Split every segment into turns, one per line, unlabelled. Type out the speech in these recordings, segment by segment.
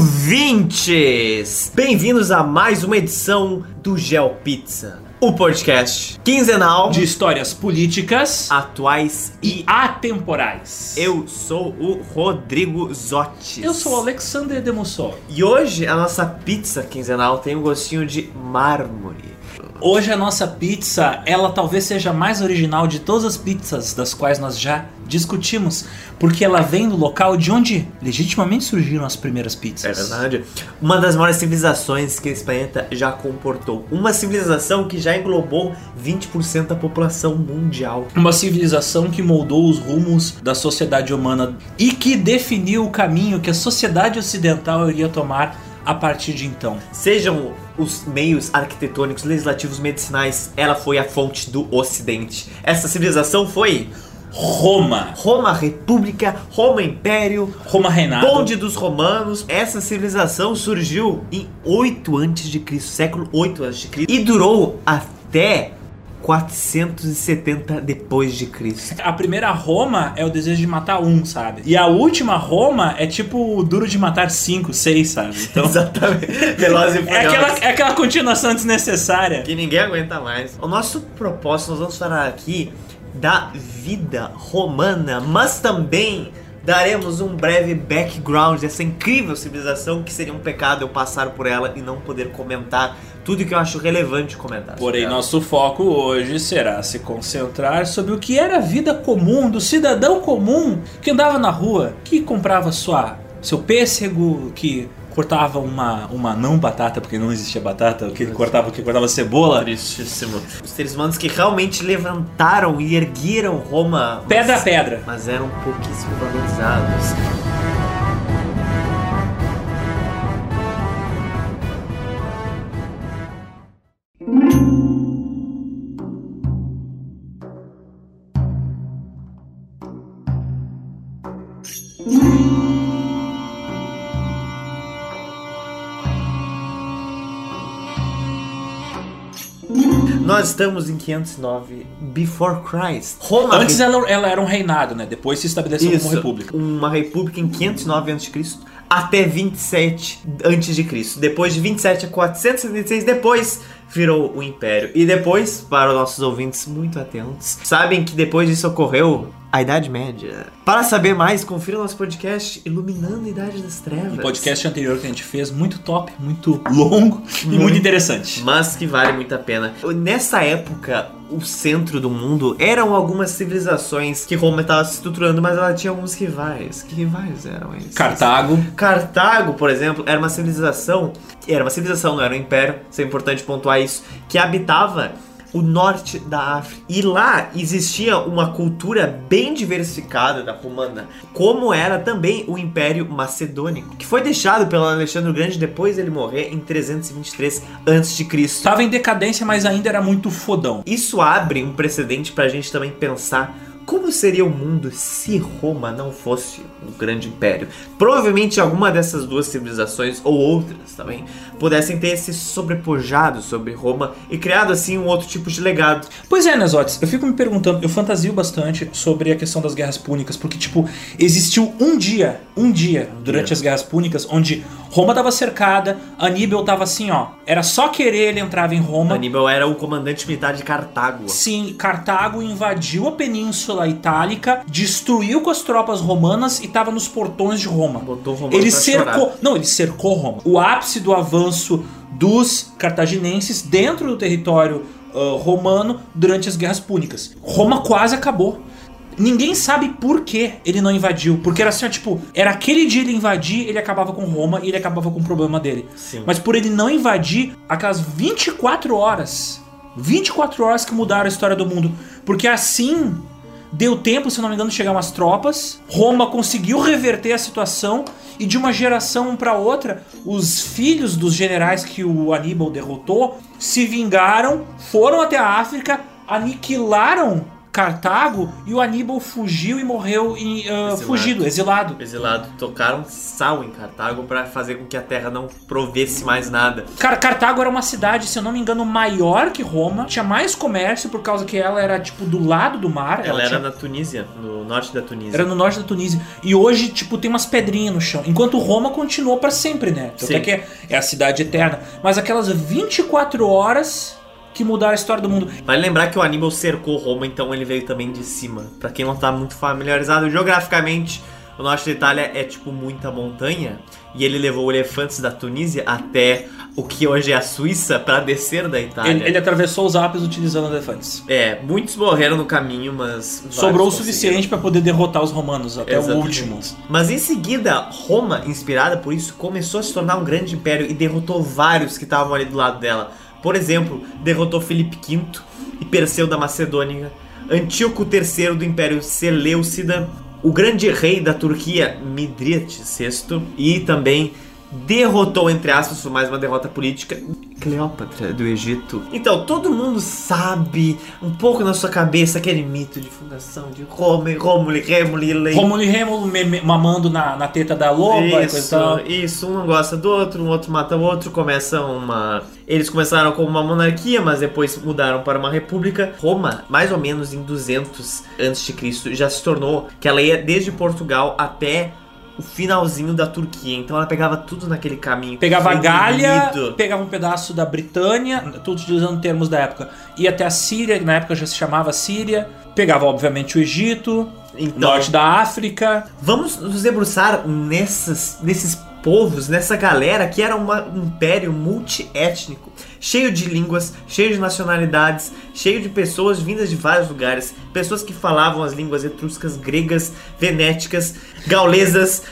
ouvintes! Bem-vindos a mais uma edição do GeoPizza, o podcast quinzenal
de histórias políticas,
atuais
e atemporais.
Eu sou o Rodrigo Zotti.
Eu sou o Alexandre Demussol.
E hoje a nossa pizza quinzenal tem um gostinho de mármore.
Hoje a nossa pizza, ela talvez seja a mais original de todas as pizzas das quais nós já discutimos, porque ela vem do local de onde legitimamente surgiram as primeiras pizzas.
É verdade. Uma das maiores civilizações que esse planeta já comportou. Uma civilização que já englobou 20% da população mundial.
Uma civilização que moldou os rumos da sociedade humana e que definiu o caminho que a sociedade ocidental iria tomar a partir de então.
Sejam os meios arquitetônicos, legislativos, medicinais, ela foi a fonte do Ocidente. Essa civilização foi
Roma.
Roma República, Roma Império,
Roma Reinado.
Bonde dos Romanos. Essa civilização surgiu em 8 a.C., século 8 a.C. e durou até 470 depois de Cristo.
A primeira Roma é o desejo de matar um, sabe? E a última Roma é tipo o duro de matar 5, 6, sabe? Então,
exatamente. Velozes e Furiosos.
É aquela continuação desnecessária
que ninguém aguenta mais. O nosso propósito, nós vamos falar aqui da vida romana, mas também daremos um breve background dessa incrível civilização, que seria um pecado eu passar por ela e não poder comentar tudo que eu acho relevante comentar.
Porém, nosso foco hoje será se concentrar sobre o que era a vida comum do cidadão comum que andava na rua, que comprava seu pêssego, que cortava uma não batata, porque não existia batata, que cortava cebola.
Tristíssimo. Os seres humanos que realmente levantaram e ergueram Roma,
pedra a pedra,
mas eram pouquíssimo valorizados. Nós estamos em 509 Before Christ. Roma
antes ela era um reinado, né? Depois se estabeleceu como república.
Uma república em 509 a.C. até 27 a.C. Depois de 27 a 476, depois virou o Império. E depois, para os nossos ouvintes muito atentos, sabem que depois disso ocorreu a Idade Média. Para saber mais, confira o nosso podcast Iluminando a Idade das Trevas.
Um podcast anterior que a gente fez, muito top, muito longo e muito interessante.
Mas que vale muito a pena. Nessa época, o centro do mundo eram algumas civilizações que Roma estava se estruturando, mas ela tinha alguns rivais. Que rivais eram esses? Cartago, por exemplo, era uma civilização, não era um império, isso é importante pontuar isso, que habitava o norte da África. E lá existia uma cultura bem diversificada da romana, como era também o Império Macedônico, que foi deixado pelo Alexandre o Grande depois dele morrer em 323 a.C.
Estava em decadência, mas ainda era muito fodão.
Isso abre um precedente pra gente também pensar como seria o mundo se Roma não fosse um grande império. Provavelmente alguma dessas duas civilizações, ou outras também, pudessem ter se sobrepujado sobre Roma e criado assim um outro tipo de legado.
Pois é, Nezotes, eu fico me perguntando, eu fantasio bastante sobre a questão das guerras púnicas, porque tipo, existiu um dia durante as guerras púnicas onde Roma tava cercada, Aníbal tava assim, ó, era só querer, ele entrava em Roma.
Aníbal era o comandante militar de Cartago.
Sim, Cartago invadiu a Península Itálica, destruiu com as tropas romanas e tava nos portões de Roma.
Botou Roma
ele cercou Roma. O ápice do avanço dos cartaginenses dentro do território romano durante as guerras púnicas. Roma quase acabou. Ninguém sabe por que ele não invadiu. Porque era assim, tipo, era aquele dia ele invadir, ele acabava com Roma e ele acabava com o problema dele.
Sim.
Mas por ele não invadir, aquelas 24 horas que mudaram a história do mundo. Porque assim deu tempo, se não me engano, de chegar umas tropas. Roma conseguiu reverter a situação e de uma geração para outra, os filhos dos generais que o Aníbal derrotou se vingaram, foram até a África, aniquilaram Cartago e o Aníbal fugiu e morreu exilado.
Tocaram sal em Cartago pra fazer com que a terra não provesse mais nada.
Cara, Cartago era uma cidade, se eu não me engano, maior que Roma. Tinha mais comércio por causa que ela era, tipo, do lado do mar.
Ela era na Tunísia, no norte da Tunísia.
Era no norte da Tunísia. E hoje, tipo, tem umas pedrinhas no chão. Enquanto Roma continuou pra sempre, né? Até que é a cidade eterna. Mas aquelas 24 horas que mudaram a história do mundo.
Vale lembrar que o Aníbal cercou Roma, então ele veio também de cima. Pra quem não tá muito familiarizado geograficamente, o norte da Itália é tipo muita montanha. E ele levou elefantes da Tunísia até o que hoje é a Suíça pra descer da Itália.
Ele atravessou os Alpes utilizando elefantes.
Muitos morreram no caminho, mas
sobrou o suficiente pra poder derrotar os romanos até o último.
Mas em seguida, Roma, inspirada por isso, começou a se tornar um grande império e derrotou vários que estavam ali do lado dela. Por exemplo, derrotou Filipe V e Perseu da Macedônia, Antíoco III do Império Seleucida, o grande rei da Turquia, Midríates VI, e também derrotou, entre aspas, foi mais uma derrota política, Cleópatra do Egito. Então, todo mundo sabe, um pouco na sua cabeça, aquele mito de fundação de Roma, Rômulo e Rémulo
mamando na teta da loba e coisa e tal.
Isso, um não gosta do outro, um outro mata o outro, eles começaram como uma monarquia, mas depois mudaram para uma república. Roma, mais ou menos em 200 a.C., já se tornou que ela ia desde Portugal até o finalzinho da Turquia, então ela pegava tudo naquele caminho.
Pegava a Gália, pegava um pedaço da Britânia, tudo utilizando termos da época, ia até a Síria, que na época já se chamava Síria, pegava obviamente o Egito, norte da África.
Vamos nos debruçar nesses povos, nessa galera que era um império multiétnico, cheio de línguas, cheio de nacionalidades, cheio de pessoas vindas de vários lugares, pessoas que falavam as línguas etruscas, gregas, venéticas, gaulesas,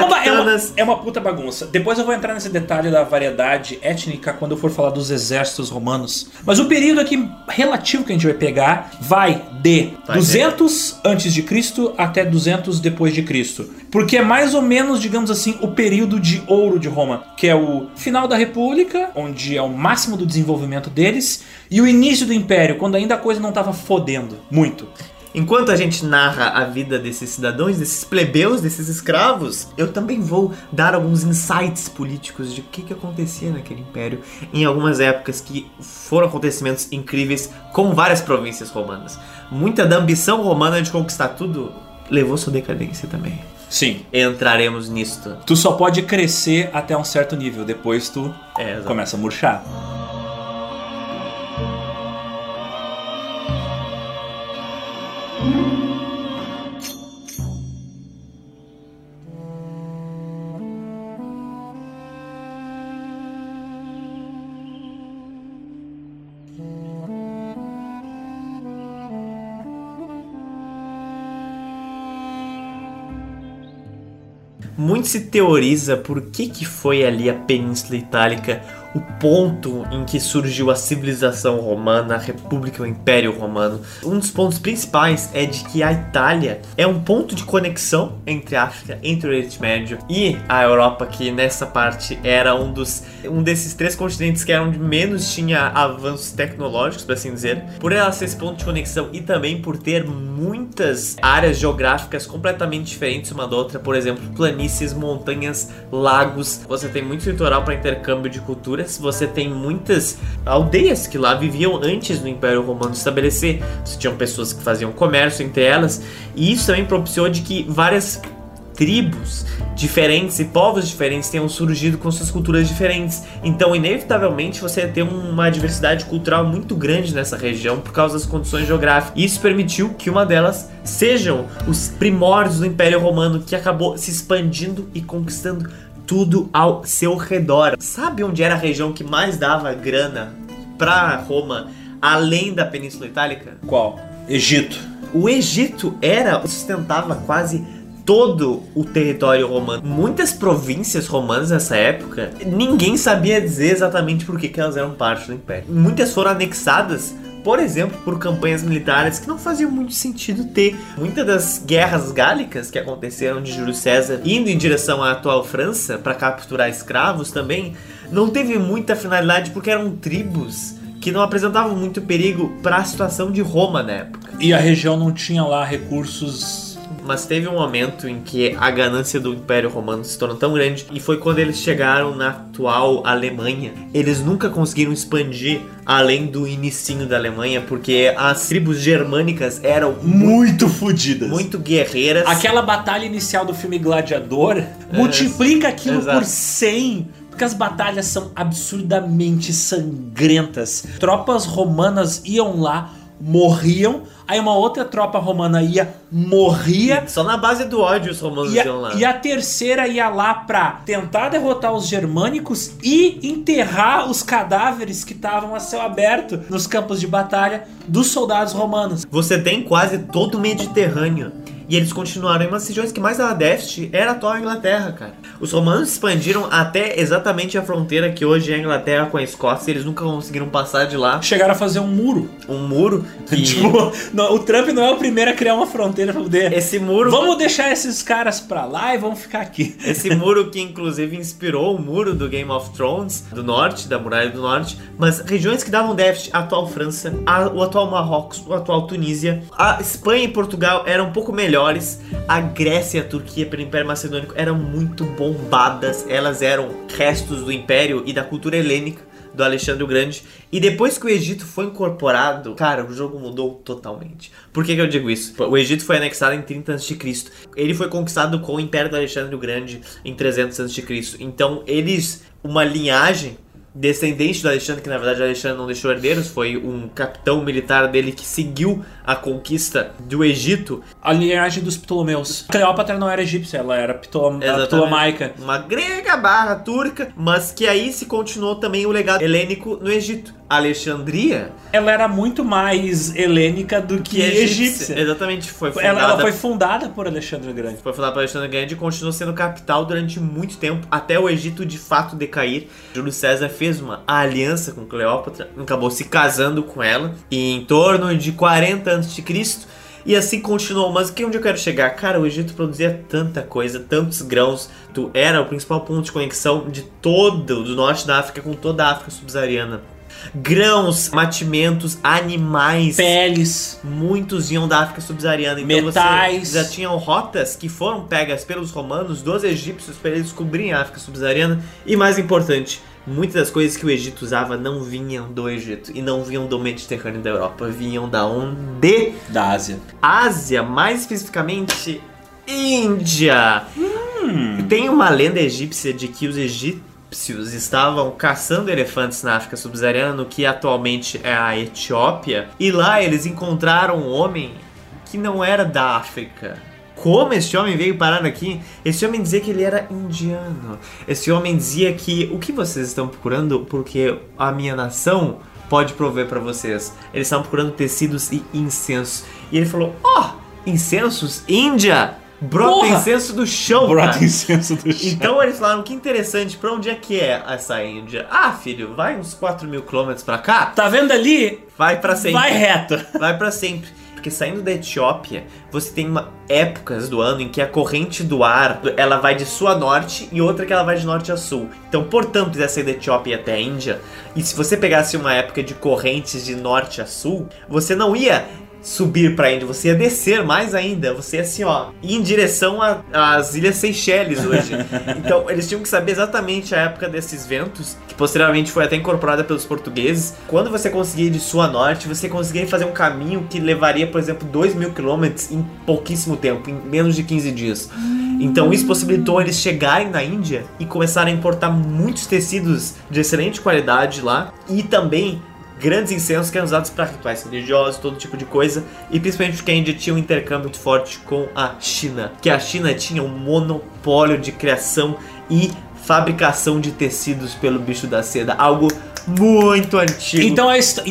é uma puta bagunça. Depois eu vou entrar nesse detalhe da variedade étnica quando eu for falar dos exércitos romanos. Mas o período aqui relativo que a gente vai pegar vai de 200 a.C. até 200 depois de Cristo. Porque é mais ou menos, digamos assim, o período de ouro de Roma, que é o final da República, onde é o máximo do desenvolvimento deles, e o início do Império, quando ainda a coisa não estava fodendo muito.
Enquanto a gente narra a vida desses cidadãos, desses plebeus, desses escravos, eu também vou dar alguns insights políticos de o que acontecia naquele império em algumas épocas que foram acontecimentos incríveis com várias províncias romanas. Muita da ambição romana de conquistar tudo levou sua decadência também.
Sim.
Entraremos nisto.
Tu só pode crescer até um certo nível, depois tu começa a murchar.
Muito se teoriza por que foi ali a Península Itálica o ponto em que surgiu a civilização romana, a República, o Império Romano. Um dos pontos principais é de que a Itália é um ponto de conexão entre a África, entre o Oriente Médio e a Europa, que nessa parte era um desses três continentes que era onde menos tinha avanços tecnológicos, por assim dizer. Por ela ser esse ponto de conexão e também por ter muitas áreas geográficas completamente diferentes uma da outra, por exemplo, planícies, montanhas, lagos. Você tem muito litoral para intercâmbio de cultura. Você tem muitas aldeias que lá viviam antes do Império Romano estabelecer. Você tinha pessoas que faziam comércio entre elas, e isso também propiciou de que várias tribos diferentes e povos diferentes tenham surgido com suas culturas diferentes. Então, inevitavelmente, você ia ter uma diversidade cultural muito grande nessa região por causa das condições geográficas. E isso permitiu que uma delas sejam os primórdios do Império Romano, que acabou se expandindo e conquistando tudo ao seu redor. Sabe onde era a região que mais dava grana pra Roma, além da Península Itálica?
Qual? Egito.
O Egito sustentava quase todo o território romano. Muitas províncias romanas nessa época, ninguém sabia dizer exatamente por que elas eram parte do Império. Muitas foram anexadas, por exemplo, por campanhas militares que não faziam muito sentido ter. Muitas das guerras gálicas que aconteceram de Júlio César indo em direção à atual França para capturar escravos também não teve muita finalidade, porque eram tribos que não apresentavam muito perigo para a situação de Roma na época.
E a região não tinha lá recursos...
Mas teve um momento em que a ganância do Império Romano se tornou tão grande, e foi quando eles chegaram na atual Alemanha. Eles nunca conseguiram expandir além do inicinho da Alemanha, porque as tribos germânicas eram
muito fodidas,
muito guerreiras.
Aquela batalha inicial do filme Gladiador multiplica aquilo por 100, porque as batalhas são absurdamente sangrentas. Tropas romanas iam lá, morriam, aí uma outra tropa romana morria.
Só na base do ódio os romanos iam lá.
E a terceira ia lá pra tentar derrotar os germânicos e enterrar os cadáveres que estavam a céu aberto nos campos de batalha dos soldados romanos.
Você tem quase todo o Mediterrâneo. E eles continuaram em umas regiões que mais dava déficit era a atual Inglaterra, cara. Os romanos expandiram até exatamente a fronteira que hoje é a Inglaterra com a Escócia. Eles nunca conseguiram passar de lá.
Chegaram a fazer um muro.
Um muro que...
Tipo, o Trump não é o primeiro a criar uma fronteira pra poder...
Esse muro...
Vamos deixar esses caras pra lá e vamos ficar aqui.
Esse muro que inclusive inspirou o muro do Game of Thrones, do norte, da Muralha do Norte. Mas regiões que davam déficit, a atual França, o atual Marrocos, o atual Tunísia, a Espanha e Portugal eram um pouco melhores. A Grécia e a Turquia pelo Império Macedônico eram muito bombadas. Elas eram restos do Império e da cultura helênica do Alexandre o Grande. E depois que o Egito foi incorporado, cara, o jogo mudou totalmente. Por que eu digo isso? O Egito foi anexado em 30 a.C. Ele foi conquistado com o Império do Alexandre o Grande em 300 a.C. Então eles, uma linhagem descendente do Alexandre, que na verdade o Alexandre não deixou herdeiros, foi um capitão militar dele que seguiu a conquista do Egito.
A linhagem dos Ptolomeus. Cleópatra não era egípcia, ela era ptolomaica.
Uma grega barra turca, mas que aí se continuou também o legado helênico no Egito. Alexandria,
ela era muito mais helênica do que egípcia.
Exatamente,
ela foi fundada por Alexandre o Grande.
Foi fundada por Alexandre o Grande e continuou sendo capital durante muito tempo, até o Egito de fato decair. Júlio César fez uma aliança com Cleópatra, acabou se casando com ela e em torno de 40 a.C. E assim continuou. Mas onde eu quero chegar? Cara, o Egito produzia tanta coisa, tantos grãos. Era o principal ponto de conexão de todo do norte da África com toda a África subsaariana. Grãos, mantimentos, animais,
peles,
muitos iam da África subsaariana. Então
metais.
Você já tinham rotas que foram pegas pelos romanos, dos egípcios, para eles descobrirem a África subsaariana. E mais importante, muitas das coisas que o Egito usava não vinham do Egito e não vinham do Mediterrâneo da Europa, vinham da onde?
Da Ásia.
Ásia, mais especificamente Índia. Tem uma lenda egípcia de que os egípcios estavam caçando elefantes na África subsaariana, no que atualmente é a Etiópia, e lá eles encontraram um homem que não era da África. Como esse homem veio parar aqui? Esse homem dizia que ele era indiano. Esse homem dizia que o que vocês estão procurando, porque a minha nação pode prover para vocês. Eles estavam procurando tecidos e incenso. E ele falou: incensos? Índia! Brota incenso do chão,
Brota incenso do chão.
Então eles falaram, que interessante, pra onde é que é essa Índia? Filho, vai uns 4.000 quilômetros pra cá.
Tá vendo ali?
Vai pra sempre.
Vai reto.
Vai pra sempre. Porque saindo da Etiópia, você tem épocas do ano em que a corrente do ar, ela vai de sul a norte e outra que ela vai de norte a sul. Então, portanto, quiser sair da Etiópia até a Índia, e se você pegasse uma época de correntes de norte a sul, você não ia subir pra Índia, você ia descer mais ainda, você ia assim, ir em direção às Ilhas Seychelles hoje. Então eles tinham que saber exatamente a época desses ventos, que posteriormente foi até incorporada pelos portugueses. Quando você conseguia ir de sul a norte, você conseguia fazer um caminho que levaria, por exemplo, 2.000 quilômetros em pouquíssimo tempo, em menos de 15 dias. Então isso possibilitou eles chegarem na Índia e começarem a importar muitos tecidos de excelente qualidade lá, e também grandes incensos que eram usados para rituais religiosos, todo tipo de coisa, e principalmente porque a Índia tinha um intercâmbio muito forte com a China, que a China tinha um monopólio de criação e fabricação de tecidos pelo bicho da seda, algo muito antigo.
Então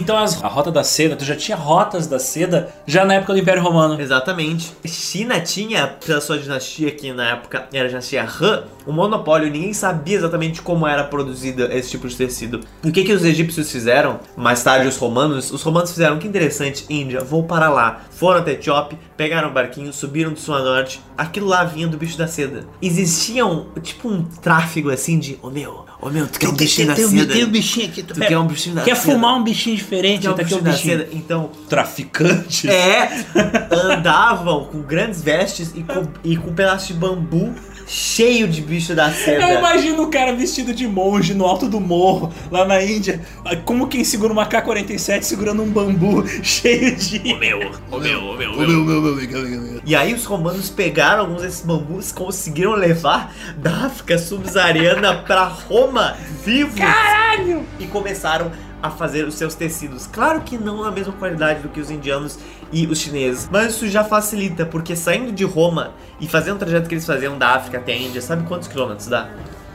a rota da seda, tu já tinha rotas da seda já na época do Império Romano.
Exatamente. China tinha, pela sua dinastia, que na época era a dinastia Han, um monopólio. Ninguém sabia exatamente como era produzida esse tipo de tecido. E o que os egípcios fizeram? Mais tarde os romanos fizeram, que interessante, Índia, vou para lá. Foram até Etiópia, pegaram o barquinho, subiram do sul a norte. Aquilo lá vinha do bicho da seda. Existia um tráfego assim de, Ô meu, tu quer um bichinho da seda?
Tem um bichinho aqui.
Tu quer um bichinho da
seda? Quer
seda?
fumar um bichinho diferente?
Tá aqui um bichinho da seda? Então,
traficantes.
Andavam com grandes vestes e com um pedaço de bambu cheio de bicho da seda.
Eu imagino o cara vestido de monge no alto do morro, lá na Índia, como quem segura uma K-47 segurando um bambu cheio de...
O meu. E aí os romanos pegaram alguns desses bambus, conseguiram levar da África subsaariana pra Roma vivos.
Caralho!
E começaram a fazer os seus tecidos. Claro que não na mesma qualidade do que os indianos e os chineses, mas isso já facilita, porque saindo de Roma e fazendo o trajeto que eles faziam da África até a Índia, sabe quantos quilômetros dá?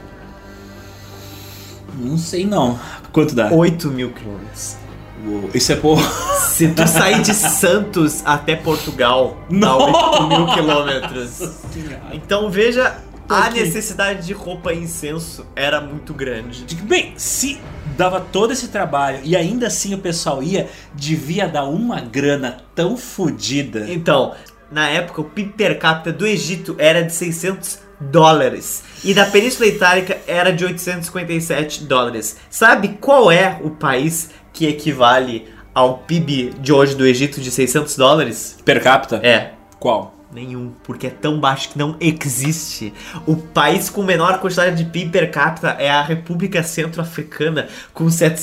Não sei não. Quanto dá?
8.000 quilômetros.
Isso é porra.
Se tu sair de Santos até Portugal, dá 8.000 quilômetros. Então veja, a necessidade de roupa e incenso era muito grande.
Bem, se dava todo esse trabalho e ainda assim o pessoal devia dar uma grana tão fodida.
Então, na época, o PIB per capita do Egito era de $600 e da Península Itálica era de $857. Sabe qual é o país que equivale ao PIB de hoje do Egito de $600?
Per capita?
É.
Qual?
Nenhum, porque é tão baixo que não existe. O país com menor quantidade de PIB per capita é a República Centro-Africana, com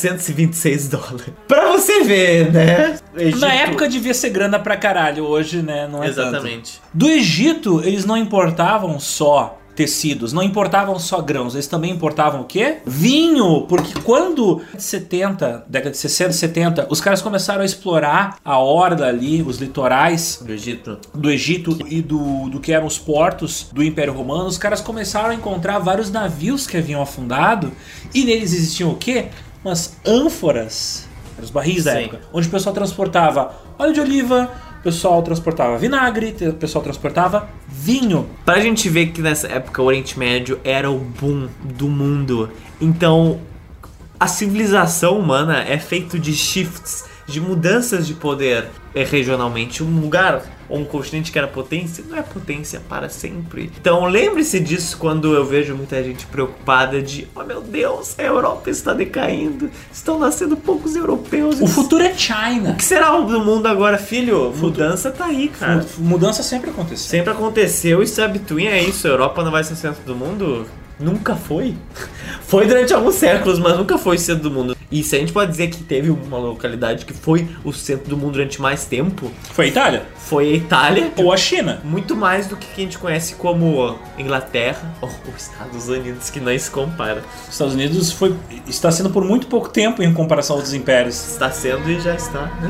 $726. Pra você ver, né?
Egito... Na época devia ser grana pra caralho, hoje, né? Não é
exatamente.
Tanto. Do Egito, eles não importavam só tecidos, não importavam só grãos, eles também importavam o quê? Vinho, porque quando década de 60, 70, os caras começaram a explorar a orla ali, os litorais do Egito e do que eram os portos do Império Romano, os caras começaram a encontrar vários navios que haviam afundado e neles existiam o quê? Umas ânforas, os barris da época, onde o pessoal transportava óleo de oliva, o pessoal transportava vinagre, o pessoal transportava vinho.
Pra gente ver que nessa época o Oriente Médio era o boom do mundo. Então, a civilização humana é feita de shifts, de mudanças de poder regionalmente. Um lugar ou um continente que era potência, não é potência para sempre. Então lembre-se disso quando eu vejo muita gente preocupada de oh meu Deus, a Europa está decaindo, estão nascendo poucos europeus.
O futuro é China.
O que será do mundo agora, filho? Mudança tá aí, cara.
Mudança sempre aconteceu.
Sempre aconteceu e se habituem a isso. A Europa não vai ser o centro do mundo? Nunca foi. Foi durante alguns séculos, mas nunca foi o centro do mundo. E se a gente pode dizer que teve uma localidade que foi o centro do mundo durante mais tempo...
Foi a Itália?
Foi a Itália.
Ou a China.
Muito mais do que a gente conhece como Inglaterra ou os Estados Unidos, que nem se compara.
Os Estados Unidos está sendo por muito pouco tempo em comparação aos impérios.
Está sendo e já está, né?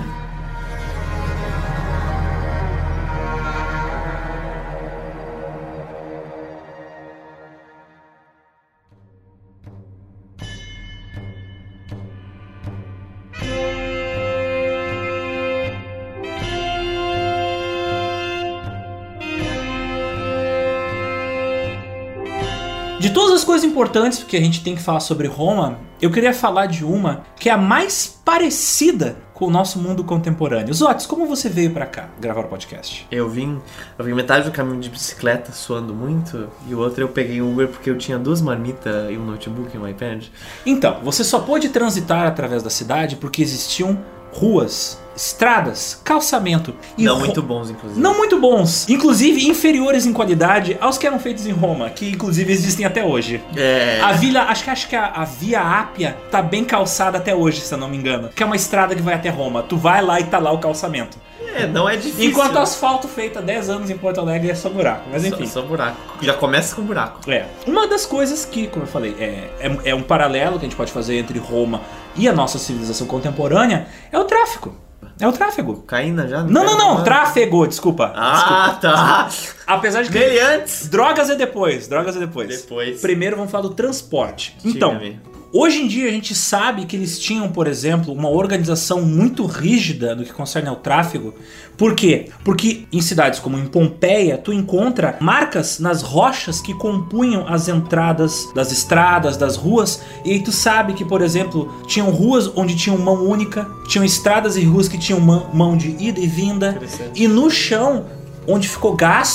De todas as coisas importantes que a gente tem que falar sobre Roma, eu queria falar de uma que é a mais parecida com o nosso mundo contemporâneo. Zotes, como você veio pra cá gravar o podcast?
Eu vim metade do caminho de bicicleta suando muito e o outro eu peguei um Uber porque eu tinha 2 marmitas e um notebook e um iPad.
Então, você só pôde transitar através da cidade porque existiam ruas, estradas, calçamento. E
não muito bons, inclusive.
Não muito bons. Inclusive inferiores em qualidade aos que eram feitos em Roma, que inclusive existem até hoje.
É.
A vila, acho que a Via Ápia tá bem calçada até hoje, se eu não me engano. Que é uma estrada que vai até Roma. Tu vai lá e tá lá o calçamento.
É, não é difícil.
Enquanto o asfalto feito há 10 anos em Porto Alegre é só buraco. Mas enfim.
Só buraco. Já começa com buraco.
É. Uma das coisas que, como eu falei, é um paralelo que a gente pode fazer entre Roma e a nossa civilização contemporânea é o tráfico. É o tráfego.
Cocaína já?
Não. Tráfego, desculpa.
Tá.
Apesar de que...
Dele antes.
Drogas é depois.
Depois.
Primeiro vamos falar do transporte. Então, hoje em dia a gente sabe que eles tinham, por exemplo, uma organização muito rígida no que concerne ao tráfego. Por quê? Porque em cidades como em Pompeia, tu encontra marcas nas rochas que compunham as entradas das estradas, das ruas. E aí tu sabe que, por exemplo, tinham ruas onde tinham mão única, tinham estradas e ruas que tinham mão de ida e vinda. E no chão, onde ficou gasto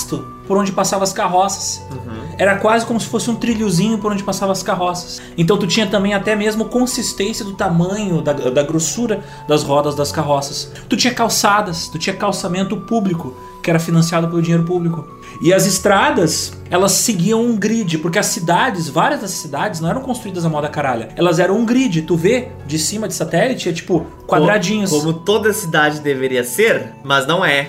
por onde passavam as carroças. Era quase como se fosse um trilhozinho por onde passavam as carroças. Então tu tinha também até mesmo consistência do tamanho, da grossura das rodas das carroças. Tu tinha calçadas, tu tinha calçamento público, que era financiado pelo dinheiro público. E as estradas, elas seguiam um grid, porque as cidades, várias das cidades, não eram construídas a moda caralha. Elas eram um grid, tu vê de cima de satélite, é tipo quadradinhos.
Como toda cidade deveria ser, mas não é.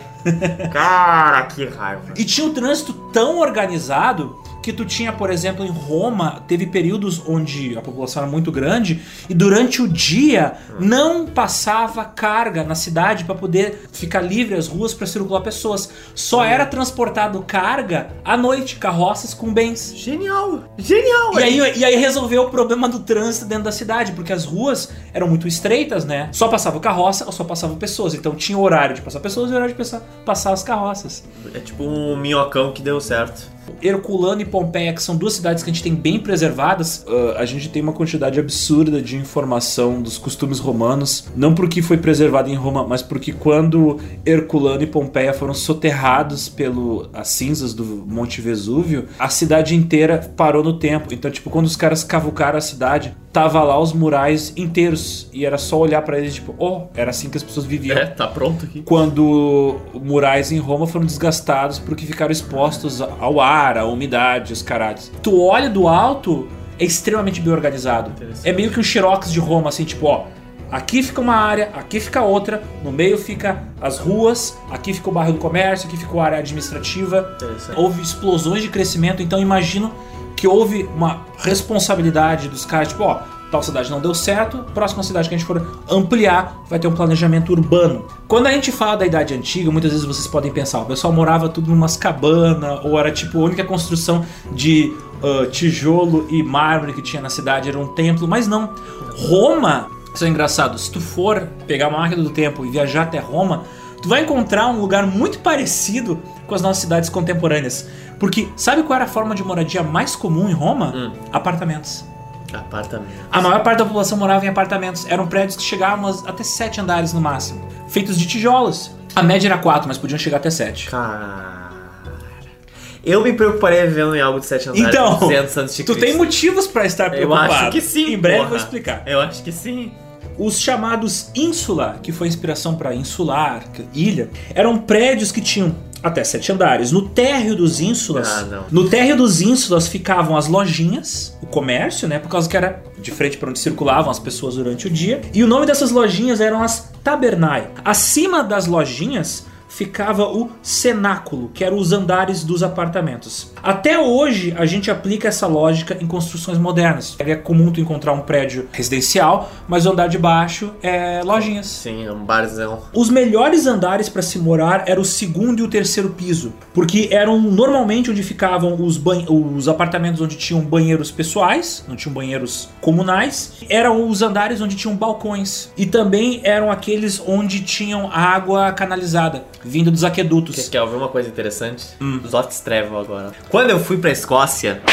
Cara, que raiva.
E tinha um trânsito tão organizado que tu tinha, por exemplo, em Roma, teve períodos onde a população era muito grande e durante o dia não passava carga na cidade para poder ficar livre as ruas para circular pessoas. Só era transportado carga à noite, carroças com bens.
Genial, genial.
E aí resolveu o problema do trânsito dentro da cidade, porque as ruas eram muito estreitas, né? Só passava carroça ou só passavam pessoas. Então tinha horário de passar pessoas e horário de passar as carroças.
É tipo um minhocão que deu certo.
Herculano e Pompeia, que são duas cidades que a gente tem bem preservadas, a gente tem uma quantidade absurda de informação dos costumes romanos, não porque foi preservado em Roma, mas porque quando Herculano e Pompeia foram soterrados pelas cinzas do Monte Vesúvio, a cidade inteira parou no tempo. Então, tipo, quando os caras cavucaram a cidade, tava lá os murais inteiros e era só olhar pra eles, tipo, era assim que as pessoas viviam.
Tá pronto aqui.
Quando murais em Roma foram desgastados porque ficaram expostos ao ar, à umidade, os caralhos. Tu olha do alto, é extremamente bem organizado. É meio que um xerox de Roma, assim, tipo, aqui fica uma área, aqui fica outra, no meio fica as ruas, aqui fica o bairro do comércio, aqui fica a área administrativa. Houve explosões de crescimento, então imagino que houve uma responsabilidade dos caras, tipo, tal cidade não deu certo, próxima cidade que a gente for ampliar vai ter um planejamento urbano. Quando a gente fala da Idade Antiga, muitas vezes vocês podem pensar, o pessoal morava tudo numas cabanas, ou era tipo a única construção de tijolo e mármore que tinha na cidade era um templo, mas não. Roma, isso é engraçado, se tu for pegar uma máquina do tempo e viajar até Roma, tu vai encontrar um lugar muito parecido com as nossas cidades contemporâneas. Porque sabe qual era a forma de moradia mais comum em Roma? Apartamentos. A maior parte da população morava em apartamentos. Eram prédios que chegavam até 7 andares no máximo, feitos de tijolos. A média era 4, mas podiam chegar até 7.
Cara, eu me preocuparia vivendo em algo de 7 andares.
Então,
200 antes de
tu tem motivos pra estar preocupado.
Eu acho que sim.
Em breve eu vou explicar.
Eu acho que sim.
Os chamados ínsula, que foi inspiração para insular, ilha, eram prédios que tinham até 7 andares. No térreo dos ínsulas ficavam as lojinhas, o comércio, né? Por causa que era de frente para onde circulavam as pessoas durante o dia. E o nome dessas lojinhas eram as tabernae. Acima das lojinhas ficava o cenáculo, que eram os andares dos apartamentos. Até hoje a gente aplica essa lógica em construções modernas. É comum tu encontrar um prédio residencial, mas o andar de baixo é lojinhas.
Sim, é um barzão.
Os melhores andares para se morar eram o segundo e o terceiro piso, porque eram normalmente onde ficavam os apartamentos onde tinham banheiros pessoais, não tinham banheiros comunais. Eram os andares onde tinham balcões e também eram aqueles onde tinham água canalizada vindo dos aquedutos.
Você quer ouvir uma coisa interessante? Zot Strevel agora. Quando eu fui pra Escócia...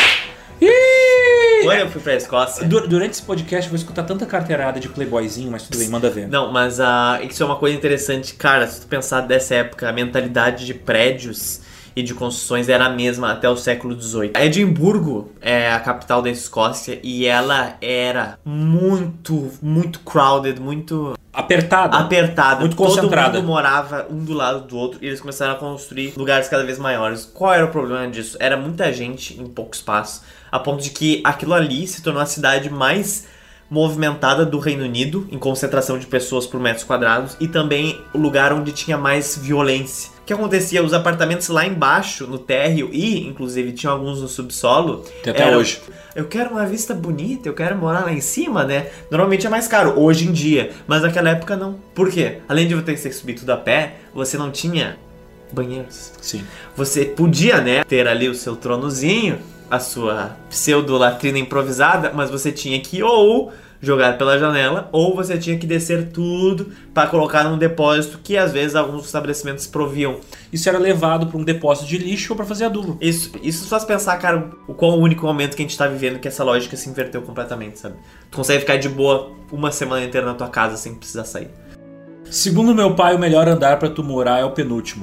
Durante
esse podcast eu vou escutar tanta carteirada de playboyzinho, mas tudo bem, manda ver.
Não, mas isso é uma coisa interessante. Cara, se tu pensar dessa época, a mentalidade de prédios e de construções era a mesma até o século XVIII. Edimburgo é a capital da Escócia e ela era muito, muito crowded, muito...
Apertada, muito concentrada.
Todo mundo morava um do lado do outro e eles começaram a construir lugares cada vez maiores. Qual era o problema disso? Era muita gente em pouco espaço, a ponto de que aquilo ali se tornou a cidade mais movimentada do Reino Unido, em concentração de pessoas por metros quadrados, e também o lugar onde tinha mais violência. O que acontecia? Os apartamentos lá embaixo, no térreo, e inclusive tinha alguns no subsolo.
Até hoje.
Eu quero uma vista bonita, eu quero morar lá em cima, né? Normalmente é mais caro, hoje em dia. Mas naquela época não. Por quê? Além de você ter que subir tudo a pé, você não tinha banheiros.
Sim.
Você podia, né, ter ali o seu tronozinho, a sua pseudo-latrina improvisada, mas você tinha que ou jogar pela janela, ou você tinha que descer tudo para colocar num depósito que às vezes alguns estabelecimentos proviam.
Isso era levado para um depósito de lixo ou para fazer adubo.
Isso faz pensar, cara, o quão único momento que a gente tá vivendo, que essa lógica se inverteu completamente, sabe? Tu consegue ficar de boa uma semana inteira na tua casa sem precisar sair.
Segundo meu pai, o melhor andar para tu morar é o penúltimo.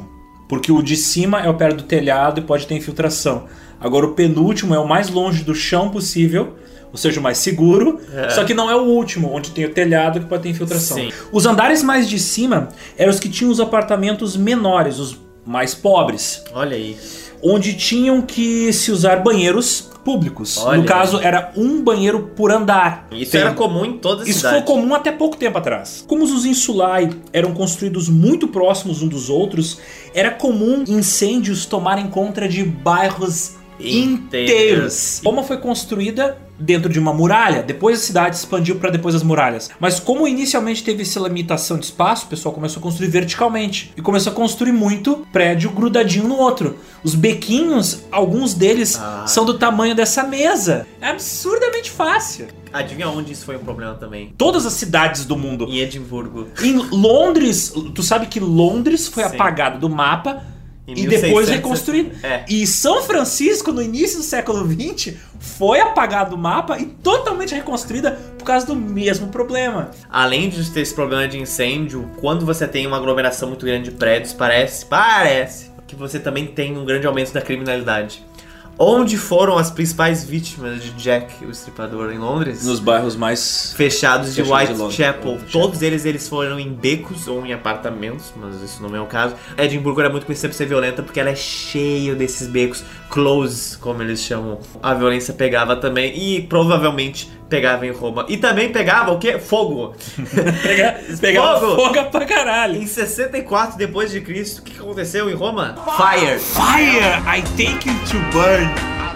Porque o de cima é o perto do telhado e pode ter infiltração. Agora o penúltimo é o mais longe do chão possível, ou seja, o mais seguro, só que não é o último, onde tem o telhado que pode ter infiltração. Sim. Os andares mais de cima eram os que tinham os apartamentos menores, os mais pobres.
Olha aí.
Onde tinham que se usar banheiros públicos.
Olha
no caso, era um banheiro por andar.
Isso era comum em toda a cidade.
Isso foi comum até pouco tempo atrás. Como os insulae eram construídos muito próximos uns dos outros, era comum incêndios tomarem conta de bairros inteiros. Roma foi construída dentro de uma muralha, depois a cidade expandiu para depois as muralhas. Mas como inicialmente teve essa limitação de espaço, o pessoal começou a construir verticalmente e começou a construir muito prédio grudadinho no outro. Os bequinhos, alguns deles são do tamanho dessa mesa. É absurdamente fácil.
Adivinha onde isso foi um problema também?
Todas as cidades do mundo.
Em Edimburgo.
Em Londres, tu sabe que Londres foi apagado do mapa e depois reconstruído. E São Francisco, no início do século XX, foi apagado do mapa e totalmente reconstruída por causa do mesmo problema.
Além de ter esse problema de incêndio, quando você tem uma aglomeração muito grande de prédios, parece que você também tem um grande aumento da criminalidade. Onde foram as principais vítimas de Jack, o Estripador, em Londres?
Nos bairros mais
fechados de Whitechapel. Todos eles foram em becos ou em apartamentos, mas isso não é o caso. Edimburgo era muito conhecida por ser violenta porque ela é cheia desses becos, close, como eles chamam. A violência pegava também e provavelmente pegava em Roma. E também pegava o quê? Fogo.
Pegava fogo pra caralho.
Em 64 depois de Cristo, o que aconteceu em Roma? Fire.
I take you to burn.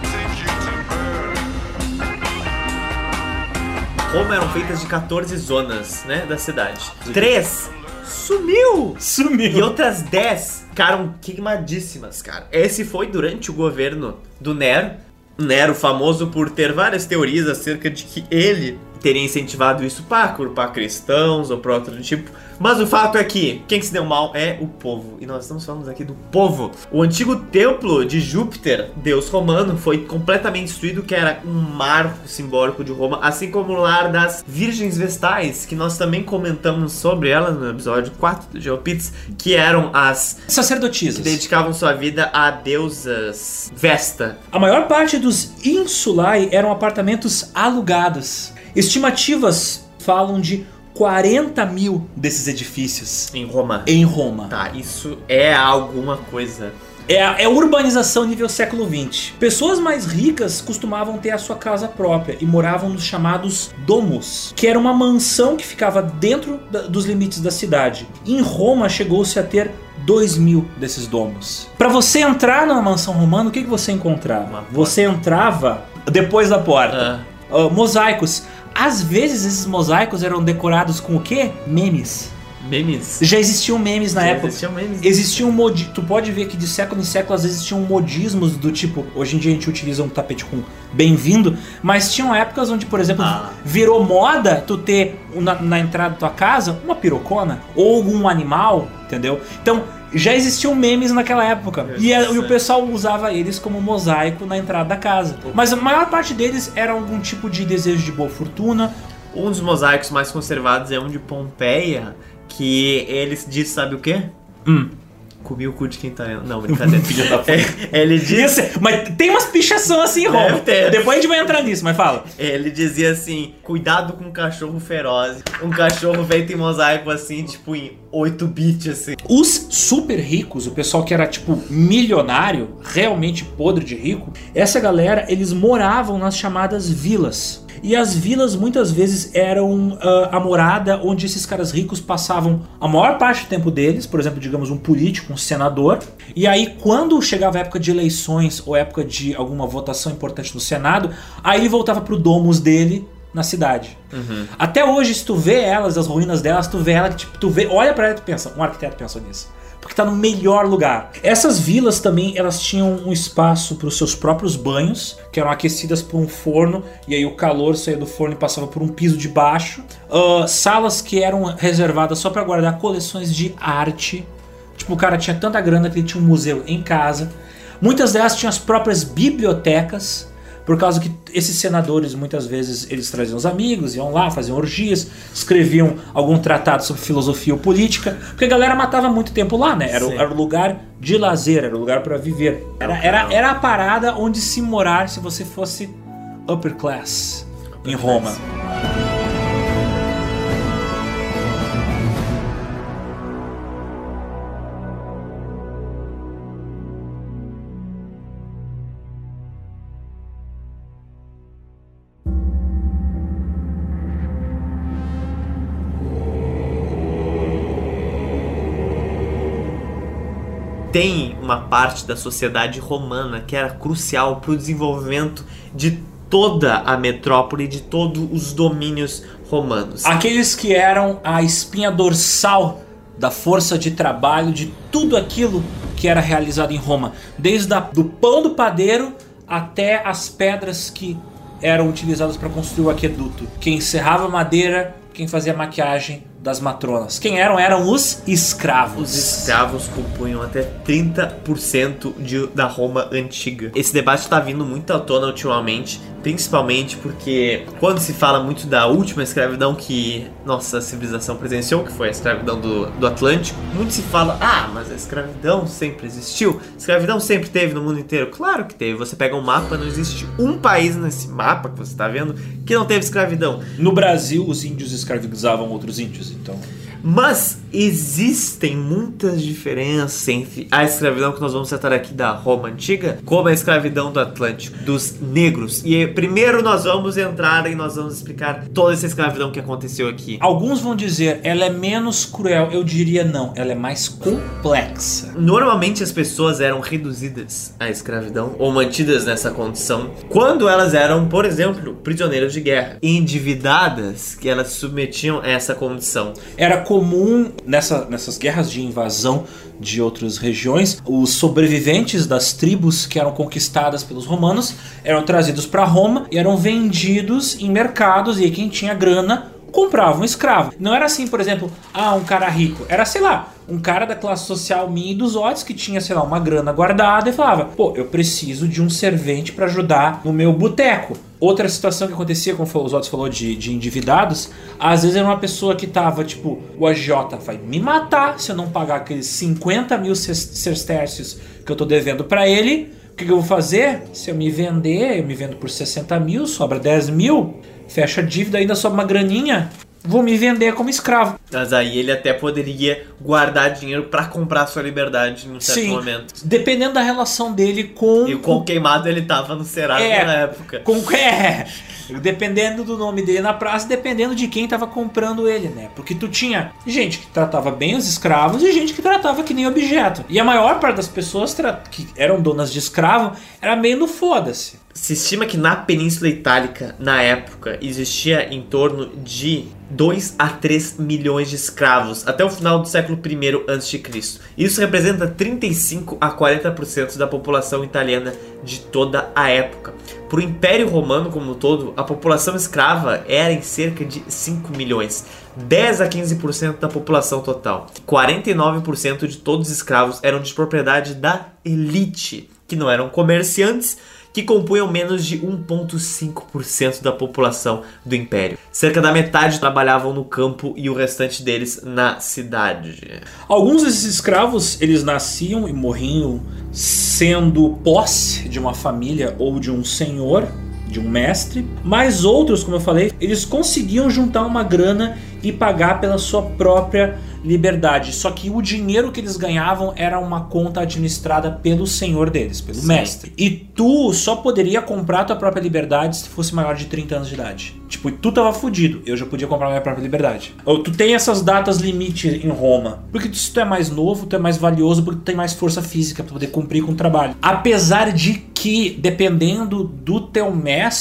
Roma eram feitas de 14 zonas, né, da cidade. 3 sumiu. E outras 10 ficaram queimadíssimas, cara. Esse foi durante o governo do Nero. Nero, famoso por ter várias teorias acerca de que ele teria incentivado isso para culpar cristãos ou para outro tipo. Mas o fato é que quem se deu mal é o povo. E nós estamos falando aqui do povo. O antigo templo de Júpiter, deus romano, foi completamente destruído, que era um marco simbólico de Roma. Assim como o lar das Virgens Vestais, que nós também comentamos sobre elas no episódio 4 do GeoPits, que eram as
sacerdotisas,
que dedicavam sua vida a deusas Vesta.
A maior parte dos insulae eram apartamentos alugados. Estimativas falam de 40 mil desses edifícios
em Roma. Tá, isso é alguma coisa.
É urbanização nível século XX. Pessoas mais ricas costumavam ter a sua casa própria e moravam nos chamados domus, que era uma mansão que ficava dentro dos limites da cidade. Em Roma chegou-se a ter 2.000 desses domus. Para você entrar numa mansão romana, o que você encontrava? Você entrava depois da porta. Mosaicos. Às vezes esses mosaicos eram decorados com o quê? Memes. Já existiam memes na época. Existiam tu pode ver que de século em século às vezes existiam modismos do tipo, hoje em dia a gente utiliza um tapete com bem-vindo, mas tinham épocas onde, por exemplo, virou moda tu ter na entrada da tua casa uma pirocona ou algum animal, entendeu? Então já existiam memes naquela época e o pessoal usava eles como mosaico na entrada da casa. Mas a maior parte deles era algum tipo de desejo de boa fortuna.
Um dos mosaicos mais conservados é um de Pompeia, que eles diz, sabe o quê? Comi o cu de quem tá lendo. Não, brincadeira. Ele diz...
Mas tem umas pichação assim em Roma. Depois a gente vai entrar nisso, mas fala.
Ele dizia assim, cuidado com um cachorro feroz. Um cachorro feito em mosaico assim, tipo em 8 bits assim.
Os super ricos, o pessoal que era tipo milionário, realmente podre de rico, essa galera, eles moravam nas chamadas vilas. E as vilas muitas vezes eram a morada onde esses caras ricos passavam a maior parte do tempo deles, por exemplo, digamos um político, um senador. E aí quando chegava a época de eleições ou época de alguma votação importante no Senado, aí ele voltava pro domus dele na cidade. Até hoje, se tu vê elas, as ruínas delas, tu vê ela, tipo, olha pra ela e tu pensa, um arquiteto pensou nisso. Porque tá no melhor lugar. Essas vilas também, elas tinham um espaço para os seus próprios banhos, que eram aquecidas por um forno, e aí o calor saía do forno e passava por um piso de baixo. Salas que eram reservadas só para guardar coleções de arte. Tipo, o cara tinha tanta grana que ele tinha um museu em casa. Muitas delas tinham as próprias bibliotecas. por causa que esses senadores, muitas vezes, eles traziam os amigos, iam lá, faziam orgias, escreviam algum tratado sobre filosofia ou política, porque a galera matava muito tempo lá, né? Era o lugar de lazer, era o lugar para viver. Era a parada onde se morar se você fosse upper class em Roma.
Tem uma parte da sociedade romana que era crucial para o desenvolvimento de toda a metrópole, de todos os domínios romanos.
Aqueles que eram a espinha dorsal da força de trabalho de tudo aquilo que era realizado em Roma. Desde do pão do padeiro até as pedras que eram utilizadas para construir o aqueduto. Quem serrava madeira, quem fazia maquiagem das matronas. Quem eram? Eram os escravos.
Os escravos compunham até 30% da Roma antiga. Esse debate está vindo muito à tona ultimamente, principalmente porque quando se fala muito da última escravidão que nossa civilização presenciou, que foi a escravidão do Atlântico, muito se fala, mas a escravidão sempre existiu, a escravidão sempre teve no mundo inteiro. Claro que teve. Você pega um mapa, não existe um país nesse mapa que você está vendo que não teve escravidão.
No Brasil, os índios escravizavam outros índios, então...
Mas existem muitas diferenças entre a escravidão que nós vamos tratar aqui da Roma Antiga, como a escravidão do Atlântico, dos negros. E primeiro nós vamos entrar e nós vamos explicar toda essa escravidão que aconteceu aqui.
Alguns vão dizer, ela é menos cruel. Eu diria não, ela é mais complexa.
Normalmente as pessoas eram reduzidas à escravidão ou mantidas nessa condição quando elas eram, por exemplo, prisioneiras de guerra, endividadas, que elas se submetiam a essa condição.
Era comum nessas guerras de invasão de outras regiões, os sobreviventes das tribos que eram conquistadas pelos romanos eram trazidos para Roma e eram vendidos em mercados, e aí quem tinha grana comprava um escravo. Não era assim, por exemplo, um cara rico. Era, sei lá, um cara da classe social minha e dos odds que tinha, sei lá, uma grana guardada e falava, eu preciso de um servente para ajudar no meu boteco. Outra situação que acontecia, como o Zotes falou, de endividados, às vezes era uma pessoa que tava, tipo, o agiota vai me matar se eu não pagar aqueles 50 mil sestércios que eu tô devendo para ele. O que eu vou fazer? Se eu me vender, eu me vendo por 60 mil, sobra 10 mil, fecha a dívida, ainda sobra uma graninha, vou me vender como escravo.
Mas aí ele até poderia guardar dinheiro pra comprar sua liberdade em um certo momento.
Dependendo da relação dele com...
E o quão queimado ele tava no Cerado na época.
Dependendo do nome dele na praça, dependendo de quem tava comprando ele, né? Porque tu tinha gente que tratava bem os escravos e gente que tratava que nem objeto. E a maior parte das pessoas que eram donas de escravo era meio no foda-se.
Se estima que na Península Itálica, na época, existia em torno de 2 a 3 milhões de escravos até o final do século I a.C. Isso representa 35 a 40% da população italiana de toda a época. Para o Império Romano como um todo, a população escrava era em cerca de 5 milhões, 10 a 15% da população total. 49% de todos os escravos eram de propriedade da elite, que não eram comerciantes, que compunham menos de 1,5% da população do Império. Cerca da metade trabalhavam no campo e o restante deles na cidade.
Alguns desses escravos, eles nasciam e morriam sendo posse de uma família ou de um senhor, de um mestre, mas outros, como eu falei, eles conseguiam juntar uma grana e pagar pela sua própria liberdade. Só que o dinheiro que eles ganhavam era uma conta administrada pelo senhor deles, pelo mestre. E tu só poderia comprar tua própria liberdade se fosse maior de 30 anos de idade. Tipo, tu tava fudido, eu já podia comprar minha própria liberdade. Ou tu tem essas datas limite em Roma. Porque se tu é mais novo, tu é mais valioso, porque tu tem mais força física pra poder cumprir com o trabalho. Apesar de que, dependendo do teu mestre,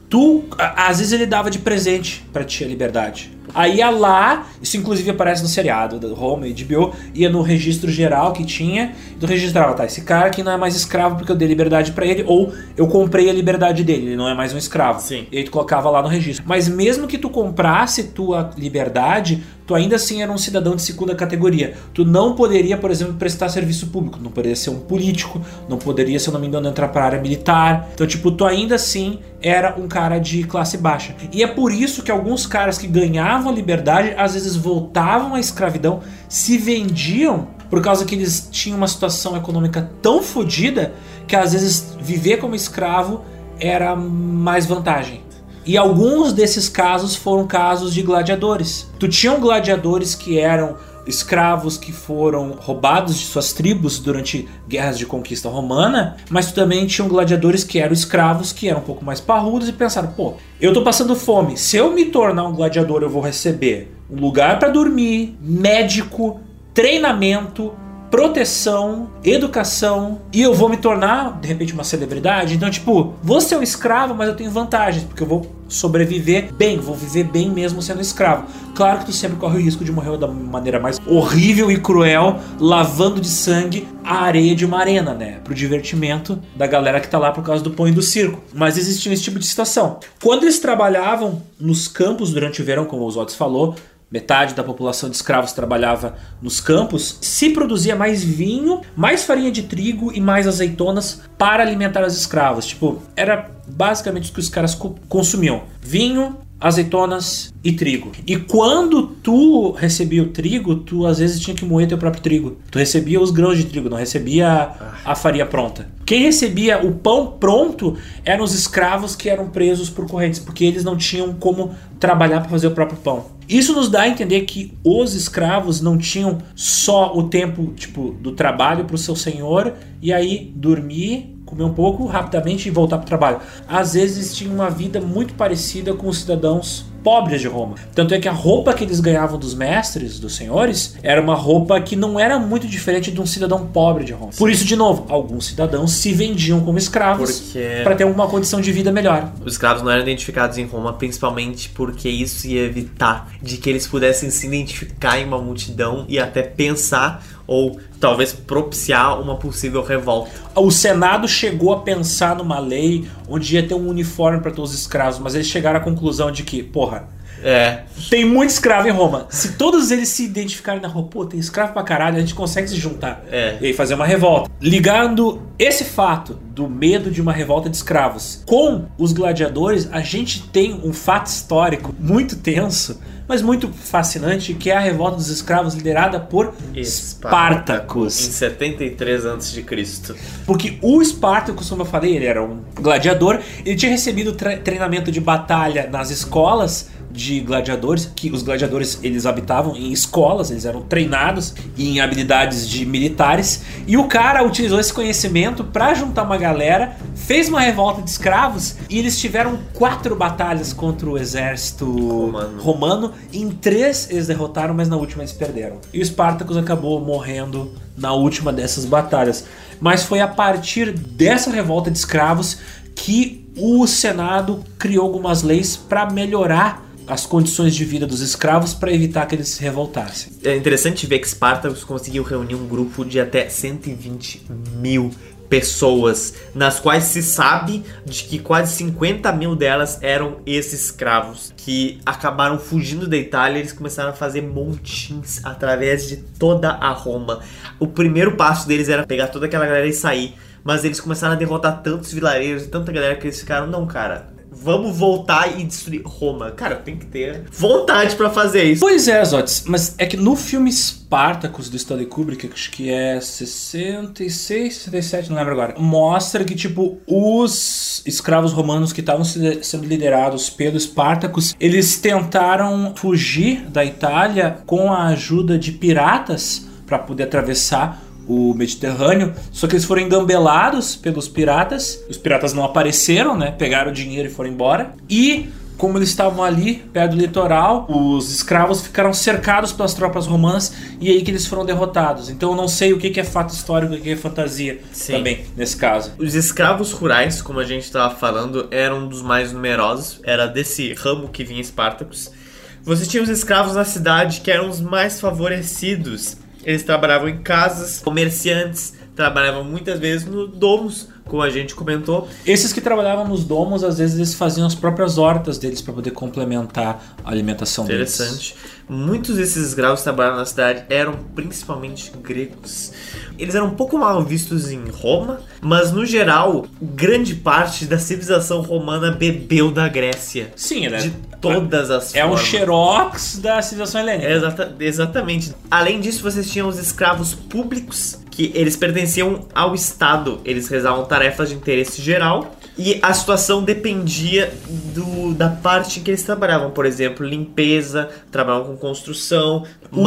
Às vezes ele dava de presente pra ti a liberdade. Aí ia lá, isso inclusive aparece no seriado da Roma e HBO, ia no registro geral que tinha, e tu registrava, tá, esse cara aqui não é mais escravo porque eu dei liberdade pra ele, ou eu comprei a liberdade dele, ele não é mais um escravo.
Sim.
E aí tu colocava lá no registro. Mas mesmo que tu comprasse tua liberdade, tu ainda assim era um cidadão de segunda categoria. Tu não poderia, por exemplo, prestar serviço público, não poderia ser um político, não poderia, se eu não me engano, entrar pra área militar. Então, tipo, tu ainda assim era um cara de classe baixa. E é por isso que alguns caras que ganhavam a liberdade, às vezes voltavam à escravidão, se vendiam, por causa que eles tinham uma situação econômica tão fodida, que às vezes viver como escravo era mais vantagem. E alguns desses casos foram casos de gladiadores. Tu tinham gladiadores que eram escravos que foram roubados de suas tribos durante guerras de conquista romana, mas tu também tinham gladiadores que eram escravos, que eram um pouco mais parrudos e pensaram, pô, eu tô passando fome, se eu me tornar um gladiador eu vou receber um lugar pra dormir, médico, treinamento, proteção, educação, e eu vou me tornar, de repente, uma celebridade. Então, tipo, vou ser um escravo, mas eu tenho vantagens, porque eu vou sobreviver bem, vou viver bem mesmo sendo escravo. Claro que tu sempre corre o risco de morrer da maneira mais horrível e cruel, lavando de sangue a areia de uma arena, né? Pro divertimento da galera que tá lá por causa do pão e do circo. Mas existia esse tipo de situação. Quando eles trabalhavam nos campos durante o verão, como o Zotis falou, metade da população de escravos trabalhava nos campos, se produzia mais vinho, mais farinha de trigo e mais azeitonas para alimentar os escravos. Tipo, era basicamente o que os caras consumiam: vinho, azeitonas e trigo. E quando tu recebia o trigo, tu às vezes tinha que moer teu próprio trigo. Tu recebia os grãos de trigo, não recebia a farinha pronta. Quem recebia o pão pronto eram os escravos que eram presos por correntes, porque eles não tinham como trabalhar para fazer o próprio pão. Isso nos dá a entender que os escravos não tinham só o tempo, tipo, do trabalho para o seu senhor e aí dormir, comer um pouco rapidamente e voltar para o trabalho. Às vezes tinham uma vida muito parecida com os cidadãos pobres de Roma. Tanto é que a roupa que eles ganhavam dos mestres, dos senhores, era uma roupa que não era muito diferente de um cidadão pobre de Roma. Por isso, de novo, alguns cidadãos se vendiam como escravos para ter uma condição de vida melhor.
Os escravos não eram identificados em Roma, principalmente porque isso ia evitar de que eles pudessem se identificar em uma multidão e até pensar ou talvez propiciar uma possível revolta.
O Senado chegou a pensar numa lei onde ia ter um uniforme para todos os escravos, mas eles chegaram à conclusão de que, porra, tem muito escravo em Roma. Se todos eles se identificarem na rua, pô, tem escravo pra caralho, a gente consegue se juntar e aí fazer uma revolta. Ligando esse fato do medo de uma revolta de escravos com os gladiadores, a gente tem um fato histórico muito tenso, mas muito fascinante, que é a revolta dos escravos liderada por Espartacus.
Em 73 a.C.
Porque o Espartacus, como eu falei, ele era um gladiador, ele tinha recebido treinamento de batalha nas escolas de gladiadores, que os gladiadores eles habitavam em escolas, eles eram treinados em habilidades de militares, e o cara utilizou esse conhecimento para juntar uma galera, fez uma revolta de escravos, e eles tiveram 4 batalhas contra o exército romano. Em 3 eles derrotaram, mas na última eles perderam. E o Espartacus acabou morrendo na última dessas batalhas. Mas foi a partir dessa revolta de escravos que o Senado criou algumas leis para melhorar as condições de vida dos escravos para evitar que eles se revoltassem.
É interessante ver que Espartacus conseguiu reunir um grupo de até 120 mil pessoas, nas quais se sabe de que quase 50 mil delas eram esses escravos que acabaram fugindo da Itália. Eles começaram a fazer montins através de toda a Roma. O primeiro passo deles era pegar toda aquela galera e sair, mas eles começaram a derrotar tantos vilareiros e tanta galera que eles ficaram, não, cara, vamos voltar e destruir Roma. Cara, tem que ter vontade pra fazer isso.
Pois é, Zotis, mas é que no filme Spartacus do Stanley Kubrick, acho que é 66, 67, não lembro agora, mostra que, tipo, os escravos romanos que estavam sendo liderados pelo Spartacus, eles tentaram fugir da Itália com a ajuda de piratas para poder atravessar o Mediterrâneo, só que eles foram engambelados pelos piratas. Os piratas não apareceram, né? Pegaram o dinheiro e foram embora. E como eles estavam ali, perto do litoral, os escravos ficaram cercados pelas tropas romanas e aí que eles foram derrotados. Então eu não sei o que é fato histórico e o que é fantasia. Sim. Também, nesse caso.
Os escravos rurais, como a gente estava falando, eram um dos mais numerosos. Era desse ramo que vinha Espartacus. Você tinha os escravos na cidade, que eram os mais favorecidos. Eles trabalhavam em casas, comerciantes, trabalhavam muitas vezes no domos, como a gente comentou.
Esses que trabalhavam nos domos, às vezes eles faziam as próprias hortas deles para poder complementar a alimentação deles.
Interessante. Muitos desses escravos que trabalhavam na cidade eram principalmente gregos. Eles eram um pouco mal vistos em Roma, mas no geral, grande parte da civilização romana bebeu da Grécia.
Sim, né?
De todas as formas.
É um xerox da civilização helênica.
Exatamente. Além disso, vocês tinham os escravos públicos, que eles pertenciam ao Estado. Eles realizavam tarefas de interesse geral e a situação dependia da parte em que eles trabalhavam. Por exemplo, limpeza, trabalhavam com construção.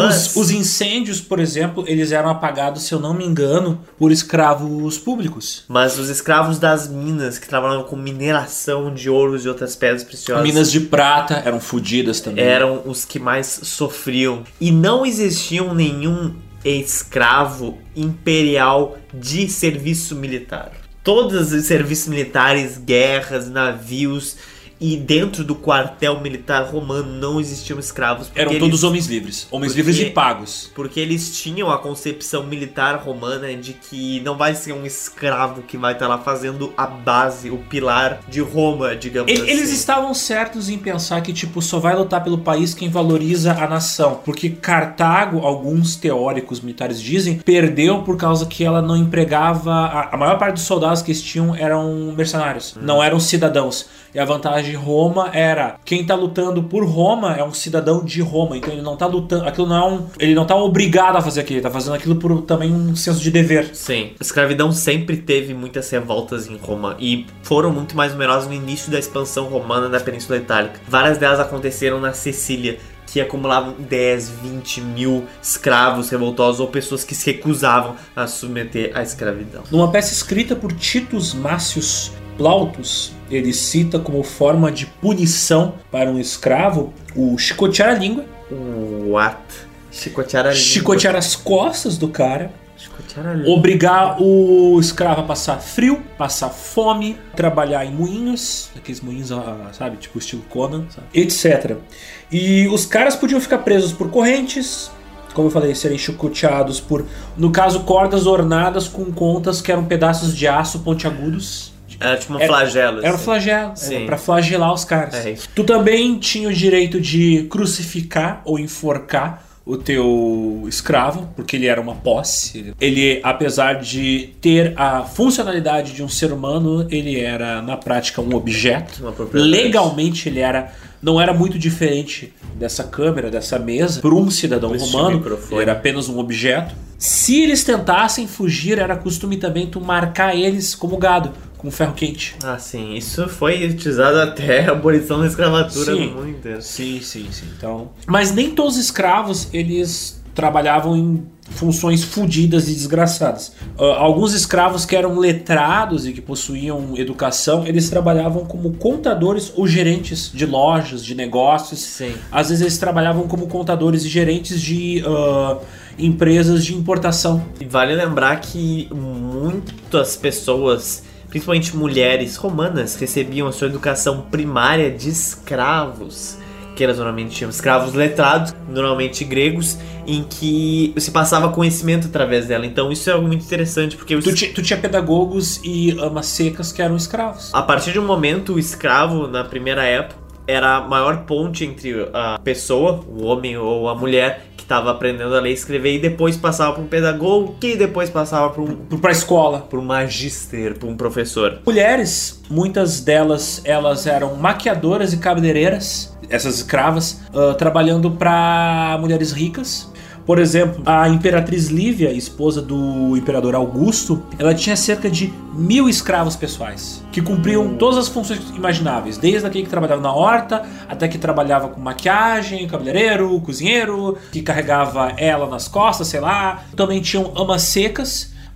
Os incêndios, por exemplo, eles eram apagados, se eu não me engano, por escravos públicos.
Mas os escravos das minas, que trabalhavam com mineração de ouros e outras pedras preciosas,
minas de prata, eram fodidas também.
Eram os que mais sofriam. E não existiam nenhum escravo imperial de serviço militar. Todos os serviços militares, guerras, navios e dentro do quartel militar romano não existiam escravos.
Eram todos homens livres. Homens livres e pagos.
Porque eles tinham a concepção militar romana de que não vai ser um escravo que vai estar lá fazendo a base, o pilar de Roma, digamos assim.
Eles estavam certos em pensar que tipo, só vai lutar pelo país quem valoriza a nação. Porque Cartago, alguns teóricos militares dizem, perdeu por causa que ela não empregava... A maior parte dos soldados que eles tinham eram mercenários, não eram cidadãos. E a vantagem de Roma era, quem tá lutando por Roma é um cidadão de Roma, então ele não tá lutando, aquilo não é ele não tá obrigado a fazer aquilo, ele tá fazendo aquilo por também um senso de dever.
Sim, a escravidão sempre teve muitas revoltas em Roma e foram muito mais numerosas no início da expansão romana da Península Itálica. Várias delas aconteceram na Sicília, que acumulavam 10, 20 mil escravos revoltosos ou pessoas que se recusavam a submeter à escravidão.
Numa peça escrita por Titus Mácius Plautus, ele cita como forma de punição para um escravo o chicotear a língua.
What? Chicotear a língua?
Chicotear as costas do cara.
Chicotear a língua.
Obrigar o escravo a passar frio, passar fome, trabalhar em moinhos, aqueles moinhos, sabe, tipo estilo Conan, sabe? Etc. E os caras podiam ficar presos por correntes, como eu falei, serem chicoteados por, no caso, cordas ornadas com contas que eram pedaços de aço pontiagudos.
Era tipo um flagelo.
Era um flagelo, era pra flagelar os caras. Tu também tinha o direito de crucificar ou enforcar o teu escravo, porque ele era uma posse. Ele, apesar de ter a funcionalidade de um ser humano, ele era, na prática, um objeto. Legalmente, ele não era muito diferente dessa câmera, dessa mesa, para um cidadão romano. Ele era apenas um objeto. Se eles tentassem fugir, era costume também tu marcar eles como gado, com ferro quente.
Ah, sim. Isso foi utilizado até a abolição da escravatura no mundo inteiro.
Sim. Então... Mas nem todos os escravos, eles trabalhavam em funções fodidas e desgraçadas. Alguns escravos que eram letrados e que possuíam educação, eles trabalhavam como contadores ou gerentes de lojas, de negócios.
Sim.
Às vezes eles trabalhavam como contadores e gerentes de empresas de importação.
E vale lembrar que muitas pessoas, principalmente mulheres romanas, recebiam a sua educação primária de escravos, que elas normalmente tinham escravos letrados, normalmente gregos, em que se passava conhecimento através dela. Então isso é algo muito interessante, porque
tu tinha pedagogos e amas secas que eram escravos.
A partir de um momento, o escravo, na primeira época, era a maior ponte entre a pessoa, o homem ou a mulher, que estava aprendendo a ler e escrever, e depois passava para um pedagogo, que depois passava
para a escola,
para um magister, para um professor.
Mulheres, muitas delas, elas eram maquiadoras e cabeleireiras, essas escravas, trabalhando para mulheres ricas. Por exemplo, a imperatriz Lívia, esposa do imperador Augusto, ela tinha cerca de 1000 escravos pessoais, que cumpriam todas as funções imagináveis, desde aquele que trabalhava na horta, até que trabalhava com maquiagem, cabeleireiro, cozinheiro, que carregava ela nas costas, sei lá. Também tinham amas secas,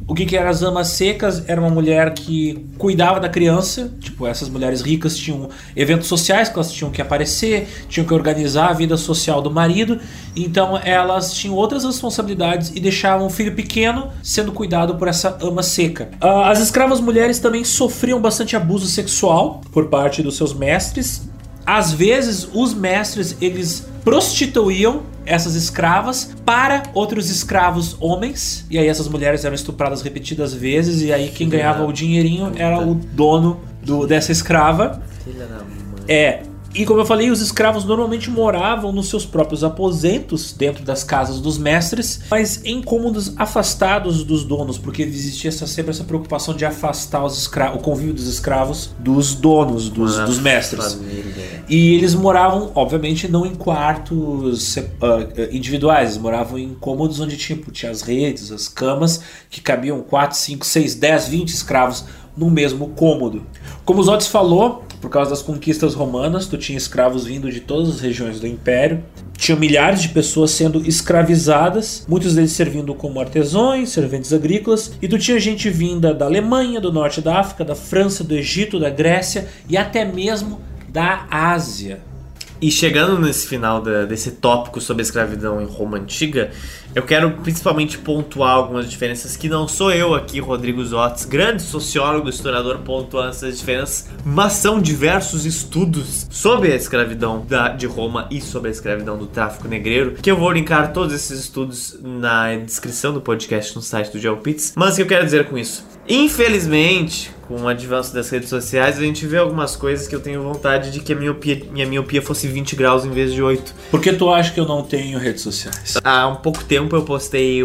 O que eram as amas secas? Era uma mulher que cuidava da criança. Tipo, essas mulheres ricas tinham eventos sociais que elas tinham que aparecer, tinham que organizar a vida social do marido. Então elas tinham outras responsabilidades e deixavam o filho pequeno sendo cuidado por essa ama seca. As escravas mulheres também sofriam bastante abuso sexual por parte dos seus mestres. Às vezes os mestres, eles prostituíam essas escravas para outros escravos homens, e aí essas mulheres eram estupradas repetidas vezes, e aí quem ganhava o dinheirinho era o dono dessa escrava.
Filha da mãe.
E como eu falei, os escravos normalmente moravam nos seus próprios aposentos, dentro das casas dos mestres, mas em cômodos afastados dos donos, porque existia sempre essa preocupação de afastar o convívio dos escravos dos donos, dos mestres.
Família.
E eles moravam, obviamente, não em quartos individuais, eles moravam em cômodos onde tinha as redes, as camas, que cabiam 4, 5, 6, 10, 20 escravos no mesmo cômodo. Como o Zotis falou, por causa das conquistas romanas, tu tinha escravos vindo de todas as regiões do Império. Tinha milhares de pessoas sendo escravizadas, muitos deles servindo como artesãos, serventes agrícolas. E tu tinha gente vinda da Alemanha, do norte da África, da França, do Egito, da Grécia e até mesmo da Ásia.
E chegando nesse final desse tópico sobre a escravidão em Roma Antiga, eu quero principalmente pontuar algumas diferenças que não sou eu aqui, Rodrigo Zotis, grande sociólogo, historiador, pontuando essas diferenças, mas são diversos estudos sobre a escravidão de Roma e sobre a escravidão do tráfico negreiro, que eu vou linkar todos esses estudos na descrição do podcast no site do GeoPits. Mas o que eu quero dizer com isso? Infelizmente, com o avanço das redes sociais, a gente vê algumas coisas que eu tenho vontade de que a minha miopia fosse 20 graus em vez de 8.
Por que tu acha que eu não tenho redes sociais?
Há um pouco tempo eu postei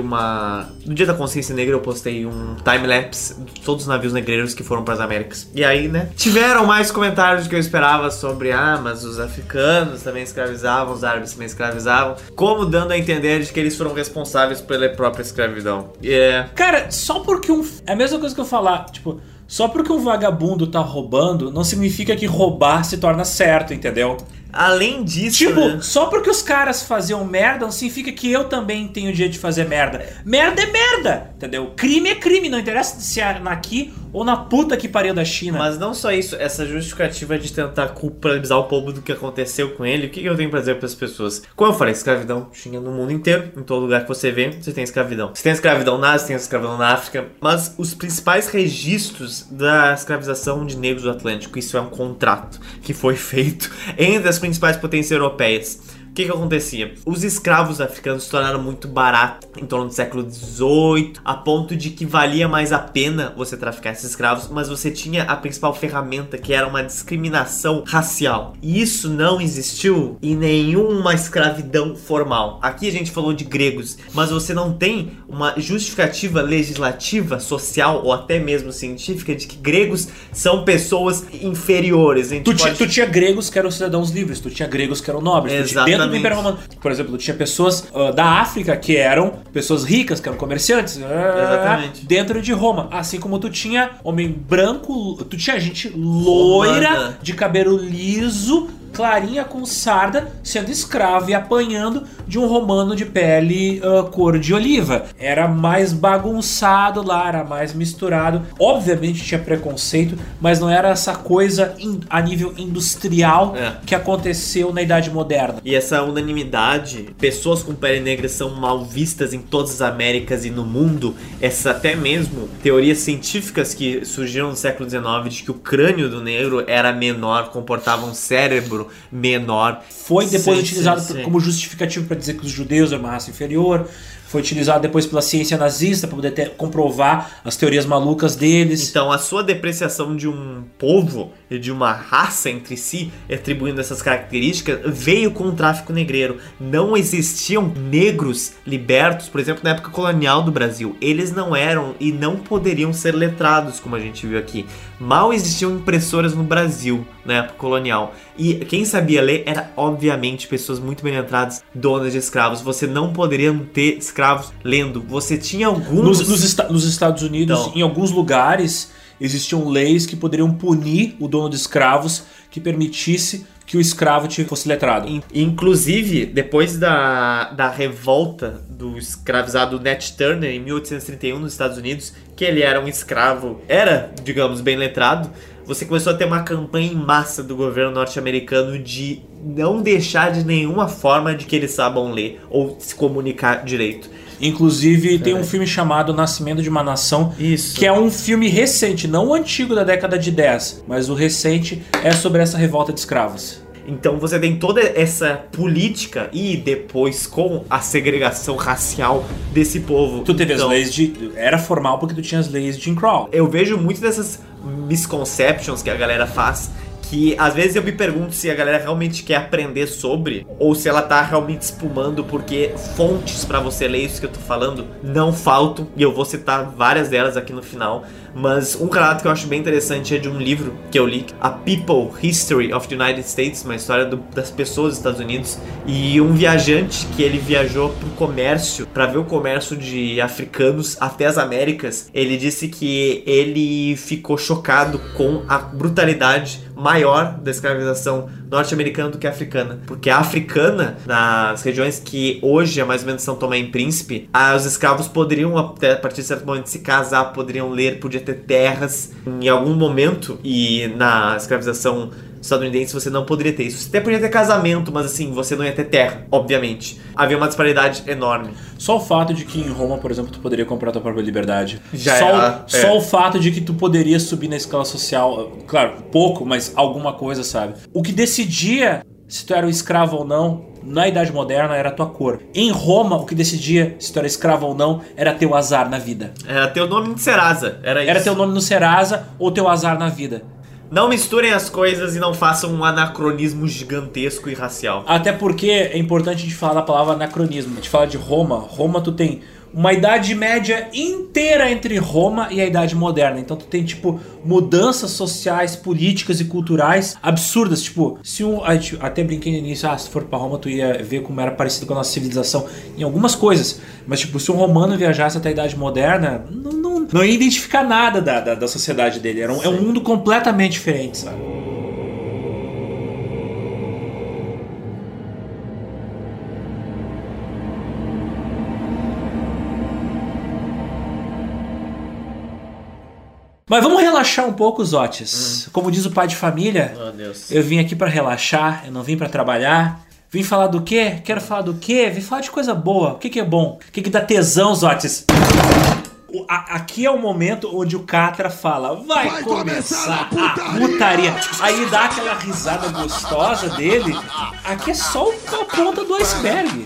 no Dia da Consciência Negra eu postei um time-lapse de todos os navios negreiros que foram para as Américas. E aí, né, tiveram mais comentários do que eu esperava sobre, mas os africanos também escravizavam, os árabes também escravizavam, como dando a entender de que eles foram responsáveis pela própria escravidão.
Cara, só porque é a mesma coisa que eu falar, tipo, só porque um vagabundo tá roubando, não significa que roubar se torna certo, entendeu?
Além disso,
tipo,
né?
Só porque os caras faziam merda não significa que eu também tenho o direito de fazer merda. Merda é merda, entendeu? Crime é crime, não interessa se é aqui ou na puta que pariu da China.
Mas não só isso, essa justificativa de tentar culpabilizar o povo do que aconteceu com ele, o que eu tenho pra dizer pras pessoas? Como eu falei, escravidão tinha no mundo inteiro, em todo lugar que você vê, você tem escravidão. Você tem escravidão na Ásia, você tem escravidão na África, mas os principais registros da escravização de negros do Atlântico, isso é um contrato que foi feito entre as principais potências europeias. O que acontecia? Os escravos africanos se tornaram muito baratos em torno do século XVIII, a ponto de que valia mais a pena você traficar esses escravos, mas você tinha a principal ferramenta, que era uma discriminação racial. E isso não existiu em nenhuma escravidão formal. Aqui a gente falou de gregos, mas você não tem uma justificativa legislativa, social ou até mesmo científica de que gregos são pessoas inferiores.
Tu tinha gregos que eram cidadãos livres, tu tinha gregos que eram nobres.
Exatamente.
Do Império Romano. Por exemplo, tinha pessoas da África que eram pessoas ricas, que eram comerciantes.
Exatamente.
Dentro de Roma. Assim como tu tinha homem branco, tu tinha gente loira,
romana,
de cabelo liso, clarinha com sarda, sendo escravo e apanhando de um romano de pele cor de oliva. Era mais bagunçado lá, era mais misturado. Obviamente tinha preconceito, mas não era essa coisa a nível industrial que aconteceu na Idade Moderna.
E essa unanimidade, pessoas com pele negra são mal vistas em todas as Américas e no mundo. Essa até mesmo teorias científicas que surgiram no século XIX de que o crânio do negro era menor, comportava um cérebro menor.
Foi depois utilizado como justificativo para dizer que os judeus eram uma raça inferior. Foi utilizado depois pela ciência nazista para poder comprovar as teorias malucas deles.
Então a sua depreciação de um povo e de uma raça entre si, atribuindo essas características, veio com o tráfico negreiro. Não existiam negros libertos, por exemplo, na época colonial do Brasil. Eles não eram e não poderiam ser letrados, como a gente viu aqui. Mal existiam impressoras no Brasil na época colonial. E quem sabia ler era, obviamente, pessoas muito bem letradas, donas de escravos. Você não poderia ter escravos lendo. Você tinha alguns...
Nos Estados Unidos, então, em alguns lugares, existiam leis que poderiam punir o dono de escravos que permitisse que o escravo fosse letrado.
Inclusive, depois da revolta do escravizado Nat Turner em 1831 nos Estados Unidos, que ele era um escravo, digamos, bem letrado, você começou a ter uma campanha em massa do governo norte-americano de não deixar de nenhuma forma de que eles saibam ler ou se comunicar direito.
Inclusive, tem um filme chamado Nascimento de uma Nação, que é um filme recente, não o antigo da década de 10, mas o recente é sobre essa revolta de escravos.
Então você tem toda essa política e depois com a segregação racial desse povo.
Tu teve as leis era formal porque tu tinha as leis de Jim Crow.
Eu vejo muito dessas misconceptions que a galera faz, que às vezes eu me pergunto se a galera realmente quer aprender sobre, ou se ela tá realmente espumando, porque fontes pra você ler isso que eu tô falando não faltam, e eu vou citar várias delas aqui no final. Mas um relato que eu acho bem interessante é de um livro que eu li, A People History of the United States, uma história das pessoas dos Estados Unidos, e um viajante que ele viajou pro comércio, pra ver o comércio de africanos até as Américas. Ele disse que ele ficou chocado com a brutalidade maior da escravização norte-americana do que a africana, porque a africana, nas regiões que hoje é mais ou menos São Tomé e Príncipe, os escravos poderiam, até a partir de certo momento, se casar, poderiam ler, podia ter terras em algum momento, e na escravização estadunidense você não poderia ter isso. Você até podia ter casamento, mas assim, você não ia ter terra, obviamente. Havia uma disparidade enorme.
Só o fato de que em Roma, por exemplo, tu poderia comprar tua própria liberdade. Só o fato de que tu poderia subir na escala social, claro, pouco, mas alguma coisa, sabe? O que decidia se tu era um escravo ou não, na Idade Moderna, era a tua cor. Em Roma, o que decidia se tu era escravo ou não, era teu azar na vida.
Era teu nome no Serasa,
Era teu nome no Serasa ou teu azar na vida.
Não misturem as coisas e não façam um anacronismo gigantesco e racial.
Até porque é importante a gente falar da palavra anacronismo. A gente fala de Roma. Roma, tu tem uma idade média inteira entre Roma e a Idade Moderna. Então tu tem, tipo, mudanças sociais, políticas e culturais absurdas. Tipo, até brinquei no início, se tu for pra Roma tu ia ver como era parecido com a nossa civilização em algumas coisas. Mas, tipo, se um romano viajasse até a Idade Moderna, não ia identificar nada da sociedade dele. É um mundo completamente diferente, sabe? Mas vamos relaxar um pouco, Zotes. Como diz o pai de família, eu vim aqui pra relaxar, eu não vim pra trabalhar. Vim falar do quê? Quero falar do quê? Vim falar de coisa boa. O que é bom? O que dá tesão, Zotes? Aqui é o momento onde o Catra fala: vai começar a putaria. Aí dá aquela risada gostosa dele. Aqui é só a ponta do iceberg.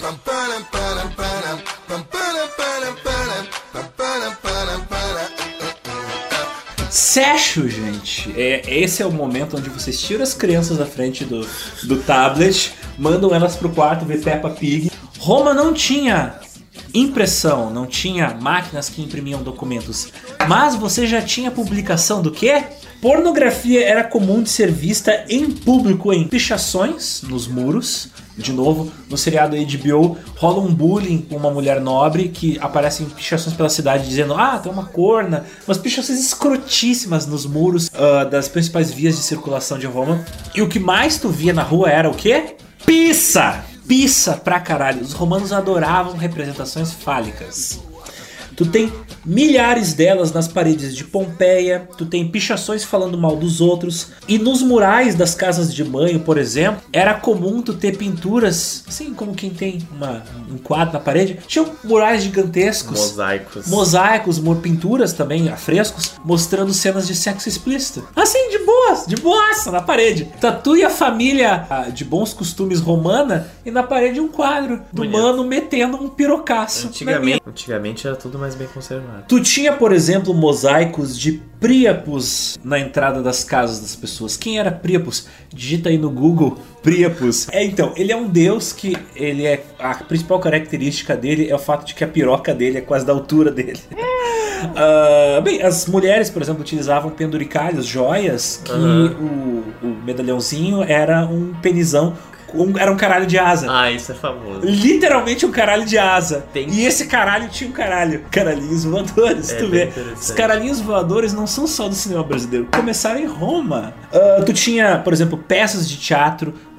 Sexo, gente. Esse é o momento onde vocês tiram as crianças da frente do tablet, mandam elas pro quarto ver Peppa Pig. Roma não tinha impressão, não tinha máquinas que imprimiam documentos, mas você já tinha publicação do quê? Pornografia era comum de ser vista em público em pichações nos muros. De novo, no seriado HBO rola um bullying com uma mulher nobre que aparece em pichações pela cidade dizendo: tem uma corna, umas pichações escrotíssimas nos muros das principais vias de circulação de Roma. E o que mais tu via na rua era o quê? Pizza! Pizza pra caralho. Os romanos adoravam representações fálicas. Tu tem milhares delas nas paredes de Pompeia, tu tem pichações falando mal dos outros, e nos murais das casas de banho, por exemplo, era comum tu ter pinturas, assim como quem tem um quadro na parede, tinham murais gigantescos, mosaicos, pinturas também, afrescos, mostrando cenas de sexo explícito. Assim, de boaça na parede. Tá tu e a família de bons costumes romana, e na parede um quadro do mano metendo um pirocaço.
Antigamente era tudo mais bem conservado.
Tu tinha, por exemplo, mosaicos de Príapos na entrada das casas das pessoas. Quem era Príapos? Digita aí no Google Príapos. Então, ele é um deus que a principal característica dele é o fato de que a piroca dele é quase da altura dele. Bem, as mulheres, por exemplo, utilizavam penduricalhos, joias, que o medalhãozinho era um penizão. Era um caralho de asa.
Isso é famoso.
Literalmente um caralho de asa. E esse caralho tinha um caralho. Caralhinhos voadores, tu vê. Os caralhinhos voadores não são só do cinema brasileiro. Começaram em Roma. Tu tinha, por exemplo, peças de teatro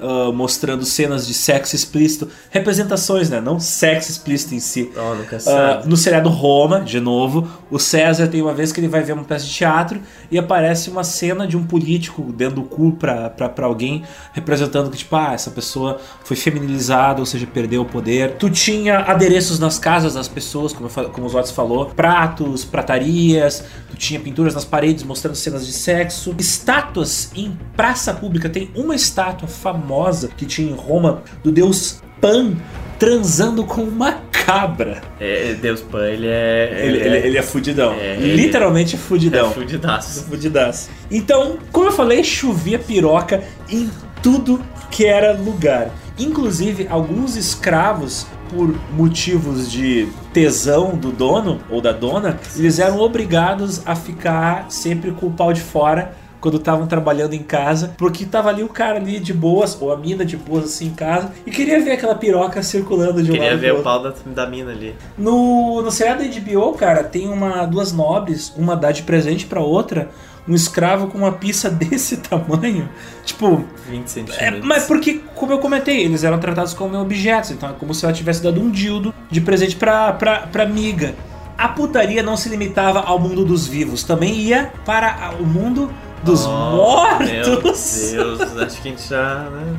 mostrando cenas de sexo explícito, representações, né? Não sexo explícito em si.
Nunca sabe.
No seriado Roma, de novo, o César tem uma vez que ele vai ver uma peça de teatro e aparece uma cena de um político dando o cu pra alguém, representando que, tipo, essa pessoa foi feminilizada, ou seja, perdeu o poder. Tu tinha adereços nas casas das pessoas, como o Zotes falou, pratos, pratarias, tu tinha pinturas nas paredes mostrando cenas de sexo, estátuas em praça pública. Tem uma estátua famosa que tinha em Roma do deus Pan transando com uma cabra.
Deus Pan, ele
é fudidão. Literalmente fudidão.
É fudidaço.
Fudidaço. Então, como eu falei, chovia piroca em tudo que era lugar. Inclusive, alguns escravos, por motivos de tesão do dono ou da dona, eles eram obrigados a ficar sempre com o pau de fora quando estavam trabalhando em casa, porque tava ali o cara ali de boas, ou a mina de boas assim em casa, e queria ver aquela piroca circulando de um lado.
Queria ver o pau da mina ali.
No seriado da HBO, cara, tem duas nobres, uma dá de presente pra outra um escravo com uma pizza desse tamanho, tipo
20 centímetros.
Mas porque, como eu comentei, eles eram tratados como objetos, então é como se ela tivesse dado um dildo de presente pra amiga. A putaria não se limitava ao mundo dos vivos, também ia para o mundo dos mortos.
Meu Deus, acho que a gente já, né?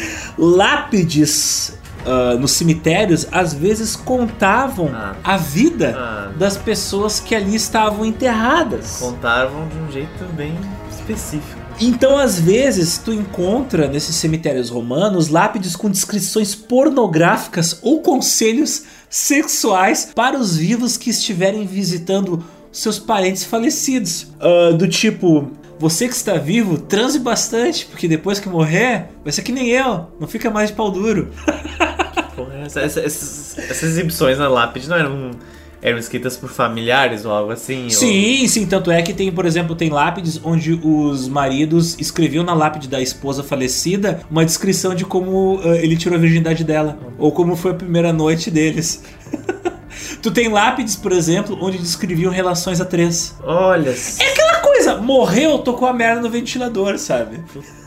Lápides nos cemitérios às vezes contavam a vida das pessoas que ali estavam enterradas.
Contavam de um jeito bem específico.
Então, às vezes, tu encontra nesses cemitérios romanos lápides com descrições pornográficas ou conselhos sexuais para os vivos que estiverem visitando seus parentes falecidos. Do tipo, você que está vivo, transe bastante, porque depois que morrer, vai ser que nem eu, não fica mais de pau duro.
Porra, essas exibições na lápide não eram escritas por familiares ou algo assim?
Sim, tanto é que tem, por exemplo, tem lápides onde os maridos escreviam na lápide da esposa falecida uma descrição de como ele tirou a virgindade dela, ou como foi a primeira noite deles. Tu tem lápides, por exemplo, onde descreviam relações a 3.
Olha.
É aquela coisa, morreu, tocou a merda no ventilador, sabe?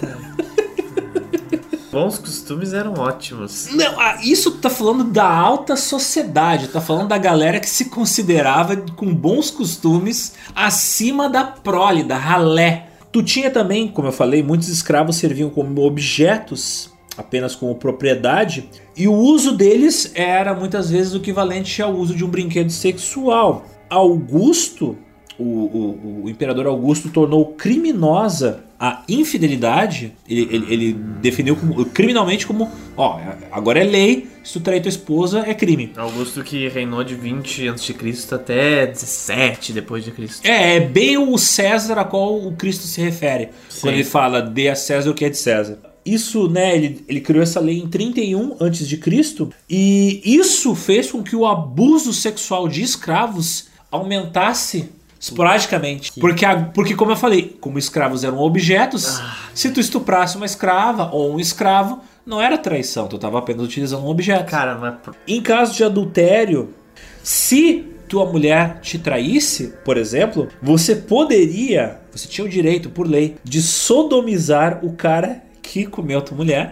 Bons costumes eram ótimos.
Não, isso tá falando da alta sociedade, tá falando da galera que se considerava com bons costumes acima da prole, da ralé. Tu tinha também, como eu falei, muitos escravos serviam como objetos, apenas como propriedade, e o uso deles era muitas vezes o equivalente ao uso de um brinquedo sexual. Augusto, o imperador Augusto, tornou criminosa a infidelidade. Ele definiu criminalmente como, agora é lei, se tu trair tua esposa é crime.
Augusto, que reinou de 20 a.C. até 17 depois de Cristo.
É bem o César a qual o Cristo se refere. Sim. Quando ele fala, dê a César o que é de César. Isso, né, ele criou essa lei em 31 a.C. e isso fez com que o abuso sexual de escravos aumentasse esporadicamente. Porque, como eu falei, como escravos eram objetos, se tu estuprasse uma escrava ou um escravo, não era traição, tu estava apenas utilizando um objeto.
Cara, mas...
Em caso de adultério, se tua mulher te traísse, por exemplo, você tinha o direito, por lei, de sodomizar o cara que comeu a tua mulher.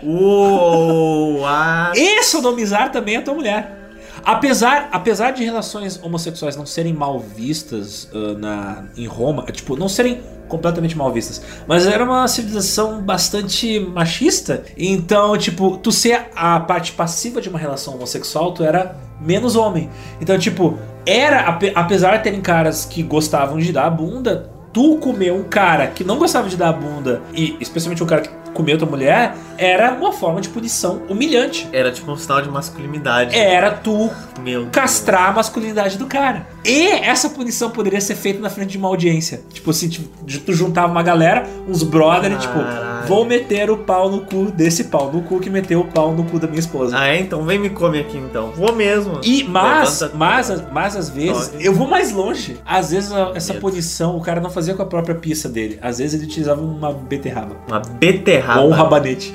E sodomizar também a tua mulher. Apesar de relações homossexuais não serem mal vistas em Roma, tipo, não serem completamente mal vistas, mas era uma civilização bastante machista, então, tipo, tu ser a parte passiva de uma relação homossexual, tu era menos homem. Então, tipo, apesar de terem caras que gostavam de dar a bunda, tu comer um cara que não gostava de dar a bunda, e especialmente um cara que comeu tua mulher, era uma forma de punição humilhante.
Era tipo um sinal de masculinidade.
Era tu castrar a masculinidade do cara. E essa punição poderia ser feita na frente de uma audiência. Tipo assim, tu juntava uma galera, uns brother, e tipo, vou meter o pau no cu desse pau no cu que meteu o pau no cu da minha esposa.
Então vem me come aqui então. Vou mesmo.
Mas às vezes, eu vou mais longe. Às vezes essa punição o cara não fazia com a própria pizza dele. Às vezes ele utilizava uma beterraba.
Uma beterraba?
Ou um rabanete.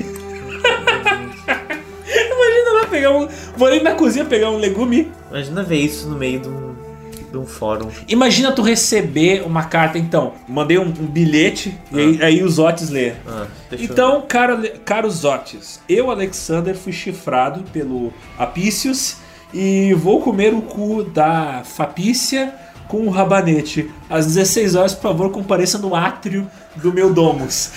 Imagina lá pegar vou ali na cozinha pegar um legume.
Imagina ver isso no meio de um fórum.
Imagina tu receber uma carta, então. Mandei um bilhete e aí os Otis lê. Então, caros Otis, eu, Alexander, fui chifrado pelo Apicius e vou comer o cu da Fapícia com o rabanete. Às 16 horas, por favor, compareça no átrio do meu domus.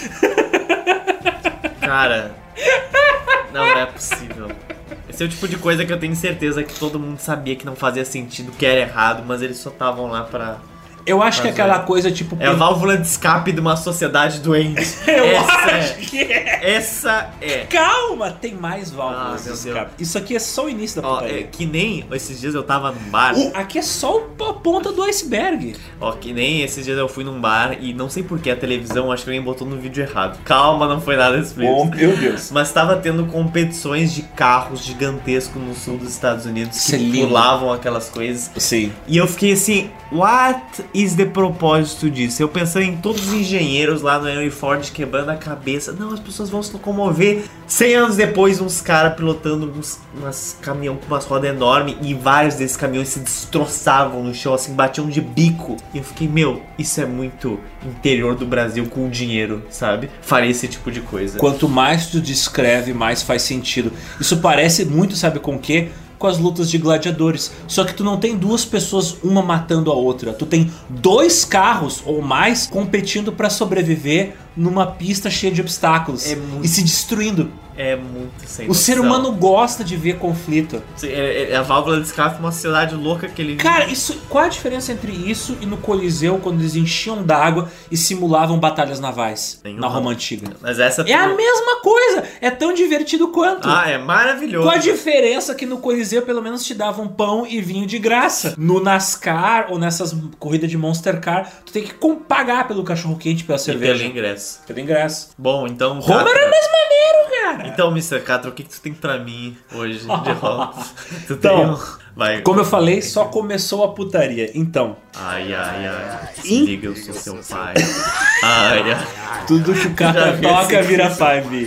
Cara, não é possível. Esse é o tipo de coisa que eu tenho certeza que todo mundo sabia que não fazia sentido, que era errado, mas eles só estavam lá pra...
Eu acho que é aquela coisa tipo...
É a válvula de escape de uma sociedade doente. Essa é.
Calma, tem mais válvulas de escape. Isso aqui é só o início da putaria.
Que nem esses dias eu tava num bar.
Aqui é só a ponta do iceberg.
Que nem esses dias eu fui num bar e não sei porquê a televisão, acho que alguém botou no vídeo errado. Calma, não foi nada explícito.
Oh, meu Deus.
Mas tava tendo competições de carros gigantescos no sul dos Estados Unidos que pulavam aquelas coisas.
Sim.
E eu fiquei assim, what is the propósito disso? Eu pensando em todos os engenheiros lá no Henry Ford quebrando a cabeça. Não, as pessoas vão se locomover. 100 anos depois, uns caras pilotando umas caminhão com umas rodas enormes e vários desses caminhões se destroçavam no chão, assim, batiam de bico. E eu fiquei, isso é muito interior do Brasil com dinheiro, sabe? Faria esse tipo de coisa.
Quanto mais tu descreve, mais faz sentido. Isso parece muito, sabe com o quê? Com as lutas de gladiadores. Só que tu não tem duas pessoas, uma matando a outra. Tu tem 2 carros ou mais competindo pra sobreviver numa pista cheia de obstáculos e se destruindo.
É muito sem
noção. O ser humano gosta de ver conflito.
É a válvula de escape de uma sociedade louca que ele...
Cara, qual a diferença entre isso e no Coliseu, quando eles enchiam d'água e simulavam batalhas navais? Na Roma Antiga.
Mas essa
é a mesma coisa. É tão divertido quanto.
É maravilhoso.
Qual a diferença que no Coliseu pelo menos te davam pão e vinho de graça? No NASCAR ou nessas corridas de Monster Car, tu tem que pagar pelo cachorro quente, pela cerveja.
Pelo ingresso.
Bom,
então...
Roma era mais maneiro, cara.
Então, Mr. Catra, o que tu tem pra mim hoje de rola?
Vai, como eu falei, só começou a putaria. Então...
Ai. Se liga, eu sou seu pai. Ai.
Tudo que o cara toca vira pai, Bi.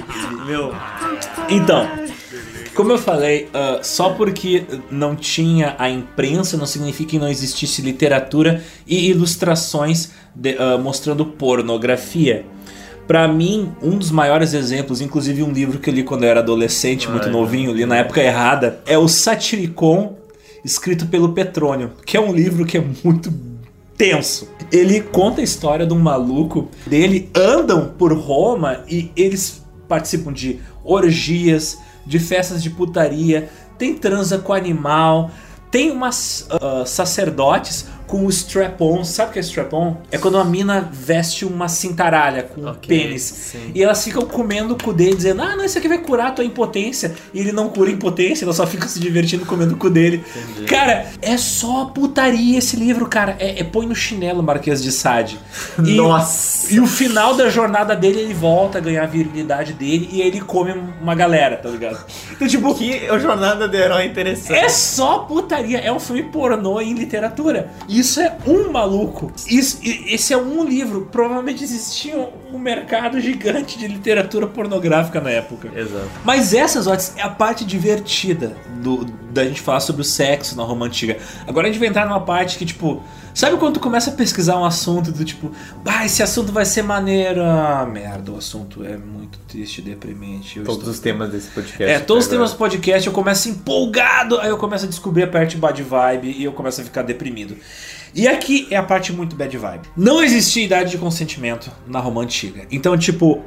Então... Como eu falei, só porque não tinha a imprensa não significa que não existisse literatura e ilustrações mostrando pornografia. Pra mim, um dos maiores exemplos, inclusive um livro que eu li quando eu era adolescente, muito novinho, li na época errada, é o Satiricon, escrito pelo Petrônio, que é um livro que é muito tenso. Ele conta a história de um maluco, dele andam por Roma e eles participam de orgias, de festas de putaria, tem transa com animal, tem umas sacerdotes com o strap-on. Sabe o que é strap-on? É quando uma mina veste uma cintaralha com um pênis.
Sim.
E elas ficam comendo o cu dele, dizendo, não, isso aqui vai curar a tua impotência. E ele não cura a impotência, ela só fica se divertindo comendo o cu dele.
Entendi.
Cara, é só putaria esse livro, cara. Põe no chinelo, Marquês de Sade.
Nossa!
E o final da jornada dele, ele volta a ganhar a virilidade dele e ele come uma galera, tá ligado?
Então, tipo, que jornada de herói interessante.
É só putaria. É um filme pornô em literatura. Isso é um maluco. Esse é um livro. Provavelmente existia um mercado gigante de literatura pornográfica na época.
Exato.
Mas essas, Otis, é a parte divertida da gente falar sobre o sexo na Roma Antiga. Agora a gente vai entrar numa parte que, tipo... Sabe quando tu começa a pesquisar um assunto do tipo... esse assunto vai ser maneiro. Merda, o assunto é muito triste e deprimente.
Todos os temas desse podcast.
Todos os temas do podcast eu começo empolgado. Aí eu começo a descobrir a parte bad vibe e eu começo a ficar deprimido. E aqui é a parte muito bad vibe. Não existia idade de consentimento na Roma Antiga. Então, tipo...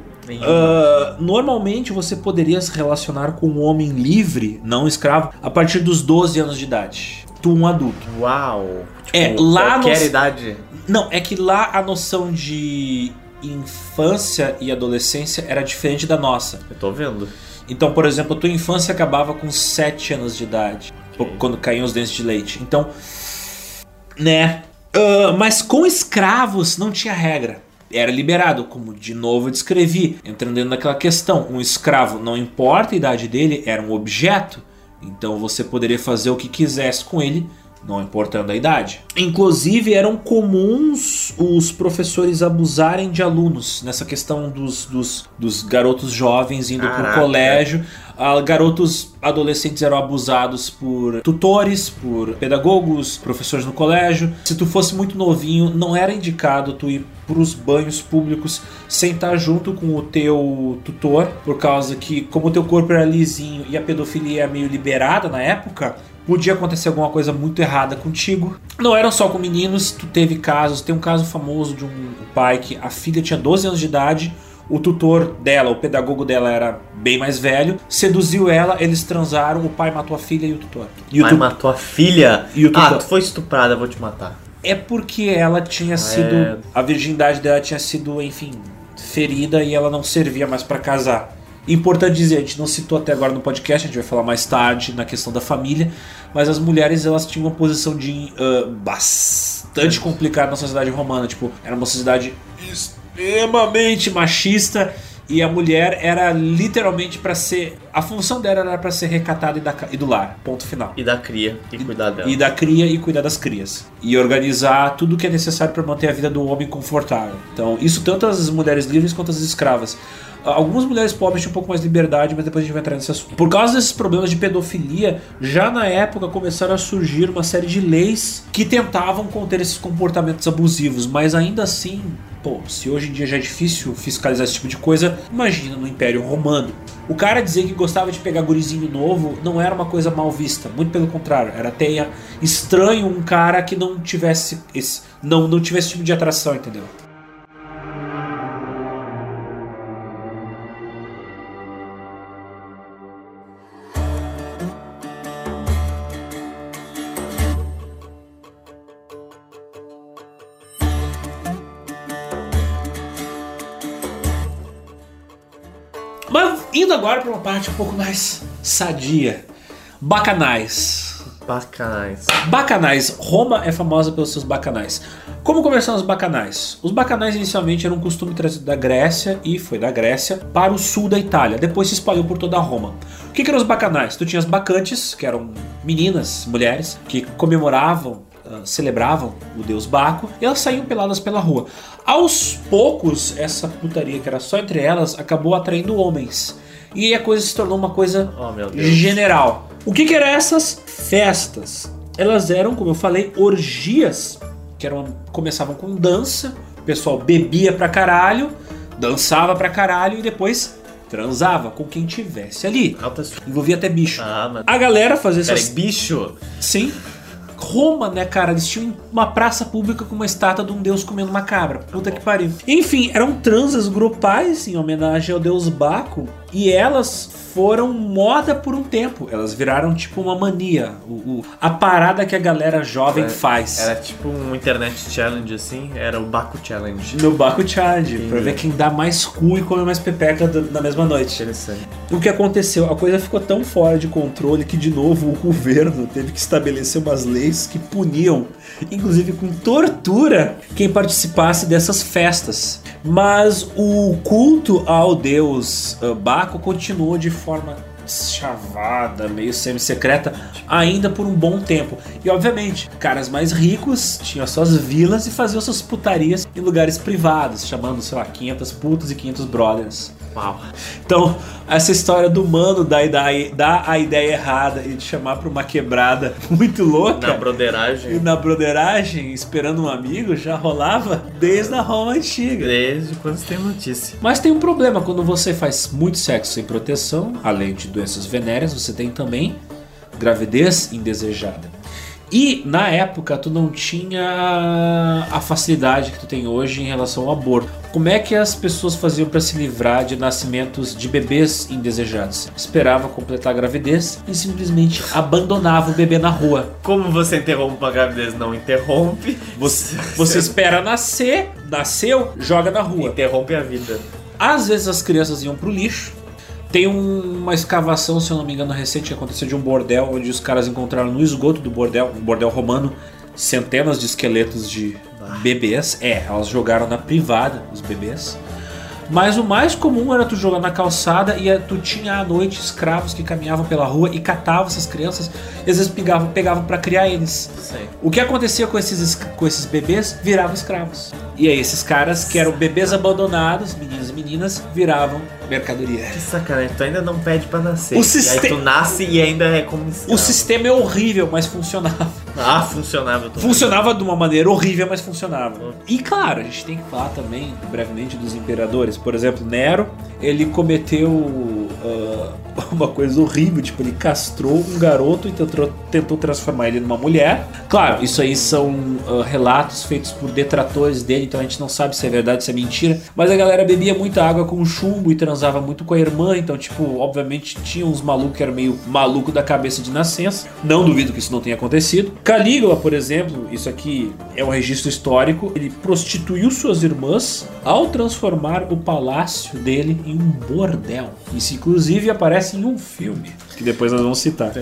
normalmente você poderia se relacionar com um homem livre, não escravo, a partir dos 12 anos de idade. Tu um adulto.
Uau!
Lá
qualquer idade?
Não, é que lá a noção de infância e adolescência era diferente da nossa.
Eu tô vendo.
Então, por exemplo, a tua infância acabava com 7 anos de idade, quando caíam os dentes de leite. Então, né? Mas com escravos não tinha regra. Era liberado, como de novo eu descrevi, entrando dentro daquela questão. Um escravo, não importa a idade dele, era um objeto. Então você poderia fazer o que quisesse com ele, não importando a idade. Inclusive eram comuns os professores abusarem de alunos nessa questão dos garotos jovens indo pro colégio. Garotos adolescentes eram abusados por tutores, por pedagogos, professores no colégio. Se tu fosse muito novinho, não era indicado tu ir pros banhos públicos sem estar junto com o teu tutor, por causa que, como o teu corpo era lisinho e a pedofilia era meio liberada na época, podia acontecer alguma coisa muito errada contigo. Não eram só com meninos, tu teve casos. Tem um caso famoso de um pai que a filha tinha 12 anos de idade, o tutor dela, o pedagogo dela era bem mais velho, seduziu ela, eles transaram, o pai matou a filha e o tutor.
O pai matou a filha?
E o tutor.
Tu foi estuprada, vou te matar.
É porque ela tinha sido... A virgindade dela tinha sido, enfim, ferida e ela não servia mais pra casar. Importante dizer, a gente não citou até agora no podcast, a gente vai falar mais tarde na questão da família, mas as mulheres, elas tinham uma posição de bastante complicada na sociedade romana. Tipo, era uma sociedade extremamente machista e a mulher era literalmente pra ser... A função dela era pra ser recatada e do lar, ponto final.
E da cria, e cuidar dela.
E da cria e cuidar das crias. E organizar tudo que é necessário pra manter a vida do homem confortável. Então, isso tanto as mulheres livres quanto as escravas. Algumas mulheres pobres tinham um pouco mais de liberdade, mas depois a gente vai entrar nesse assunto. Por causa desses problemas de pedofilia, já na época começaram a surgir uma série de leis que tentavam conter esses comportamentos abusivos, mas ainda assim, se hoje em dia já é difícil fiscalizar esse tipo de coisa, imagina no Império Romano. O cara dizer que gostava de pegar gurizinho novo não era uma coisa mal vista, muito pelo contrário, era até estranho um cara que não tivesse esse tipo de atração, entendeu? Mas indo agora para uma parte um pouco mais sadia. Bacanais. Bacanais. Roma é famosa pelos seus bacanais. Como começaram os bacanais? Os bacanais inicialmente eram um costume trazido da Grécia e foi da Grécia para o sul da Itália. Depois se espalhou por toda a Roma. O que eram os bacanais? Tu tinha as bacantes, que eram meninas, mulheres, que comemoravam, celebravam o deus Baco, e elas saíam peladas pela rua. Aos poucos, essa putaria que era só entre elas acabou atraindo homens. E a coisa se tornou uma coisa general. O que eram essas festas? Elas eram, como eu falei, orgias, que começavam com dança, o pessoal bebia pra caralho, dançava pra caralho e depois transava com quem tivesse ali. Envolvia até bicho. A galera fazia essas...
bicho?
Sim. Roma, né, cara? Eles tinham uma praça pública com uma estátua de um deus comendo uma cabra. Puta que pariu. Enfim, eram transas grupais em homenagem ao deus Baco. E elas foram moda por um tempo. Elas viraram tipo uma mania. A parada que a galera jovem faz.
Era tipo um internet challenge assim. Era o Baco Challenge.
No Baco Challenge. Pra ver quem dá mais cu e come mais pepeca na mesma noite.
Interessante.
O que aconteceu? A coisa ficou tão fora de controle que de novo o governo teve que estabelecer umas leis que puniam, inclusive com tortura, quem participasse dessas festas. Mas o culto ao deus Baco continuou de forma chavada, meio semi-secreta, ainda por um bom tempo. E obviamente, caras mais ricos tinham suas vilas e faziam suas putarias em lugares privados, chamando, sei lá, 500 putos e 500 brothers.
Uau.
Então, essa história do mano dar a ideia errada e de chamar pra uma quebrada muito louca. Na broderagem, esperando um amigo, já rolava desde a Roma antiga.
Desde quando tem notícia.
Mas tem um problema, quando você faz muito sexo sem proteção, além de doenças venéreas, você tem também gravidez indesejada. E na época tu não tinha a facilidade que tu tem hoje em relação ao aborto. Como é que as pessoas faziam para se livrar de nascimentos de bebês indesejados? Esperavam completar a gravidez e simplesmente abandonava o bebê na rua.
Como você interrompe a gravidez? Não interrompe.
Você espera nascer, nasceu, joga na rua.
Interrompe a vida.
Às vezes as crianças iam pro lixo. Tem uma escavação, se eu não me engano, recente que aconteceu de um bordel, onde os caras encontraram no esgoto do bordel, um bordel romano, centenas de esqueletos de bebês. Elas jogaram na privada os bebês. Mas o mais comum era tu jogar na calçada e tu tinha à noite escravos que caminhavam pela rua e catavam essas crianças e às vezes pegavam pra criar eles.
Sim.
O que acontecia com esses bebês? Viravam escravos. E aí esses caras que eram bebês abandonados, meninos e meninas, viravam mercadoria.
Que sacanagem, tu ainda não pede pra nascer.
E
aí tu nasce e ainda é como escravo.
O sistema é horrível, mas funcionava.
Funcionava.
Funcionava de uma maneira horrível, mas funcionava. E claro, a gente tem que falar também, brevemente, dos imperadores. Por exemplo, Nero, ele cometeu uma coisa horrível. Tipo, ele castrou um garoto e tentou transformar ele numa mulher. Claro, isso aí são relatos feitos por detratores dele, então a gente não sabe se é verdade, se é mentira. Mas a galera bebia muita água com chumbo e transava muito com a irmã. Então, tipo, obviamente tinha uns malucos que eram meio maluco da cabeça de nascença. Não duvido que isso não tenha acontecido. Calígula, por exemplo, isso aqui é um registro histórico. Ele prostituiu suas irmãs ao transformar o palácio dele em um bordel. Isso inclusive aparece em um filme que depois nós vamos citar.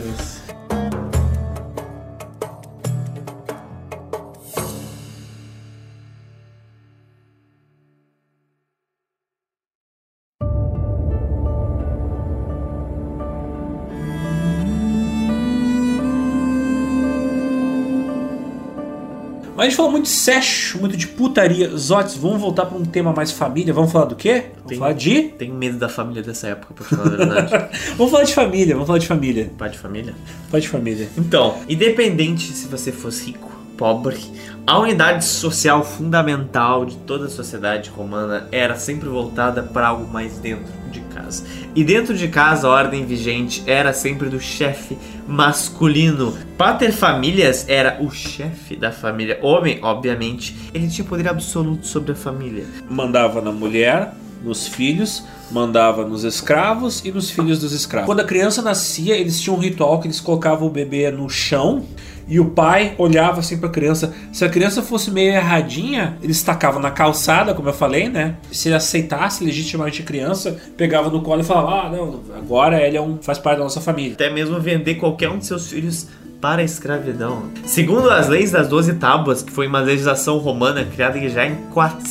Mas a gente falou muito de sexo, muito de putaria. Zotes, vamos voltar para um tema mais família. Vamos falar do quê? Vamos falar de...
Tenho medo da família dessa época, pra falar a verdade.
Vamos falar de família, vamos falar de família.
Pai de família?
Pai de família.
Então, independente se você fosse rico, pobre, a unidade social fundamental de toda a sociedade romana era sempre voltada para algo mais dentro de casa. E dentro de casa, a ordem vigente era sempre do chefe masculino. Pater familias era o chefe da família. Homem, obviamente, ele tinha poder absoluto sobre a família.
Mandava na mulher, nos filhos, mandava nos escravos e nos filhos dos escravos. Quando a criança nascia, eles tinham um ritual que eles colocavam o bebê no chão e o pai olhava assim pra criança. Se a criança fosse meio erradinha, eles tacavam na calçada, como eu falei, né? Se ele aceitasse legitimamente a criança, pegava no colo e falava: não, agora ele faz parte da nossa família.
Anté mesmo vender qualquer um de seus filhos para a escravidão. Segundo as leis das 12 tábuas, que foi uma legislação romana criada já em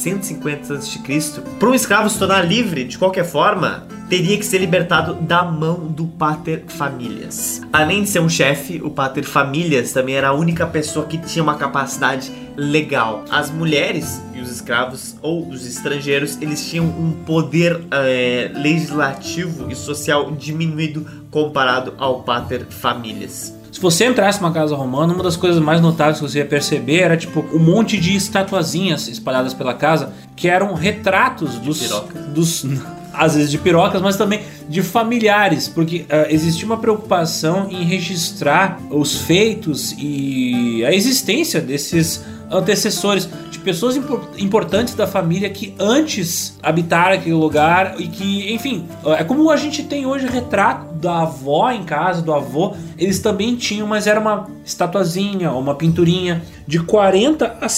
450 a.C., para um escravo se tornar livre de qualquer forma, teria que ser libertado da mão do pater familias. Além de ser um chefe, o pater familias também era a única pessoa que tinha uma capacidade legal. As mulheres e os escravos ou os estrangeiros, eles tinham um poder legislativo e social diminuído comparado ao pater familias.
Se você entrasse numa casa romana, uma das coisas mais notáveis que você ia perceber era tipo um monte de estatuazinhas espalhadas pela casa que eram retratos dos às vezes de pirocas, mas também de familiares, porque existia uma preocupação em registrar os feitos e a existência desses antecessores, de pessoas importantes da família que antes habitaram aquele lugar e que, enfim, é como a gente tem hoje retrato da avó em casa, do avô, eles também tinham, mas era uma estatuazinha, uma pinturinha. De 40% a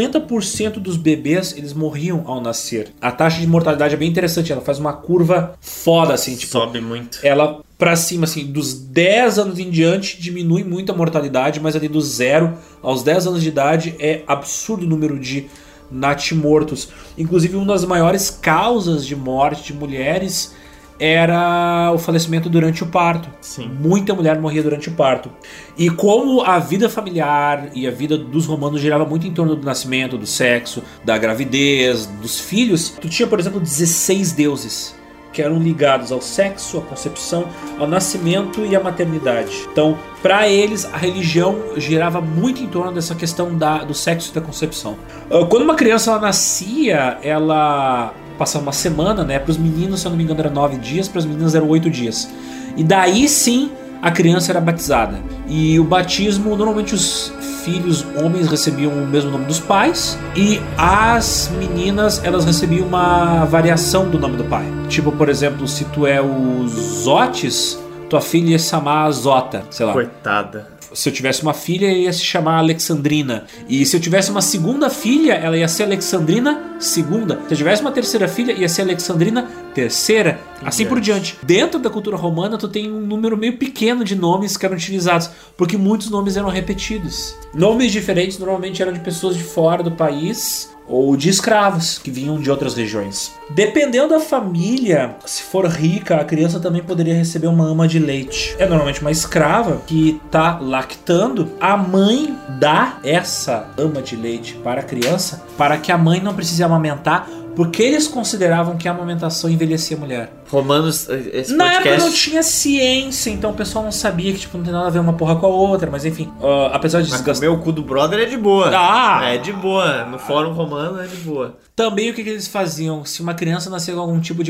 50% dos bebês, eles morriam ao nascer. A taxa de mortalidade é bem interessante, ela faz uma curva foda, assim, tipo,
sobe muito.
Ela pra cima, assim, dos 10 anos em diante diminui muito a mortalidade, mas ali do 0 aos 10 anos de idade é absurdo o número de natimortos. Inclusive, uma das maiores causas de morte de mulheres era o falecimento durante o parto.
Sim.
Muita mulher morria durante o parto. E como a vida familiar e a vida dos romanos girava muito em torno do nascimento, do sexo, da gravidez, dos filhos, tu tinha, por exemplo, 16 deuses que eram ligados ao sexo, à concepção, ao nascimento e à maternidade. Então, para eles, a religião girava muito em torno dessa questão do sexo e da concepção. Quando uma criança ela nascia, ela passava uma semana, né? Para os meninos, se eu não me engano, era 9 dias, para as meninas eram 8 dias. E daí sim, a criança era batizada. E o batismo, normalmente os filhos homens recebiam o mesmo nome dos pais e as meninas, elas recebiam uma variação do nome do pai. Tipo, por exemplo, se tu é o Zotes, tua filha ia se chamar Zota, sei lá.
Coitada.
Se eu tivesse uma filha, ia se chamar Alexandrina. E se eu tivesse uma segunda filha, ela ia ser Alexandrina II. Se eu tivesse uma terceira filha, ia ser Alexandrina III. Assim por diante. Dentro da cultura romana, tu tem um número meio pequeno de nomes que eram utilizados, porque muitos nomes eram repetidos. Nomes diferentes normalmente eram de pessoas de fora do país ou de escravos que vinham de outras regiões. Dependendo da família, se for rica, a criança também poderia receber uma ama de leite. É normalmente uma escrava que está lactando. A mãe dá essa ama de leite para a criança para que a mãe não precise amamentar, porque eles consideravam que a amamentação envelhecia a mulher.
Romanos, esse
na época não tinha ciência, então o pessoal não sabia que tipo, não tem nada a ver uma porra com a outra, mas enfim, apesar de
desgastar... Mas comer o cu do brother é de boa. É de boa, no fórum romano é de boa.
Também o que eles faziam? Se uma criança nascia com algum tipo de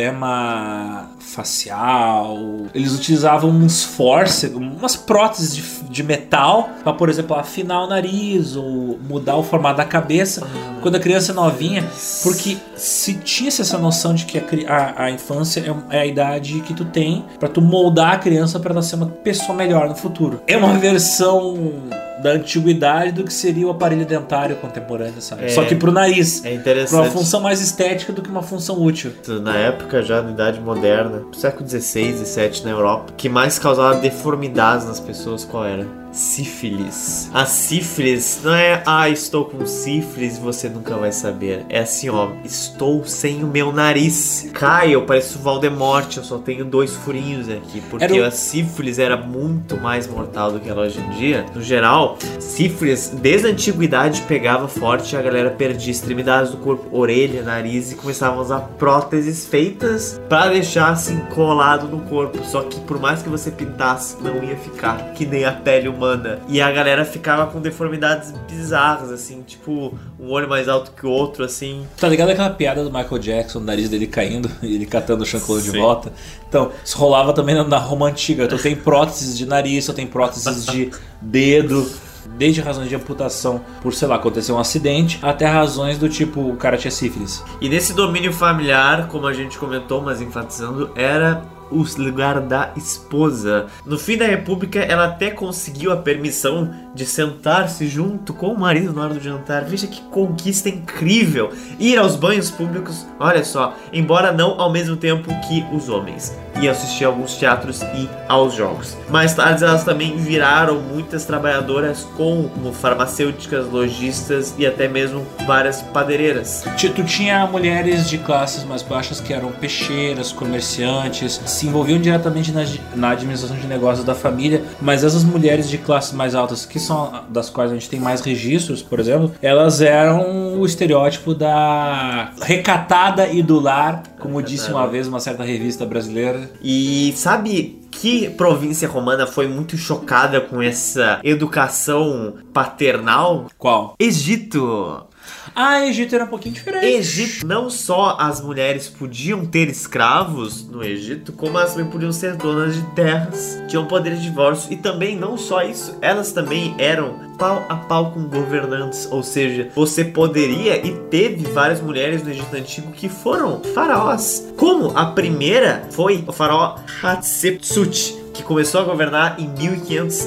problema facial, eles utilizavam uns forceps, umas próteses de metal para, por exemplo, afinar o nariz ou mudar o formato da cabeça quando a criança é novinha, porque se tinha-se essa noção de que a infância é a idade que tu tem para tu moldar a criança para ela ser uma pessoa melhor no futuro. É uma versão da antiguidade do que seria o aparelho dentário contemporâneo, sabe? Só que pro nariz.
É interessante.
Pra uma função mais estética do que uma função útil.
Na época já, na idade moderna, século XVI e XVII na Europa, que mais causava deformidades nas pessoas, qual era? Sífilis. A sífilis não é, estou com sífilis e você nunca vai saber. É assim, estou sem o meu nariz. Eu pareço o Voldemort, eu só tenho 2 furinhos aqui. Porque a sífilis era muito mais mortal do que ela hoje em dia. No geral, sífilis, desde a antiguidade, pegava forte e a galera perdia extremidades do corpo, orelha, nariz, e começavam a usar próteses feitas pra deixar assim colado no corpo. Só que por mais que você pintasse, não ia ficar que nem a pele humana. E a galera ficava com deformidades bizarras, assim, tipo um olho mais alto que o outro, assim.
Tá ligado aquela piada do Michael Jackson, o nariz dele caindo e ele catando o Jean-Claude de volta? Então, isso rolava também na Roma Antiga. Então tem próteses de nariz, tem próteses de dedo, desde razões de amputação por, sei lá, acontecer um acidente, até razões do tipo, o cara tinha sífilis.
E nesse domínio familiar, como a gente comentou, mas enfatizando, era o lugar da esposa. No fim da República, ela até conseguiu a permissão de sentar-se junto com o marido na hora do jantar. Veja que conquista incrível! Ir aos banhos públicos, olha só, embora não ao mesmo tempo que os homens. E assistir a alguns teatros e aos jogos. Mais tarde, elas também viraram muitas trabalhadoras como farmacêuticas, lojistas e até mesmo várias padeireiras.
Tu tinha mulheres de classes mais baixas que eram peixeiras, comerciantes, se envolviam diretamente na administração de negócios da família, mas essas mulheres de classes mais altas, que são das quais a gente tem mais registros, por exemplo, elas eram o estereótipo da recatada e do lar, como disse uma vez uma certa revista brasileira.
E sabe que província romana foi muito chocada com essa educação paternal?
Qual?
Egito!
Egito era um pouquinho diferente.
Egito, não só as mulheres podiam ter escravos no Egito, como elas também podiam ser donas de terras, tinham poder de divórcio, e também não só isso, elas também eram pau a pau com governantes, ou seja, você poderia e teve várias mulheres no Egito Antigo que foram faraós, como a primeira foi o faraó Hatshepsut, que começou a governar em 1500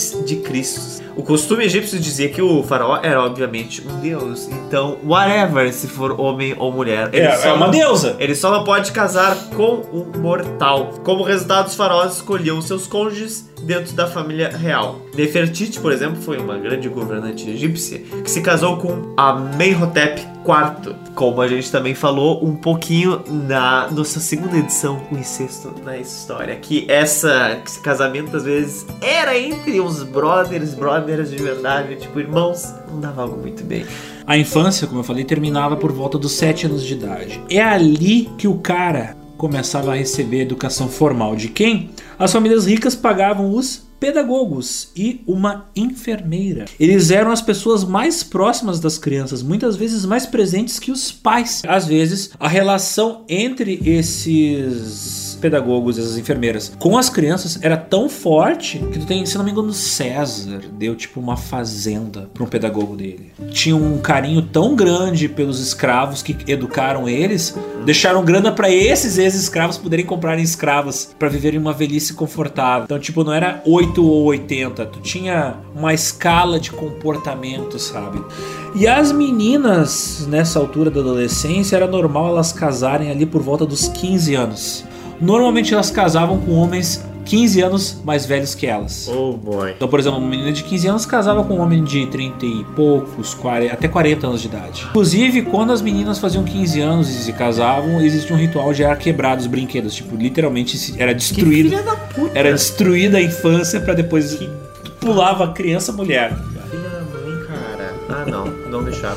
a.C. O costume egípcio dizia que o faraó era obviamente um deus, então whatever se for homem ou mulher,
é uma deusa.
Ele só não pode casar com um mortal. Como resultado, os faraós escolhiam seus cônjuges dentro da família real. Nefertiti, por exemplo, foi uma grande governante egípcia que se casou com Amenhotep IV. Como a gente também falou um pouquinho na nossa segunda edição, o incesto na história, que esse casamento às vezes era entre os brothers de verdade, tipo irmãos, não dava algo muito bem.
A infância, como eu falei, terminava por volta dos 7 anos de idade. É ali que o cara começava a receber educação formal. De quem? As famílias ricas pagavam os pedagogos e uma enfermeira. Eles eram as pessoas mais próximas das crianças, muitas vezes mais presentes que os pais. Às vezes, a relação entre esses pedagogos, essas enfermeiras, com as crianças era tão forte que tu tem, se não me engano, César deu tipo uma fazenda para um pedagogo dele. Tinha um carinho tão grande pelos escravos que educaram eles Deixaram grana pra esses ex-escravos poderem comprarem escravas pra viverem uma velhice confortável. Então, tipo, não era 8 ou 80. Tu tinha uma escala de comportamento, sabe? E as meninas, nessa altura da adolescência, era normal elas casarem ali por volta dos 15 anos. Normalmente elas casavam com homens 15 anos mais velhos que elas.
Oh boy.
Então, por exemplo, uma menina de 15 anos casava com um homem de 30 e poucos, 40, até 40 anos de idade. Inclusive, quando as meninas faziam 15 anos e se casavam, existia um ritual de era quebrar os brinquedos. Tipo, literalmente era destruído.
Que filha da puta.
Era destruída a infância pra depois pulava criança mulher.
Filha da mãe, cara. Ah, não deixava.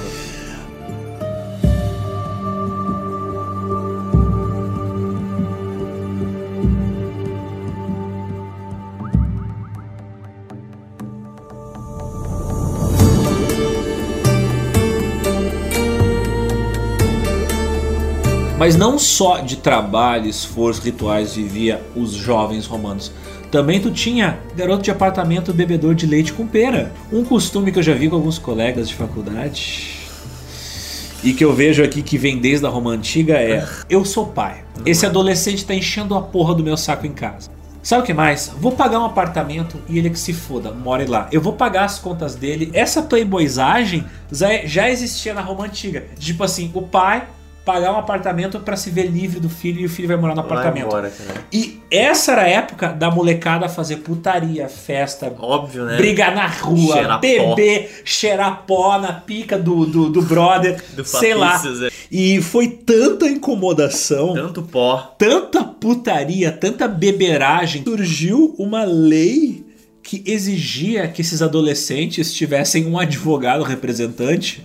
Mas não só de trabalho, esforço, rituais vivia os jovens romanos. Também tu tinha garoto de apartamento bebedor de leite com pera. Um costume que eu já vi com alguns colegas de faculdade e que eu vejo aqui que vem desde a Roma Antiga é: eu sou pai. Esse adolescente tá enchendo a porra do meu saco em casa. Sabe o que mais? Vou pagar um apartamento e ele que se foda, more lá. Eu vou pagar as contas dele. Essa playboyzagem já existia na Roma Antiga. Tipo assim, o pai pagar um apartamento pra se ver livre do filho e o filho vai morar no apartamento.
Vai embora, cara.
E essa era a época da molecada fazer putaria, festa,
óbvio, né?
Brigar na rua,
cheirar
beber, cheirar pó na pica do brother,
do
sei lá. E foi tanta incomodação,
tanto pó,
tanta putaria, tanta beberagem. Surgiu uma lei que exigia que esses adolescentes tivessem um advogado representante.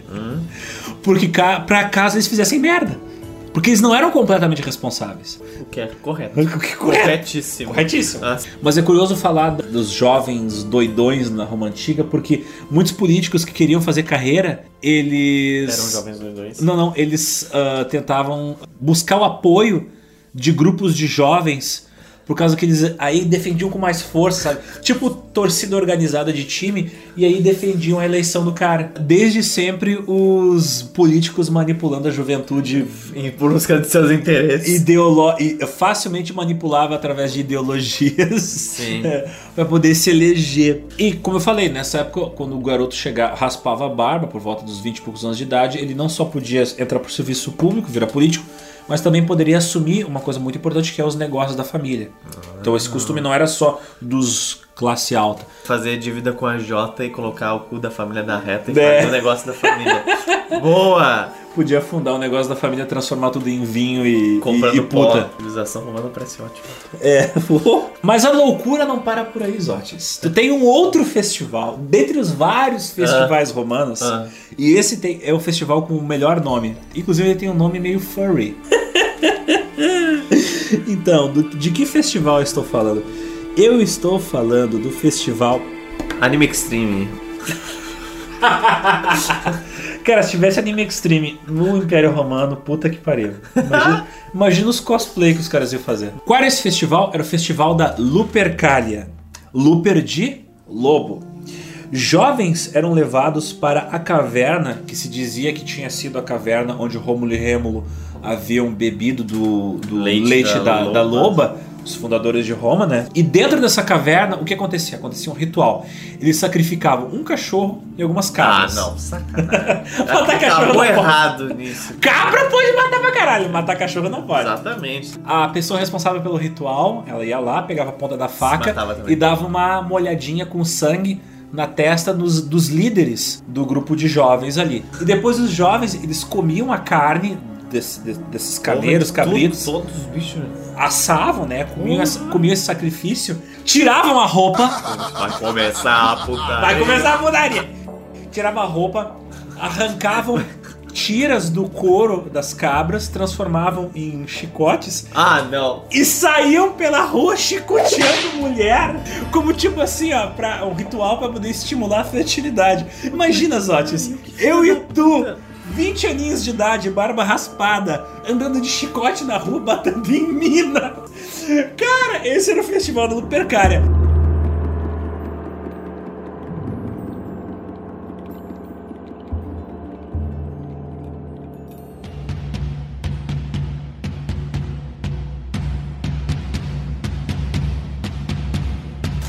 Porque pra caso eles fizessem merda. Porque eles não eram completamente responsáveis.
O que é correto.
Corretíssimo. Mas é curioso falar dos jovens doidões na Roma Antiga, porque muitos políticos que queriam fazer carreira, eles...
Eram jovens doidões?
Não, eles tentavam buscar o apoio de grupos de jovens, por causa que eles aí defendiam com mais força, sabe? Tipo torcida organizada de time, e aí defendiam a eleição do cara. Desde sempre os políticos manipulando a juventude
em busca de seus interesses.
E facilmente manipulava através de ideologias.
Sim.
Pra poder se eleger. E como eu falei, nessa época, quando o garoto raspava a barba, por volta dos 20 e poucos anos de idade, ele não só podia entrar pro serviço público, virar político, mas também poderia assumir uma coisa muito importante, que é os negócios da família. Então esse costume não era só dos classe alta.
Fazer dívida com a Jota e colocar o cu da família na reta e fazer o negócio da família. Boa!
Podia fundar o negócio da família, transformar tudo em vinho e
comprando
puta.
A civilização romana parece ótimo.
Mas a loucura não para por aí, Zotis. Tu tem um outro festival, dentre os vários festivais romanos, e esse é o festival com o melhor nome. Inclusive ele tem um nome meio furry. Então, de que festival eu estou falando? Eu estou falando do festival
Anime Extreme.
Cara, se tivesse Anime Extreme no Império Romano, puta que pariu. Imagina os cosplay que os caras iam fazer. Qual era esse festival? Era o festival da Lupercalia. Luper de lobo. Jovens eram levados para a caverna, que se dizia que tinha sido a caverna onde Rômulo e Rêmulo haviam bebido do leite da loba, os fundadores de Roma, né? E dentro dessa caverna, o que acontecia? Acontecia um ritual. Eles sacrificavam um cachorro e algumas cabras.
Ah, não, sacanagem.
Matar cachorro
não
pode.
Errado nisso.
Cabra pode matar pra caralho, matar cachorro não pode.
Exatamente.
A pessoa responsável pelo ritual, ela ia lá, pegava a ponta da faca e dava uma molhadinha com sangue na testa dos líderes do grupo de jovens ali. E depois os jovens, eles comiam a carne desses carneiros, cabritos.
Todos os bichos.
Assavam, né? Comiam esse sacrifício. Tiravam a roupa.
Vai começar a putaria.
Vai começar a putaria. Tiravam a roupa, arrancavam tiras do couro das cabras, transformavam em chicotes.
Ah, não.
E saíam pela rua chicoteando mulher, como tipo assim, ó, pra um ritual pra poder estimular a fertilidade. Imagina, Zotis, eu e tu, 20 aninhos de idade, barba raspada, andando de chicote na rua, batendo em mina. Cara, esse era o festival da Lupercalia.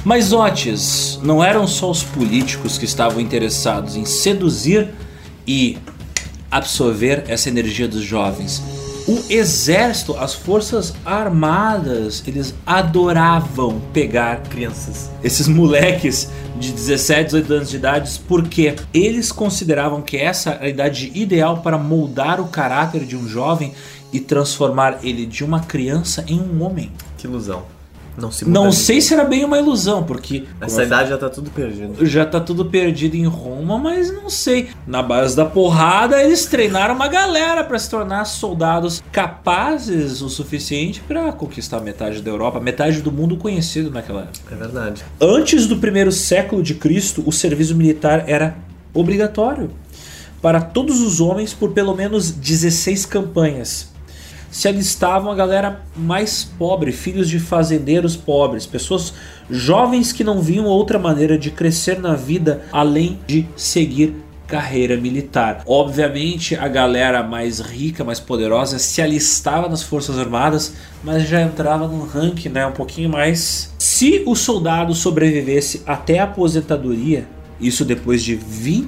Mas Otis, não eram só os políticos que estavam interessados em seduzir e absorver essa energia dos jovens. O exército, as forças armadas, eles adoravam pegar
crianças,
esses moleques de 17, 18 anos de idade, porque eles consideravam que essa era a idade ideal para moldar o caráter de um jovem e transformar ele de uma criança em um homem.
Que ilusão.
Não sei se era bem uma ilusão, porque
essa idade já tá tudo perdido.
Já tá tudo perdido em Roma, mas não sei. Na base da porrada, eles treinaram uma galera para se tornar soldados capazes o suficiente para conquistar metade da Europa, metade do mundo conhecido naquela época.
É verdade.
Antes do primeiro século de Cristo, o serviço militar era obrigatório para todos os homens por pelo menos 16 campanhas. Se alistavam a galera mais pobre, filhos de fazendeiros pobres, pessoas jovens que não viam outra maneira de crescer na vida além de seguir carreira militar. Obviamente a galera mais rica, mais poderosa se alistava nas forças armadas, mas já entrava num ranking, né, um pouquinho mais. Se o soldado sobrevivesse até a aposentadoria, isso depois de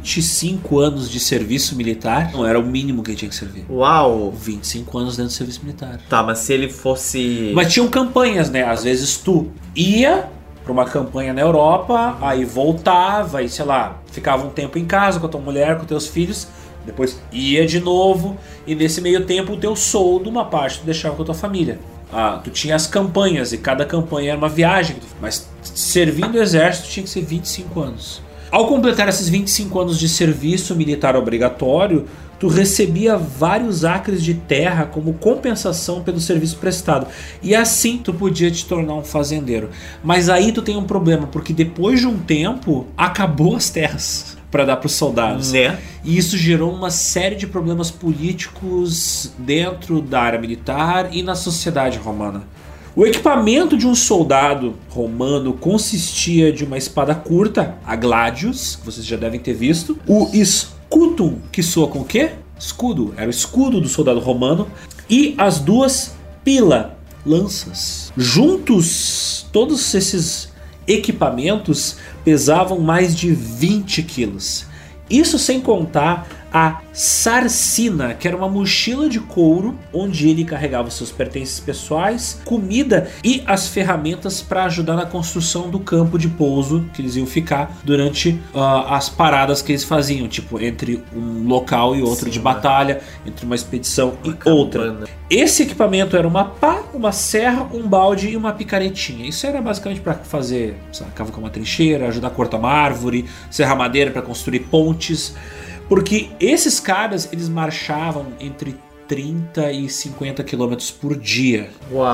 25 anos de serviço militar, não era o mínimo que ele tinha que servir.
Uau!
25 anos dentro do serviço militar.
Tá, mas se ele fosse...
Mas tinham campanhas, né? Às vezes tu ia pra uma campanha na Europa, aí voltava e, sei lá, ficava um tempo em casa com a tua mulher, com teus filhos, depois ia de novo, e nesse meio tempo o teu soldo, uma parte tu deixava com a tua família. Tu tinha as campanhas, e cada campanha era uma viagem, mas servindo o exército tinha que ser 25 anos. Ao completar esses 25 anos de serviço militar obrigatório, tu recebia vários acres de terra como compensação pelo serviço prestado. E assim tu podia te tornar um fazendeiro. Mas aí tu tem um problema, porque depois de um tempo, acabou as terras para dar para os soldados.
Né?
E isso gerou uma série de problemas políticos dentro da área militar e na sociedade romana. O equipamento de um soldado romano consistia de uma espada curta, a gladius, que vocês já devem ter visto. O scutum, que soa com o quê? Escudo, era o escudo do soldado romano. E as duas pila, lanças. Juntos, todos esses equipamentos pesavam mais de 20 quilos. Isso sem contar a sarcina, que era uma mochila de couro onde ele carregava seus pertences pessoais, comida e as ferramentas para ajudar na construção do campo de pouso que eles iam ficar durante as paradas que eles faziam, tipo entre um local e outro. Sim, de batalha, entre uma expedição e outra. Esse equipamento era uma pá, uma serra, um balde e uma picaretinha. Isso era basicamente para fazer, cavar uma trincheira, ajudar a cortar uma árvore, serrar madeira para construir pontes. Porque esses caras, eles marchavam entre 30 e 50 km por dia.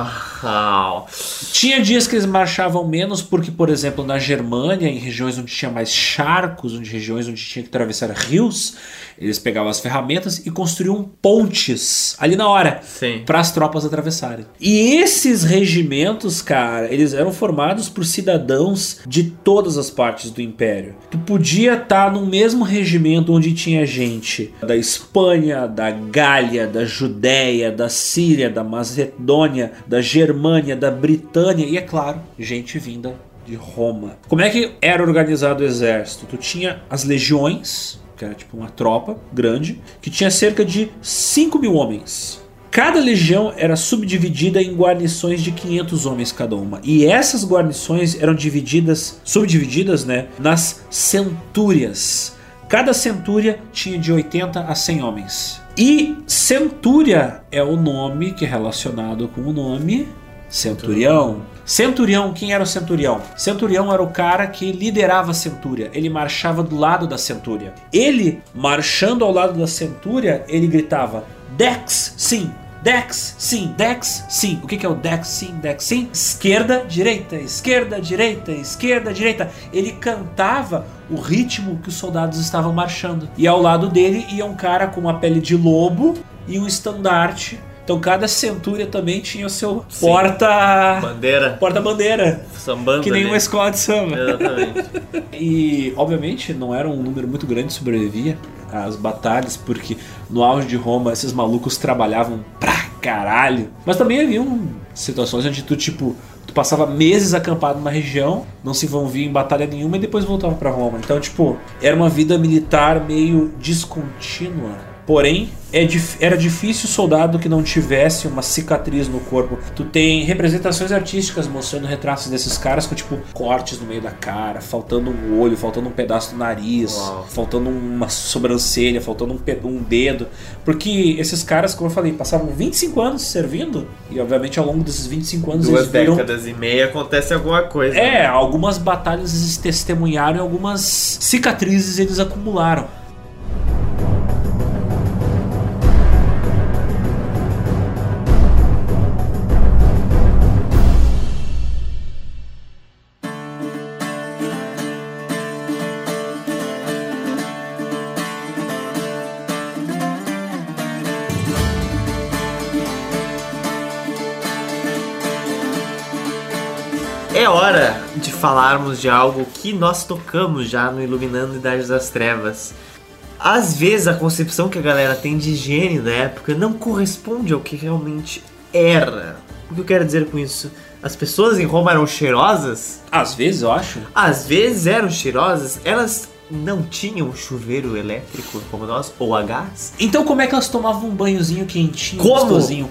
Uau!
Tinha dias que eles marchavam menos porque, por exemplo, na Germânia, em regiões onde tinha mais charcos, regiões onde tinha que atravessar rios, eles pegavam as ferramentas e construíam pontes ali na hora para as tropas atravessarem. E esses regimentos, cara, eles eram formados por cidadãos de todas as partes do Império. Tu podia estar no mesmo regimento onde tinha gente da Espanha, da Gália, da Judéia, da Síria, da Macedônia, da Germânia, da Britânia e, é claro, gente vinda de Roma. Como é que era organizado o exército? Tu tinha as legiões, que era tipo uma tropa grande, que tinha cerca de 5.000 homens. Cada legião era subdividida em guarnições de 500 homens cada uma. E essas guarnições eram subdivididas, né, nas centúrias. Cada centúria tinha de 80 a 100 homens. E centúria é o nome que é relacionado com o nome centurião. Centurião, quem era o centurião? Centurião era o cara que liderava a centúria. Ele marchava do lado da centúria. Ele, marchando ao lado da centúria, ele gritava: Dex, sim! Dex, sim, Dex, sim. O que é o Dex, sim, Dex, sim? Esquerda, direita, esquerda, direita, esquerda, direita. Ele cantava o ritmo que os soldados estavam marchando. E ao lado dele ia um cara com uma pele de lobo e um estandarte. Então cada centúria também tinha o seu porta-bandeira.
Sambando
que nem
ali.
Uma escola de samba.
Exatamente.
E obviamente não era um número muito grande que sobrevivia às batalhas, porque no auge de Roma esses malucos trabalhavam pra caralho. Mas também haviam situações onde tu Tu passava meses acampado numa região, não se envolvia em batalha nenhuma e depois voltava pra Roma. Então, tipo, era uma vida militar meio descontínua. Porém, era difícil o soldado que não tivesse uma cicatriz no corpo. Tu tem representações artísticas mostrando retratos desses caras com, tipo, cortes no meio da cara, faltando um olho, faltando um pedaço do nariz, faltando uma sobrancelha, faltando um dedo. Porque esses caras, como eu falei, passavam 25 anos servindo e, obviamente, ao longo desses 25 anos...
2 décadas e meia acontece alguma coisa.
Né? Algumas batalhas eles testemunharam e algumas cicatrizes eles acumularam.
É hora de falarmos de algo que nós tocamos já no Iluminando Idades das Trevas. Às vezes a concepção que a galera tem de higiene da época não corresponde ao que realmente era. O que eu quero dizer com isso? As pessoas em Roma eram cheirosas?
Às vezes, eu acho.
Às vezes eram cheirosas. Elas não tinham chuveiro elétrico como nós, ou a gás.
Então como é que elas tomavam um banhozinho quentinho,
gostosinho?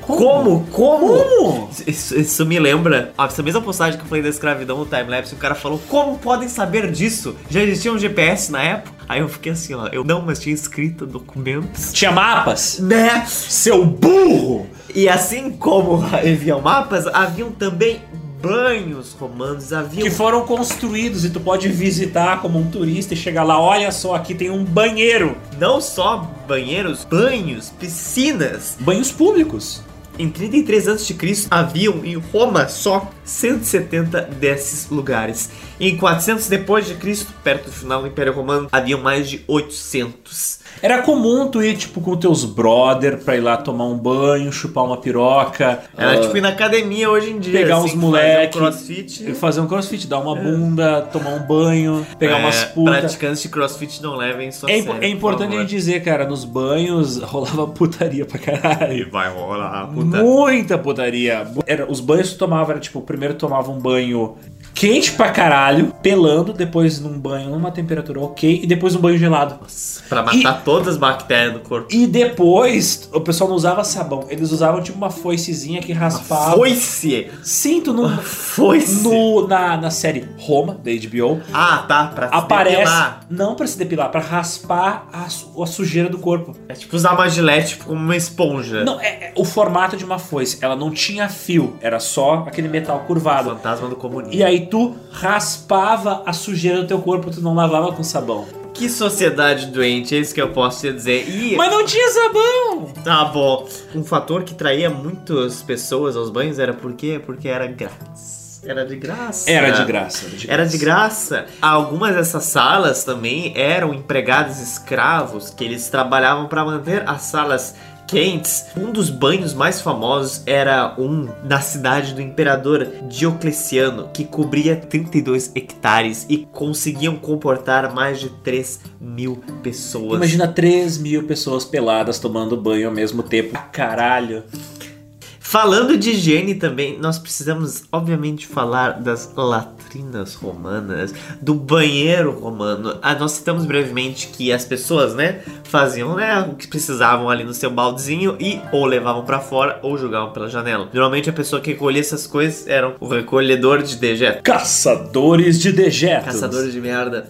Como? Isso me lembra essa mesma postagem que eu falei da escravidão no timelapse. O cara falou, como podem saber disso? Já existia um GPS na época? Aí eu fiquei assim, ó, mas tinha escrito documentos.
Tinha mapas?
Né?
Seu burro!
E assim como haviam mapas, haviam também banhos romanos,
que foram construídos e tu pode visitar como um turista e chegar lá, olha só, aqui tem um banheiro.
Não só banheiros, banhos, piscinas.
Banhos públicos.
Em 33 a.C. haviam em Roma só 170 desses lugares. Em 400 depois de Cristo, perto do final do Império Romano, haviam mais de 800.
Era comum tu ir, tipo, com teus brother pra ir lá tomar um banho, chupar uma piroca.
Era tipo ir na academia hoje em dia.
Pegar
assim,
uns moleques.
Fazer
um crossfit, dar uma bunda, tomar um banho, pegar umas putas.
Praticantes de crossfit não levem isso a sério.
É importante a gente dizer, cara, nos banhos rolava putaria pra caralho.
E vai rolar putaria.
Muita putaria. Os banhos que tu tomava, era tipo, primeiro tu tomava um banho quente pra caralho, pelando, depois num banho numa temperatura ok, e depois um banho gelado.
Nossa, pra matar todas as bactérias do corpo.
E depois, o pessoal não usava sabão, eles usavam tipo uma foicezinha que raspava.
Foice?
Sim, tu não...
Foice?
Na série Roma, da HBO.
Ah, tá, pra se depilar.
Não pra se depilar, pra raspar a sujeira do corpo.
É tipo usar uma gilete tipo como uma esponja.
Não, é o formato de uma foice. Ela não tinha fio, era só aquele metal curvado.
Fantasma do comunismo.
E aí tu raspava a sujeira do teu corpo, tu não lavava com sabão.
Que sociedade doente, é isso que eu posso te dizer.
Mas não tinha sabão!
Tá bom. Um fator que traía muitas pessoas aos banhos era por quê? Porque era grátis. Era de graça. Era de graça. Algumas dessas salas também eram empregados escravos que eles trabalhavam para manter as salas quentes. Um dos banhos mais famosos era na cidade do imperador Diocleciano, que cobria 32 hectares e conseguiam comportar mais de 3.000 pessoas.
Imagina 3.000 pessoas peladas tomando banho ao mesmo tempo. Caralho.
Falando de higiene também, nós precisamos, obviamente, falar das latrinas romanas, do banheiro romano. Nós citamos brevemente que as pessoas, faziam, o que precisavam ali no seu baldezinho e ou levavam pra fora ou jogavam pela janela. Geralmente a pessoa que recolhia essas coisas era o recolhedor de dejetos.
Caçadores de dejetos.
Caçadores de merda.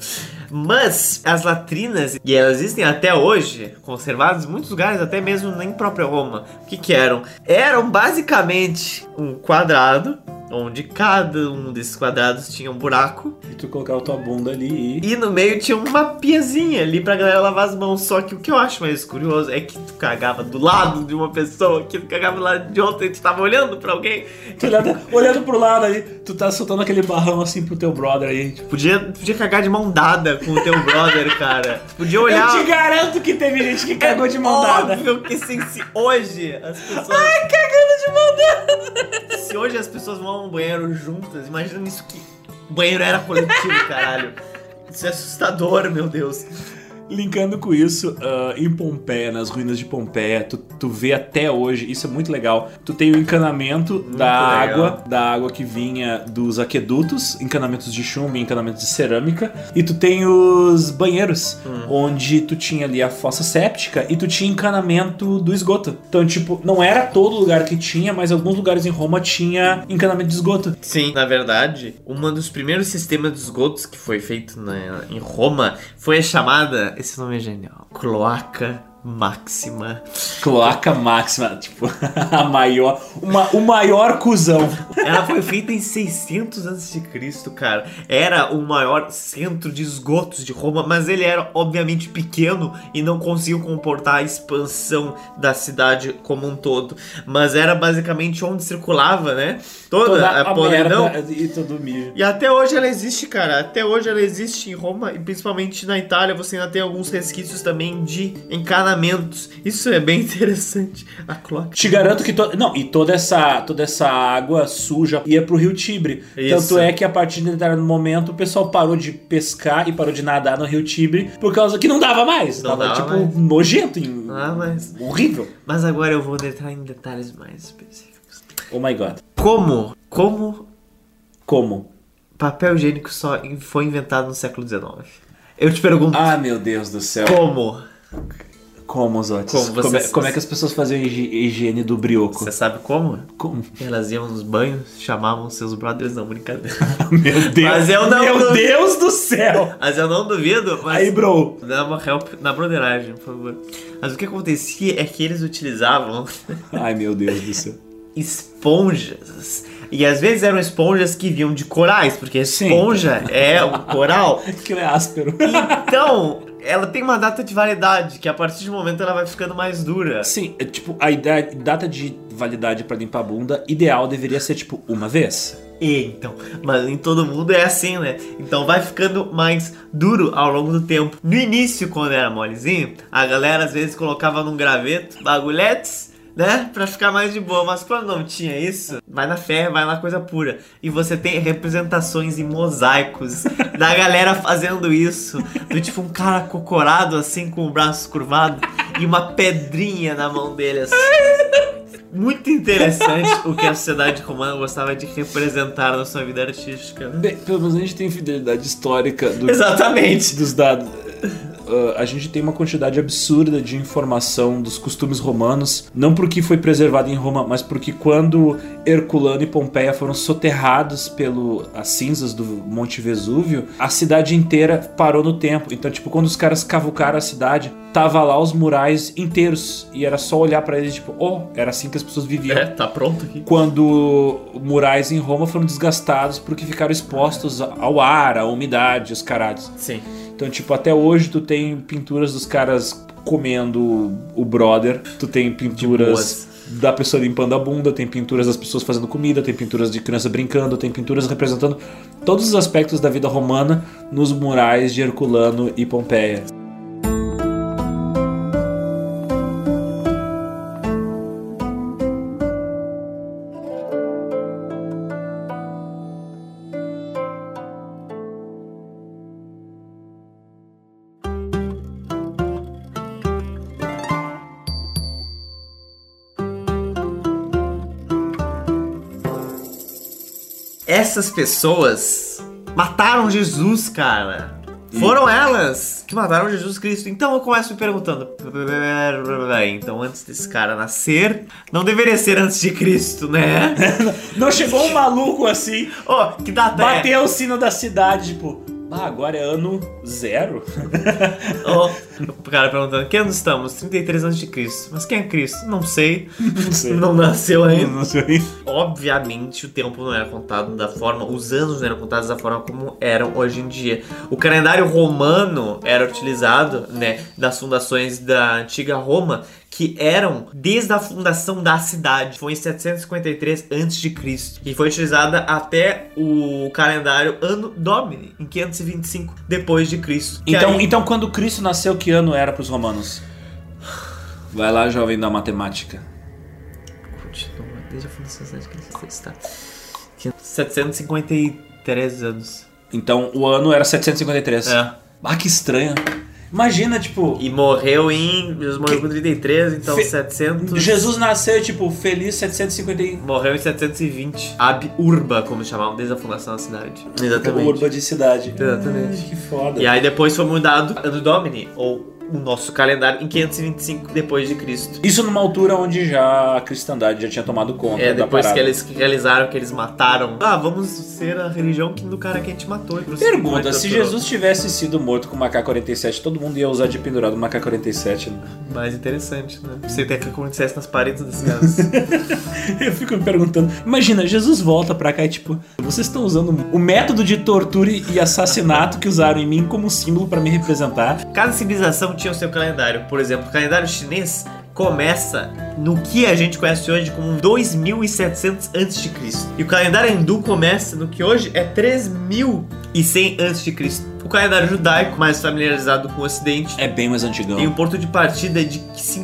Mas as latrinas, e elas existem até hoje, conservadas em muitos lugares, até mesmo em própria Roma. O que eram? Eram basicamente um quadrado, onde cada um desses quadrados tinha um buraco.
E tu colocava tua bunda ali
e no meio tinha uma piazinha ali pra galera lavar as mãos. Só que o que eu acho mais curioso é que tu cagava do lado de uma pessoa, que tu cagava do lado de outra e tu tava olhando pra alguém.
Tu olhando pro lado aí, tu tá soltando aquele barrão assim pro teu brother aí.
Podia cagar de mão dada com o teu brother, cara. Podia olhar...
Eu te garanto que teve gente que cagou de mão dada.
Óbvio que sim, se hoje as pessoas...
Ai, cagando de mão dada.
Se hoje as pessoas vão ao banheiro juntas, imagina isso que... O banheiro era coletivo, caralho. Isso é assustador, meu Deus.
Linkando com isso, em Pompeia, nas ruínas de Pompeia, tu vê até hoje, isso é muito legal, tu tem o encanamento da água que vinha dos aquedutos, encanamentos de chumbo e encanamentos de cerâmica, e tu tem os banheiros, onde tu tinha ali a fossa séptica e tu tinha encanamento do esgoto. Então, tipo, não era todo lugar que tinha, mas alguns lugares em Roma tinha encanamento de esgoto.
Sim, na verdade, um dos primeiros sistemas de esgotos que foi feito em Roma foi a chamada, esse nome é genial, Cloaca Máxima.
Cloaca Máxima, tipo, o maior cuzão.
Ela foi feita em 600 a.C., cara. Era o maior centro de esgotos de Roma, mas ele era obviamente pequeno e não conseguiu comportar a expansão da cidade como um todo. Mas era basicamente onde circulava, né? Toda a podridão
e todo o mijo.
E até hoje ela existe, cara. Até hoje ela existe em Roma e principalmente na Itália você ainda tem alguns resquícios também de encanamentos. Isso é bem interessante. A cloaca.
Te garanto que toda essa água suja ia pro rio Tibre. Isso. Tanto é que a partir de determinado momento o pessoal parou de pescar e parou de nadar no rio Tibre por causa que não dava mais. Tava nojento, horrível.
Mas agora eu vou entrar em detalhes mais específicos.
Oh my god.
Como? Papel higiênico só foi inventado no século XIX. Eu te pergunto.
Ah, meu Deus do céu. Como, Zotis? Como é que as pessoas faziam higiene do brioco?
Você sabe como? Como? Elas iam nos banhos, chamavam seus brothers, não, brincadeira.
Meu Deus.
Mas eu não
Meu Deus do céu.
Mas eu não duvido. Mas
aí, bro.
Dá uma help na broderagem, por favor. Mas o que acontecia é que eles utilizavam...
Ai, meu Deus do céu.
Esponjas. E às vezes eram esponjas que vinham de corais, porque a esponja é um coral.
Aquilo é áspero.
Então, ela tem uma data de validade, que a partir de um momento ela vai ficando mais dura.
Sim, tipo, a data de validade pra limpar a bunda, ideal deveria ser, tipo, uma vez.
Então, mas em todo mundo é assim, né? Então vai ficando mais duro ao longo do tempo. No início, quando era molezinho, a galera às vezes colocava num graveto bagulhetes, né? Pra ficar mais de boa. Mas quando não tinha isso, vai na fé, vai na coisa pura. E você tem representações em mosaicos da galera fazendo isso. Do tipo um cara cocorado assim, com o braço curvado e uma pedrinha na mão dele assim. Muito interessante o que a sociedade romana gostava de representar na sua vida artística.
Bem, pelo menos a gente tem fidelidade histórica
exatamente
dos dados. A gente tem uma quantidade absurda de informação dos costumes romanos, não porque foi preservado em Roma, mas porque quando Herculano e Pompeia foram soterrados pelas cinzas do Monte Vesúvio, a cidade inteira parou no tempo. Então, tipo, quando os caras cavucaram a cidade, tava lá os murais inteiros e era só olhar pra eles, tipo, era assim que as pessoas viviam.
Tá pronto aqui.
Quando murais em Roma foram desgastados porque ficaram expostos ao ar, à umidade, os caralhos.
Sim.
Então, tipo, até hoje tu tem pinturas dos caras comendo o brother, tu tem pinturas da pessoa limpando a bunda, tem pinturas das pessoas fazendo comida, tem pinturas de criança brincando, tem pinturas representando todos os aspectos da vida romana nos murais de Herculano e Pompeia.
Essas pessoas mataram Jesus, cara. Foram elas que mataram Jesus Cristo. Então eu começo me perguntando, então antes desse cara nascer, não deveria ser antes de Cristo, né?
Não chegou um maluco assim,
que data
bateu o sino da cidade, tipo, agora é ano 0.
O cara perguntando, que ano estamos? 33 anos de Cristo. Mas quem é Cristo? Não sei. Não nasceu ainda. Obviamente o tempo não era contado da forma, os anos não eram contados da forma como eram hoje em dia. O calendário romano era utilizado, né, das fundações da antiga Roma, que eram desde a fundação da cidade. Foi em 753 a.C. e foi utilizada até o calendário Anno Domini, em 525 depois de Cristo.
Então quando Cristo nasceu, que ano era para os romanos? Vai lá, jovem da matemática.
Continua, desde a fundação da cidade que está. 753 anos.
Então o ano era 753.
É.
Que estranho. Imagina, tipo...
E morreu Jesus morreu com 33, então 700...
Jesus nasceu, tipo, feliz 750...
Morreu em 720. Ab Urba, como chamavam, desde a fundação da cidade. Exatamente.
Urba de cidade.
Exatamente.
Que foda.
E aí depois foi mudado Anno Domini, ou o nosso calendário, em 525 depois de Cristo.
Isso numa altura onde já a cristandade já tinha tomado conta da parada.
Depois que eles realizaram que eles mataram. Vamos ser a religião do cara que a gente matou.
Pergunta, se Jesus tivesse sido morto com uma AK-47, todo mundo ia usar de pendurado uma AK-47, né?
Mais interessante, né? Você tem AK-47 nas paredes das casas.
Eu fico me perguntando, imagina, Jesus volta pra cá e tipo, vocês estão usando o método de tortura e assassinato que usaram em mim como símbolo pra me representar.
Cada civilização tinha o seu calendário. Por exemplo, o calendário chinês começa no que a gente conhece hoje como 2700 a.C. E o calendário hindu começa no que hoje é 3100 a.C. O calendário judaico, mais familiarizado com o ocidente,
é bem mais antigão.
Tem um ponto de partida de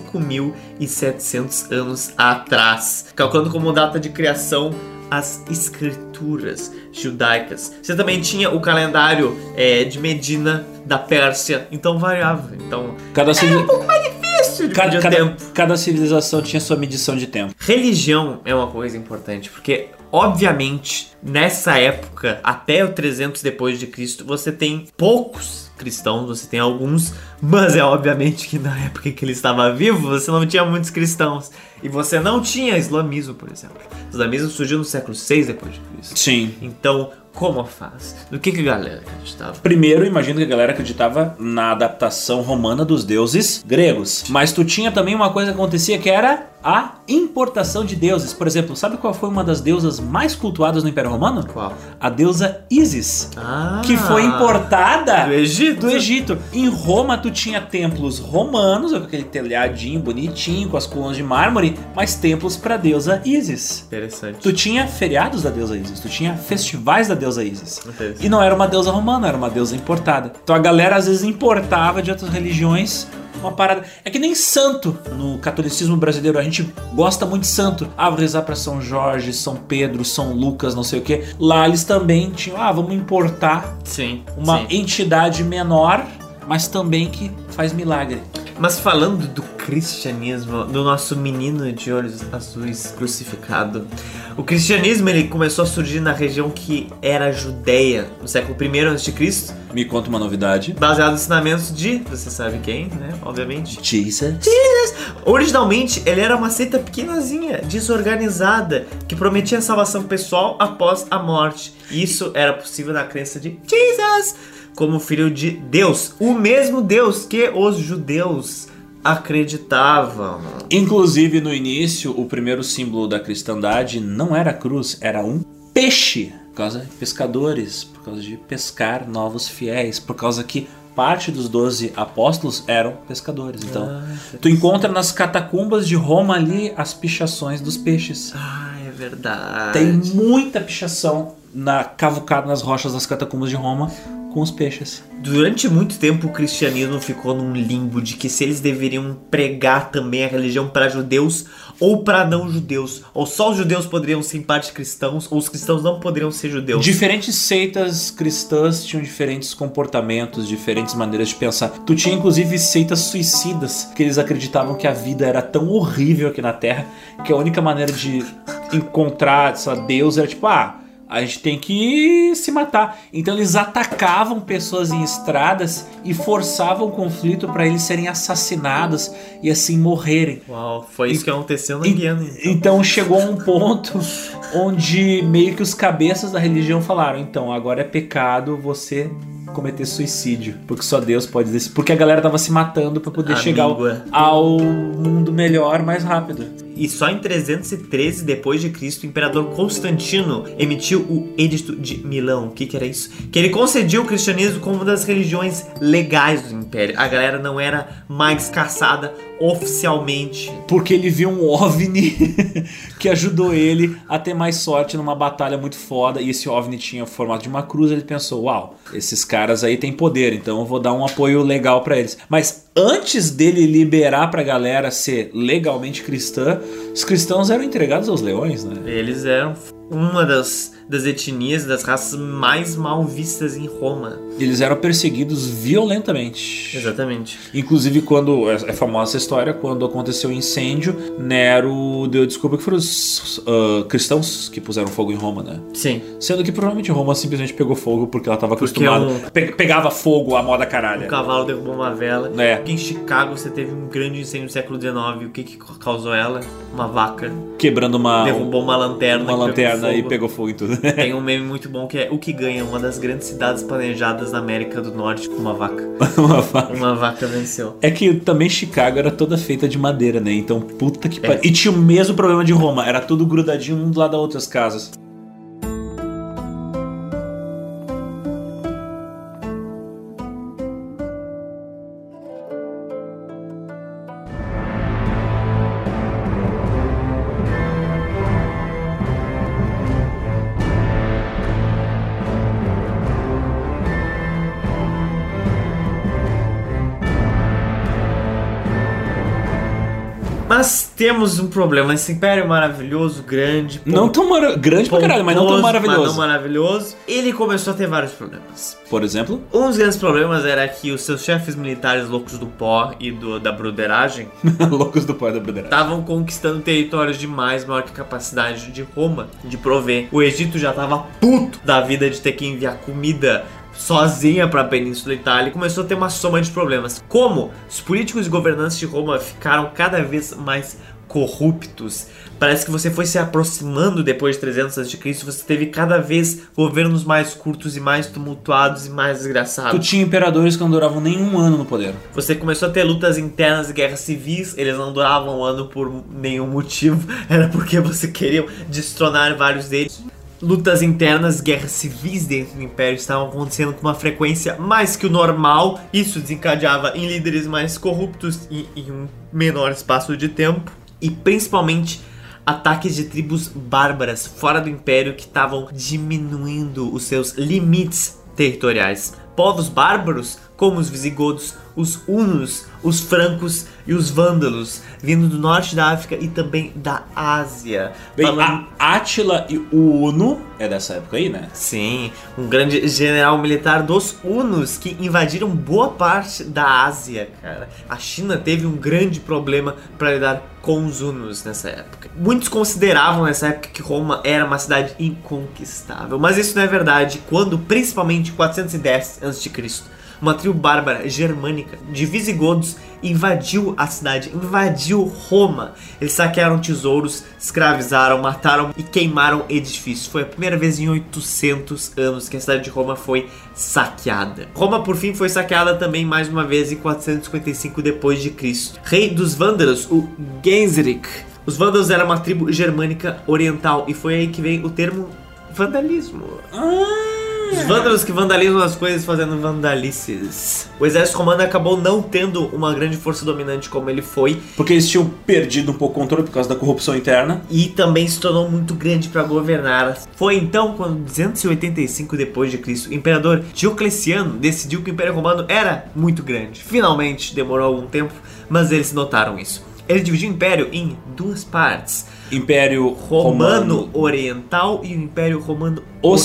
5700 anos atrás, calculando como data de criação as escrituras judaicas. Você também tinha o calendário de Medina, da Pérsia, então variava. Então era um pouco mais difícil de medir o tempo.
Cada civilização tinha sua medição de tempo.
Religião é uma coisa importante, porque obviamente nessa época, até o 300 depois de Cristo, você tem poucos cristãos, você tem alguns, mas é obviamente que na época em que ele estava vivo, você não tinha muitos cristãos. E você não tinha islamismo, por exemplo. O islamismo surgiu no século 6 depois de Cristo.
Sim.
Então, como faz? No que a galera acreditava?
Primeiro, imagino que a galera acreditava na adaptação romana dos deuses gregos. Mas tu tinha também uma coisa que acontecia que era a importação de deuses. Por exemplo, sabe qual foi uma das deusas mais cultuadas no Império Romano?
Qual?
A deusa Ísis. Que foi importada do Egito. Em Roma, tu tinha templos romanos, com aquele telhadinho bonitinho, com as colunas de mármore, mas templos pra deusa Ísis.
Interessante.
Tu tinha feriados da deusa Ísis, tu tinha festivais da deusa Ísis. E não era uma deusa romana, era uma deusa importada. Então a galera às vezes importava de outras religiões uma parada. É que nem santo. No catolicismo brasileiro a gente gosta muito de santo. Vou rezar pra São Jorge, São Pedro, São Lucas, não sei o que. Lá eles também tinham, vamos importar uma entidade menor, mas também que faz milagre.
Mas falando do cristianismo, do nosso menino de olhos azuis crucificado, o cristianismo ele começou a surgir na região que era a Judéia, no século I a.C.
Me conta uma novidade.
Baseado nos ensinamentos de, você sabe quem, né? Obviamente.
Jesus.
Originalmente, ele era uma seita pequenazinha, desorganizada, que prometia a salvação pessoal após a morte. Isso era possível na crença de Jesus como filho de Deus, o mesmo Deus que os judeus acreditavam.
Inclusive, no início, o primeiro símbolo da cristandade não era a cruz, era um peixe. Por causa de pescadores, por causa de pescar novos fiéis, por causa que parte dos 12 apóstolos eram pescadores. Então, tu encontra nas catacumbas de Roma ali as pichações dos peixes.
É verdade.
Tem muita pichação cavucada nas rochas das catacumbas de Roma com os peixes.
Durante muito tempo o cristianismo ficou num limbo de que se eles deveriam pregar também a religião para judeus ou para não judeus, ou só os judeus poderiam ser em parte cristãos, ou os cristãos não poderiam ser judeus.
Diferentes seitas cristãs tinham diferentes comportamentos, diferentes maneiras de pensar. Tu tinha inclusive seitas suicidas, que eles acreditavam que a vida era tão horrível aqui na Terra que a única maneira de encontrar Deus era tipo, a gente tem que se matar. Então eles atacavam pessoas em estradas e forçavam o conflito para eles serem assassinados e assim morrerem.
Uau, foi isso que aconteceu na Guiana.
Então chegou a um ponto onde meio que os cabeças da religião falaram, então agora é pecado você cometer suicídio, porque só Deus pode decidir. Porque a galera tava se matando para poder chegar ao mundo melhor mais rápido.
E só em 313 depois de Cristo, o imperador Constantino emitiu o Edito de Milão. O que era isso? Que ele concediu o cristianismo como uma das religiões legais do império. A galera não era mais caçada oficialmente.
Porque ele viu um OVNI que ajudou ele a ter mais sorte numa batalha muito foda. E esse OVNI tinha o formato de uma cruz. Ele pensou, uau, esses caras aí têm poder, então eu vou dar um apoio legal pra eles. Mas antes dele liberar pra galera ser legalmente cristã, os cristãos eram entregados aos leões, né?
Eles eram uma das etnias, das raças mais mal vistas em Roma.
Eles eram perseguidos violentamente.
Exatamente.
Inclusive, quando é famosa essa história, quando aconteceu o incêndio, Nero deu desculpa que foram os cristãos que puseram fogo em Roma, né?
Sim.
Sendo que provavelmente Roma simplesmente pegou fogo porque ela estava acostumada. Pegava fogo a moda caralho.
Um cavalo derrubou uma vela.
É.
Aqui em Chicago você teve um grande incêndio no século XIX. O que causou ela? Uma vaca.
Quebrando
derrubou uma lanterna.
E pegou fogo em tudo.
Tem um meme muito bom que é o que ganha uma das grandes cidades planejadas na América do Norte com uma vaca. Uma vaca venceu.
É que também Chicago era toda feita de madeira, né? Então, puta que pariu.
É.
E tinha o mesmo problema de Roma. Era tudo grudadinho um do lado das outras casas.
Mas temos um problema. Esse império maravilhoso, grande...
Não tão grande pra caralho, mas não tão maravilhoso.
Mas não maravilhoso. Ele começou a ter vários problemas.
Por exemplo?
Um dos grandes problemas era que os seus chefes militares loucos do pó e da broderagem...
loucos do pó e da broderagem.
Estavam conquistando territórios demais, maior que a capacidade de Roma de prover. O Egito já tava puto da vida de ter que enviar comida sozinha para a Península Itália, e começou a ter uma soma de problemas. Como os políticos e governantes de Roma ficaram cada vez mais corruptos, parece que você foi se aproximando depois de 300 a.C., você teve cada vez governos mais curtos e mais tumultuados e mais desgraçados.
Tu tinha imperadores que não duravam nem um ano no poder.
Você começou a ter lutas internas e guerras civis, eles não duravam um ano por nenhum motivo, era porque você queria destronar vários deles. Lutas internas, guerras civis dentro do Império estavam acontecendo com uma frequência mais que o normal. Isso desencadeava em líderes mais corruptos e em um menor espaço de tempo. E principalmente ataques de tribos bárbaras fora do Império que estavam diminuindo os seus limites territoriais. Povos bárbaros como os visigodos, os hunos, os francos e os vândalos, vindo do norte da África e também da Ásia.
Bem, Átila e o Huno é dessa época aí, né?
Sim, um grande general militar dos hunos que invadiram boa parte da Ásia, cara. A China teve um grande problema para lidar com os hunos nessa época. Muitos consideravam nessa época que Roma era uma cidade inconquistável, mas isso não é verdade quando, principalmente em 410 a.C., uma tribo bárbara germânica de visigodos invadiu a cidade, invadiu Roma. Eles saquearam tesouros, escravizaram, mataram e queimaram edifícios. Foi a primeira vez em 800 anos que a cidade de Roma foi saqueada. Roma, por fim, foi saqueada também mais uma vez em 455 d.C. Rei dos Vândalos, o Genseric. Os Vândalos eram uma tribo germânica oriental e foi aí que veio o termo vandalismo. Os vândalos que vandalizam as coisas fazendo vandalices. O exército romano acabou não tendo uma grande força dominante como ele foi,
porque eles tinham perdido um pouco o controle por causa da corrupção interna.
E também se tornou muito grande para governar. Foi então quando, 285 d.C., o imperador Diocleciano decidiu que o Império Romano era muito grande. Finalmente, demorou algum tempo, mas eles notaram isso. Ele dividiu o Império em duas partes.
Império
Romano Oriental e o Império Romano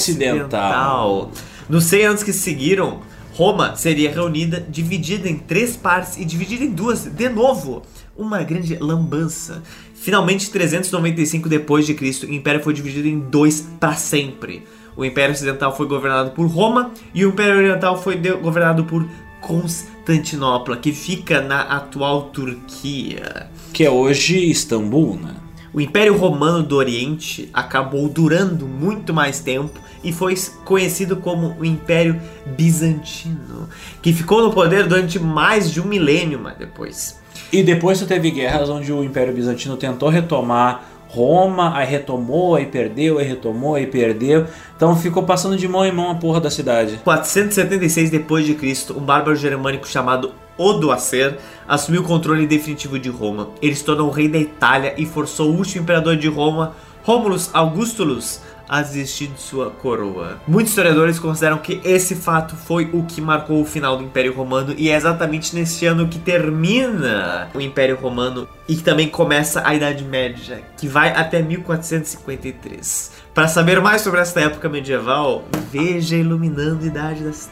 Ocidental. Nos 100 anos que seguiram, Roma seria reunida, dividida em 3 partes e dividida em 2 de novo. Uma grande lambança. Finalmente, em 395 d.C., o Império foi dividido em 2 para sempre. O Império Ocidental foi governado por Roma e o Império Oriental foi governado por Constantinopla, que fica na atual Turquia.
Que é hoje Istambul, né?
O Império Romano do Oriente acabou durando muito mais tempo e foi conhecido como o Império Bizantino, que ficou no poder durante mais de um milênio, mas depois.
E depois tu teve guerras onde o Império Bizantino tentou retomar Roma, aí retomou, aí perdeu, aí retomou, aí perdeu. Então ficou passando de mão em mão a porra da cidade.
476 d.C., um bárbaro germânico chamado Odoacer assumiu o controle definitivo de Roma. Ele se tornou o rei da Itália e forçou o último imperador de Roma, Romulus Augustulus, a desistir de sua coroa. Muitos historiadores consideram que esse fato foi o que marcou o final do Império Romano, e é exatamente nesse ano que termina o Império Romano e que também começa a Idade Média, que vai até 1453. Para saber mais sobre essa época medieval, veja Iluminando a Idade das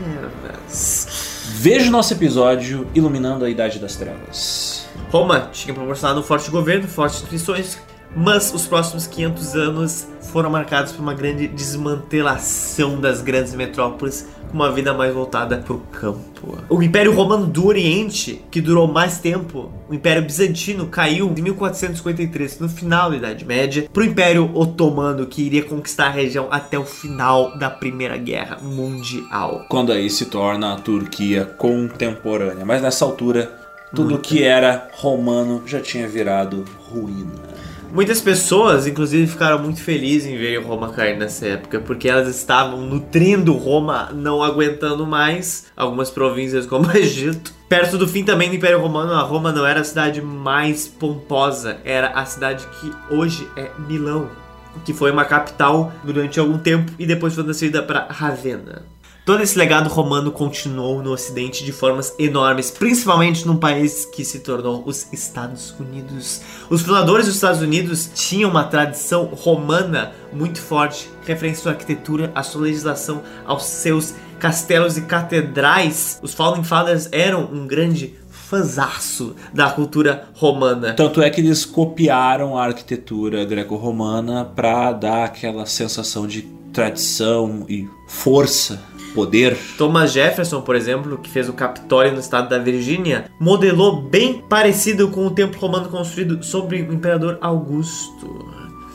Trevas.
Veja o nosso episódio Iluminando a Idade das Trevas.
Roma tinha proporcionado um forte governo, fortes instituições, mas os próximos 500 anos foram marcados por uma grande desmantelação das grandes metrópoles, com uma vida mais voltada para o campo. O Império Romano do Oriente, que durou mais tempo, o Império Bizantino caiu em 1453, no final da Idade Média, para o Império Otomano, que iria conquistar a região até o final da Primeira Guerra Mundial.
Quando aí se torna a Turquia contemporânea, mas nessa altura, tudo que era romano já tinha virado ruína.
Muitas pessoas, inclusive, ficaram muito felizes em ver Roma cair nessa época, porque elas estavam nutrindo Roma, não aguentando mais algumas províncias como o Egito. Perto do fim também do Império Romano, a Roma não era a cidade mais pomposa, era a cidade que hoje é Milão, que foi uma capital durante algum tempo e depois foi transferida para Ravenna. Todo esse legado romano continuou no Ocidente de formas enormes, principalmente num país que se tornou os Estados Unidos. Os fundadores dos Estados Unidos tinham uma tradição romana muito forte, referente à sua arquitetura, à sua legislação, aos seus castelos e catedrais. Os Founding Fathers eram um grande fãzaço da cultura romana.
Tanto é que eles copiaram a arquitetura greco-romana para dar aquela sensação de tradição e força. Poder.
Thomas Jefferson, por exemplo, que fez o Capitólio no estado da Virgínia, modelou bem parecido com o templo romano construído sobre o imperador Augusto.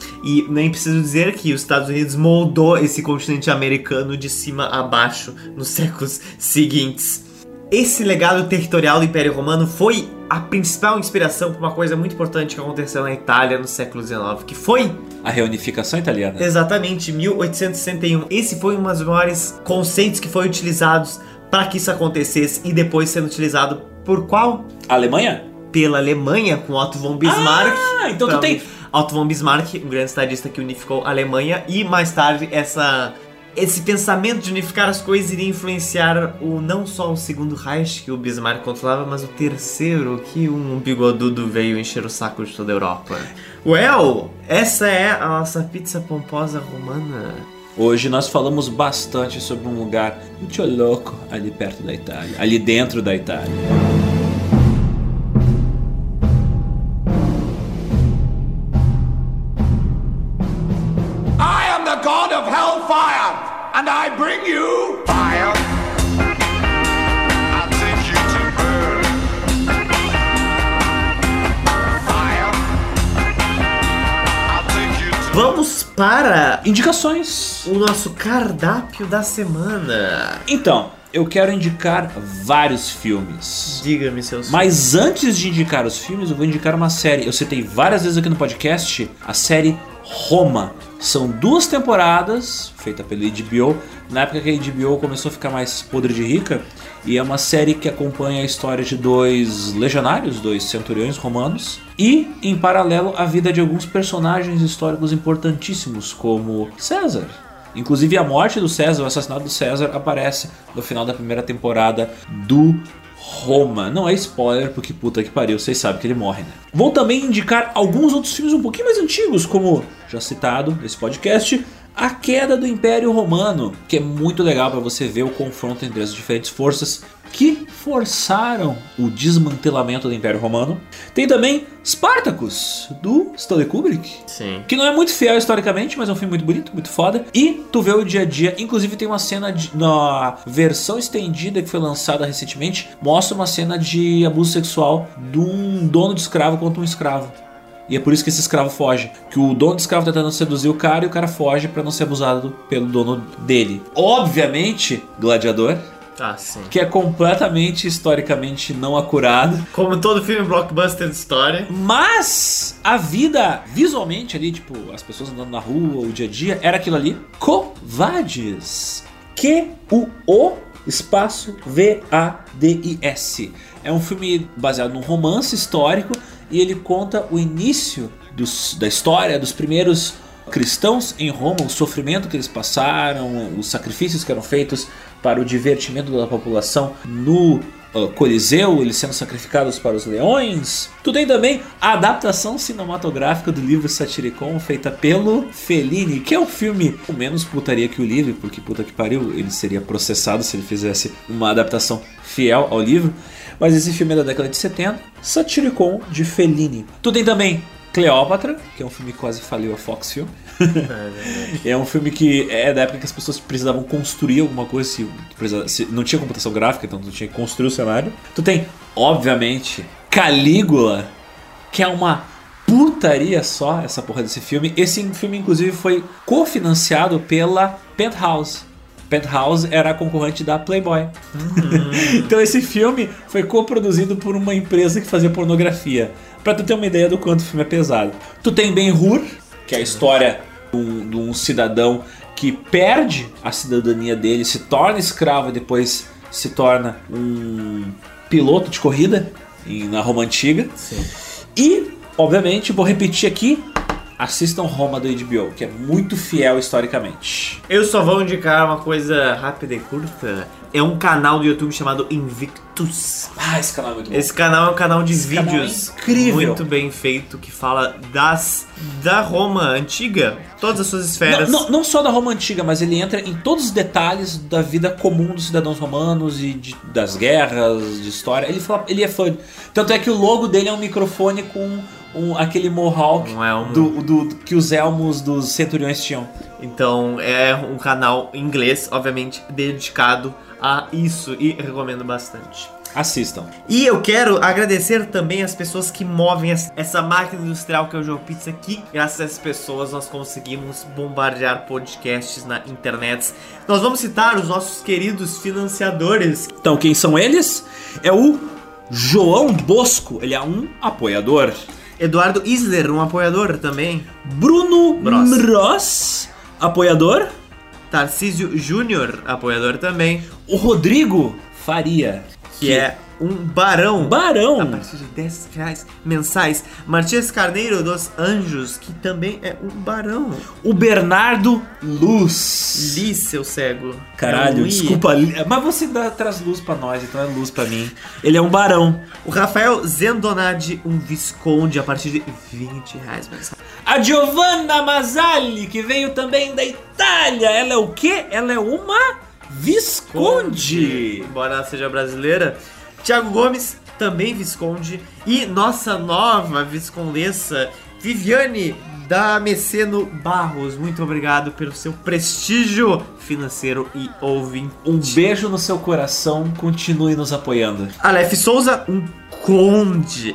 E nem preciso dizer que os Estados Unidos moldou esse continente americano de cima a baixo nos séculos seguintes. Esse legado territorial do Império Romano foi a principal inspiração para uma coisa muito importante que aconteceu na Itália no século XIX, que foi
a reunificação italiana.
Exatamente, 1861. Esse foi um dos maiores conceitos que foi utilizados para que isso acontecesse e depois sendo utilizado por qual?
Alemanha?
Pela Alemanha, com Otto von Bismarck.
Ah, então tu tem...
Otto von Bismarck, um grande estadista que unificou a Alemanha, e mais tarde esse pensamento de unificar as coisas iria influenciar não só o segundo Reich que o Bismarck controlava, mas o terceiro, que um bigodudo veio encher o saco de toda a Europa. Well, essa é a nossa pizza pomposa romana.
Hoje nós falamos bastante sobre um lugar muito louco ali perto da Itália, ali dentro da Itália.
I am the god of hellfire, and I bring you fire. I'll take you to burn. Fire. I'll take you to...
Vamos para
indicações.
O nosso cardápio da semana.
Então, eu quero indicar vários filmes.
Diga-me seus
Mas antes de indicar os filmes, eu vou indicar uma série. Eu citei várias vezes aqui no podcast a série Roma. São 2 temporadas, feita pela HBO. Na época que a HBO começou a ficar mais podre de rica. E é uma série que acompanha a história de 2 legionários, 2 centuriões romanos. E, em paralelo, a vida de alguns personagens históricos importantíssimos, como César. Inclusive a morte do César, o assassinato do César, aparece no final da primeira temporada do Roma. Não é spoiler, porque puta que pariu, vocês sabem que ele morre, né? Vou também indicar alguns outros filmes um pouquinho mais antigos, como já citado nesse podcast, A Queda do Império Romano, que é muito legal para você ver o confronto entre as diferentes forças que forçaram o desmantelamento do Império Romano. Tem também Spartacus, do Stanley Kubrick.
Sim.
Que não é muito fiel historicamente, mas é um filme muito bonito, muito foda. E tu vê o dia a dia, inclusive tem uma cena na versão estendida que foi lançada recentemente, mostra uma cena de abuso sexual de um dono de escravo contra um escravo. E é por isso que esse escravo foge. Que o dono do escravo tá tentando seduzir o cara e o cara foge pra não ser abusado pelo dono dele. Obviamente, Gladiador.
Ah, sim.
Que é completamente, historicamente, não acurado.
Como todo filme blockbuster de história.
Mas a vida, visualmente ali, tipo, as pessoas andando na rua, o dia a dia, era aquilo ali. Covadis. Q-U-O espaço V-A-D-I-S. É um filme baseado num romance histórico e ele conta o início da história dos primeiros cristãos em Roma, o sofrimento que eles passaram, os sacrifícios que eram feitos para o divertimento da população no Coliseu, eles sendo sacrificados para os leões. Tu tem também a adaptação cinematográfica do livro Satyricon, feita pelo Fellini, que é um filme com menos putaria que o livro, porque puta que pariu, ele seria processado se ele fizesse uma adaptação fiel ao livro. Mas esse filme é da década de 70, Satyricon de Fellini. Tu tem também Cleópatra, que é um filme que quase faliu a Fox Film. É um filme que é da época que as pessoas precisavam construir alguma coisa, se não tinha computação gráfica, então tu tinha que construir o cenário. Tu tem, obviamente, Calígula, que é uma putaria só, essa porra desse filme. Esse filme, inclusive, foi cofinanciado pela Penthouse. Penthouse era a concorrente da Playboy. Então esse filme foi coproduzido por uma empresa que fazia pornografia. Pra tu ter uma ideia do quanto o filme é pesado. Tu tem Ben-Hur, que é a história de um cidadão que perde a cidadania dele, se torna escravo e depois se torna um piloto de corrida na Roma Antiga.
Sim.
E, obviamente, vou repetir aqui, assistam Roma do HBO, que é muito fiel historicamente.
Eu só vou indicar uma coisa rápida e curta. É um canal do YouTube chamado Invictus.
Ah, esse canal é muito bom.
Esse canal é um canal de vídeos
incrível,
muito bem feito, que fala da Roma Antiga, todas as suas esferas.
Não só da Roma Antiga, mas ele entra em todos os detalhes da vida comum dos cidadãos romanos e das guerras, de história. Ele é fã. Tanto é que o logo dele é um microfone com aquele mohawk que os elmos dos centuriões tinham.
Então é um canal em inglês, obviamente, dedicado a isso, e recomendo bastante.
Assistam.
E eu quero agradecer também as pessoas que movem essa máquina industrial que é o GeoPizza aqui. Graças a essas pessoas nós conseguimos bombardear podcasts na internet. Nós vamos citar os nossos queridos financiadores.
Então quem são eles? É o João Bosco, ele é um apoiador.
Eduardo Isler, um apoiador também.
Bruno Mross, apoiador.
Tarcísio Júnior, apoiador também.
O Rodrigo Faria,
que é um barão.
A
partir de R$10 mensais. Matias Carneiro dos Anjos, que também é um barão.
O Bernardo Luz.
Li, seu cego.
Caralho, desculpa. Mas você traz luz pra nós, então é luz pra mim. Ele é um barão.
O Rafael Zendonadi, um visconde, a partir de R$20 mensais.
A Giovanna Mazzalli, que veio também da Itália. Ela é o quê? Ela é uma visconde.
Embora ela seja brasileira. Thiago Gomes, também visconde. E nossa nova viscondessa, Viviane Damasceno Barros. Muito obrigado pelo seu prestígio financeiro e ouvinte.
Um beijo no seu coração, continue nos apoiando.
Aleph Souza, um conde.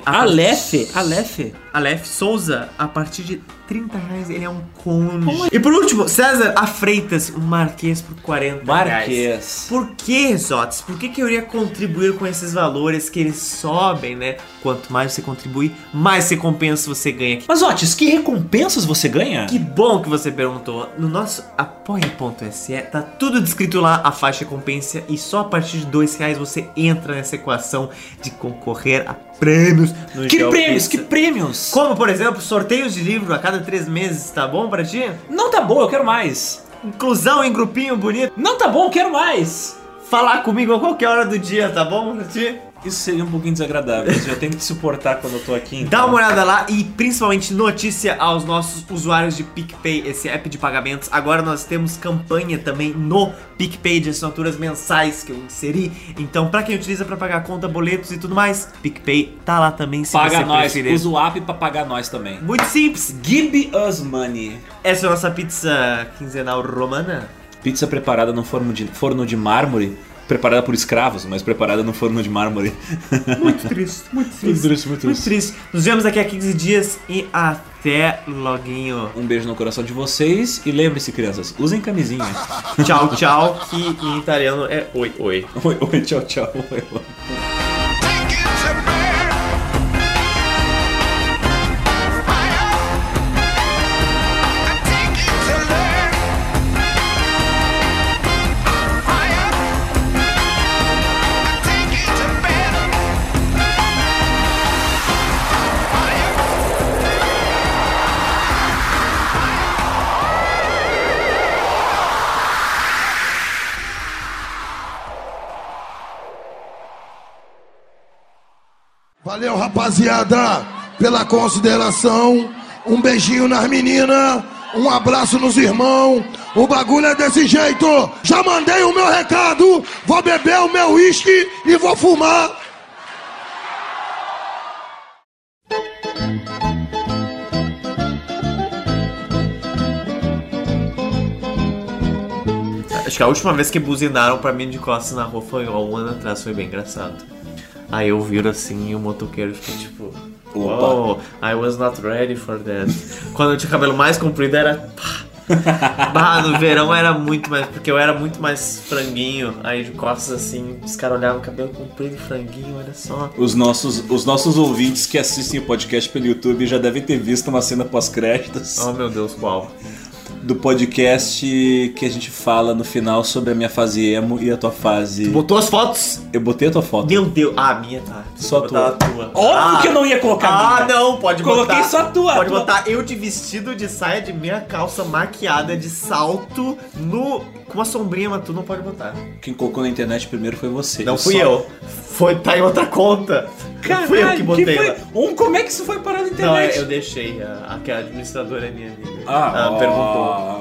Aleph Souza, a partir de R$30, ele é um conde. E por último, César A. Freitas, um marquês por R$40.
Marquês.
Por que, Zotes? Por que eu iria contribuir com esses valores que eles sobem, né? Quanto mais você contribuir, mais recompensa você ganha.
Mas, Zotes, que recompensas você ganha?
Que bom que você perguntou. No nosso apoia.se tá tudo descrito lá, a faixa recompensa, e só a partir de R$2 você entra nessa equação de concorrer a prêmios no GeoPizza.
Que prêmios?
Como, por exemplo, sorteios de livro a cada 3 meses, tá bom pra ti?
Não tá bom, eu quero mais.
Inclusão em grupinho bonito.
Não tá bom, eu quero mais.
Falar comigo a qualquer hora do dia, tá bom pra ti?
Isso seria um pouquinho desagradável, eu tenho que te suportar quando eu tô aqui. Então.
Dá uma olhada lá e principalmente notícia aos nossos usuários de PicPay, esse app de pagamentos. Agora nós temos campanha também no PicPay de assinaturas mensais que eu inseri. Então pra quem utiliza pra pagar conta, boletos e tudo mais, PicPay tá lá também se
paga
você
nós,
preferir.
usa o app pra pagar nós também.
Muito simples.
Give us money.
Essa é a nossa pizza quinzenal romana.
Pizza preparada no forno de mármore. Preparada por escravos, mas preparada no forno de mármore.
Muito triste, muito triste. Muito triste. Nos vemos daqui a 15 dias e até loguinho.
Um beijo no coração de vocês e lembre-se, crianças, usem camisinha.
Tchau, tchau, que em italiano é oi, oi.
Oi, oi, tchau, tchau. Oi, oi.
Valeu, rapaziada, pela consideração. Um beijinho nas meninas, um abraço nos irmãos. O bagulho é desse jeito. Já mandei o meu recado. Vou beber o meu uísque e vou fumar.
Acho que a última vez que buzinaram pra mim de costas na rua foi há um ano atrás, foi bem engraçado. Aí eu viro assim e o motoqueiro fica tipo... Oh, I was not ready for that. Quando eu tinha cabelo mais comprido era... no verão era muito mais... Porque eu era muito mais franguinho. Aí de costas assim, os caras olhavam cabelo comprido e franguinho, olha só.
Os nossos ouvintes que assistem o podcast pelo YouTube já devem ter visto uma cena pós-créditos.
Oh meu Deus, qual?
Do podcast que a gente fala no final sobre a minha fase emo e a tua fase...
Tu botou as fotos?
Eu botei a tua foto.
Meu Deus, a minha tá.
Só a tua. Óbvio que eu não ia colocar a minha.
Não, pode botar.
Coloquei só a tua.
Pode botar eu de vestido de saia de meia calça maquiada de salto com uma sombrinha, mas tu não pode botar.
Quem colocou na internet primeiro foi você.
Não fui eu. Tá em outra conta.
Caralho,
fui eu que botei lá.
Como é que isso foi parar na internet?
Não, eu deixei. Aquela administradora é minha amiga.
Ela
perguntou.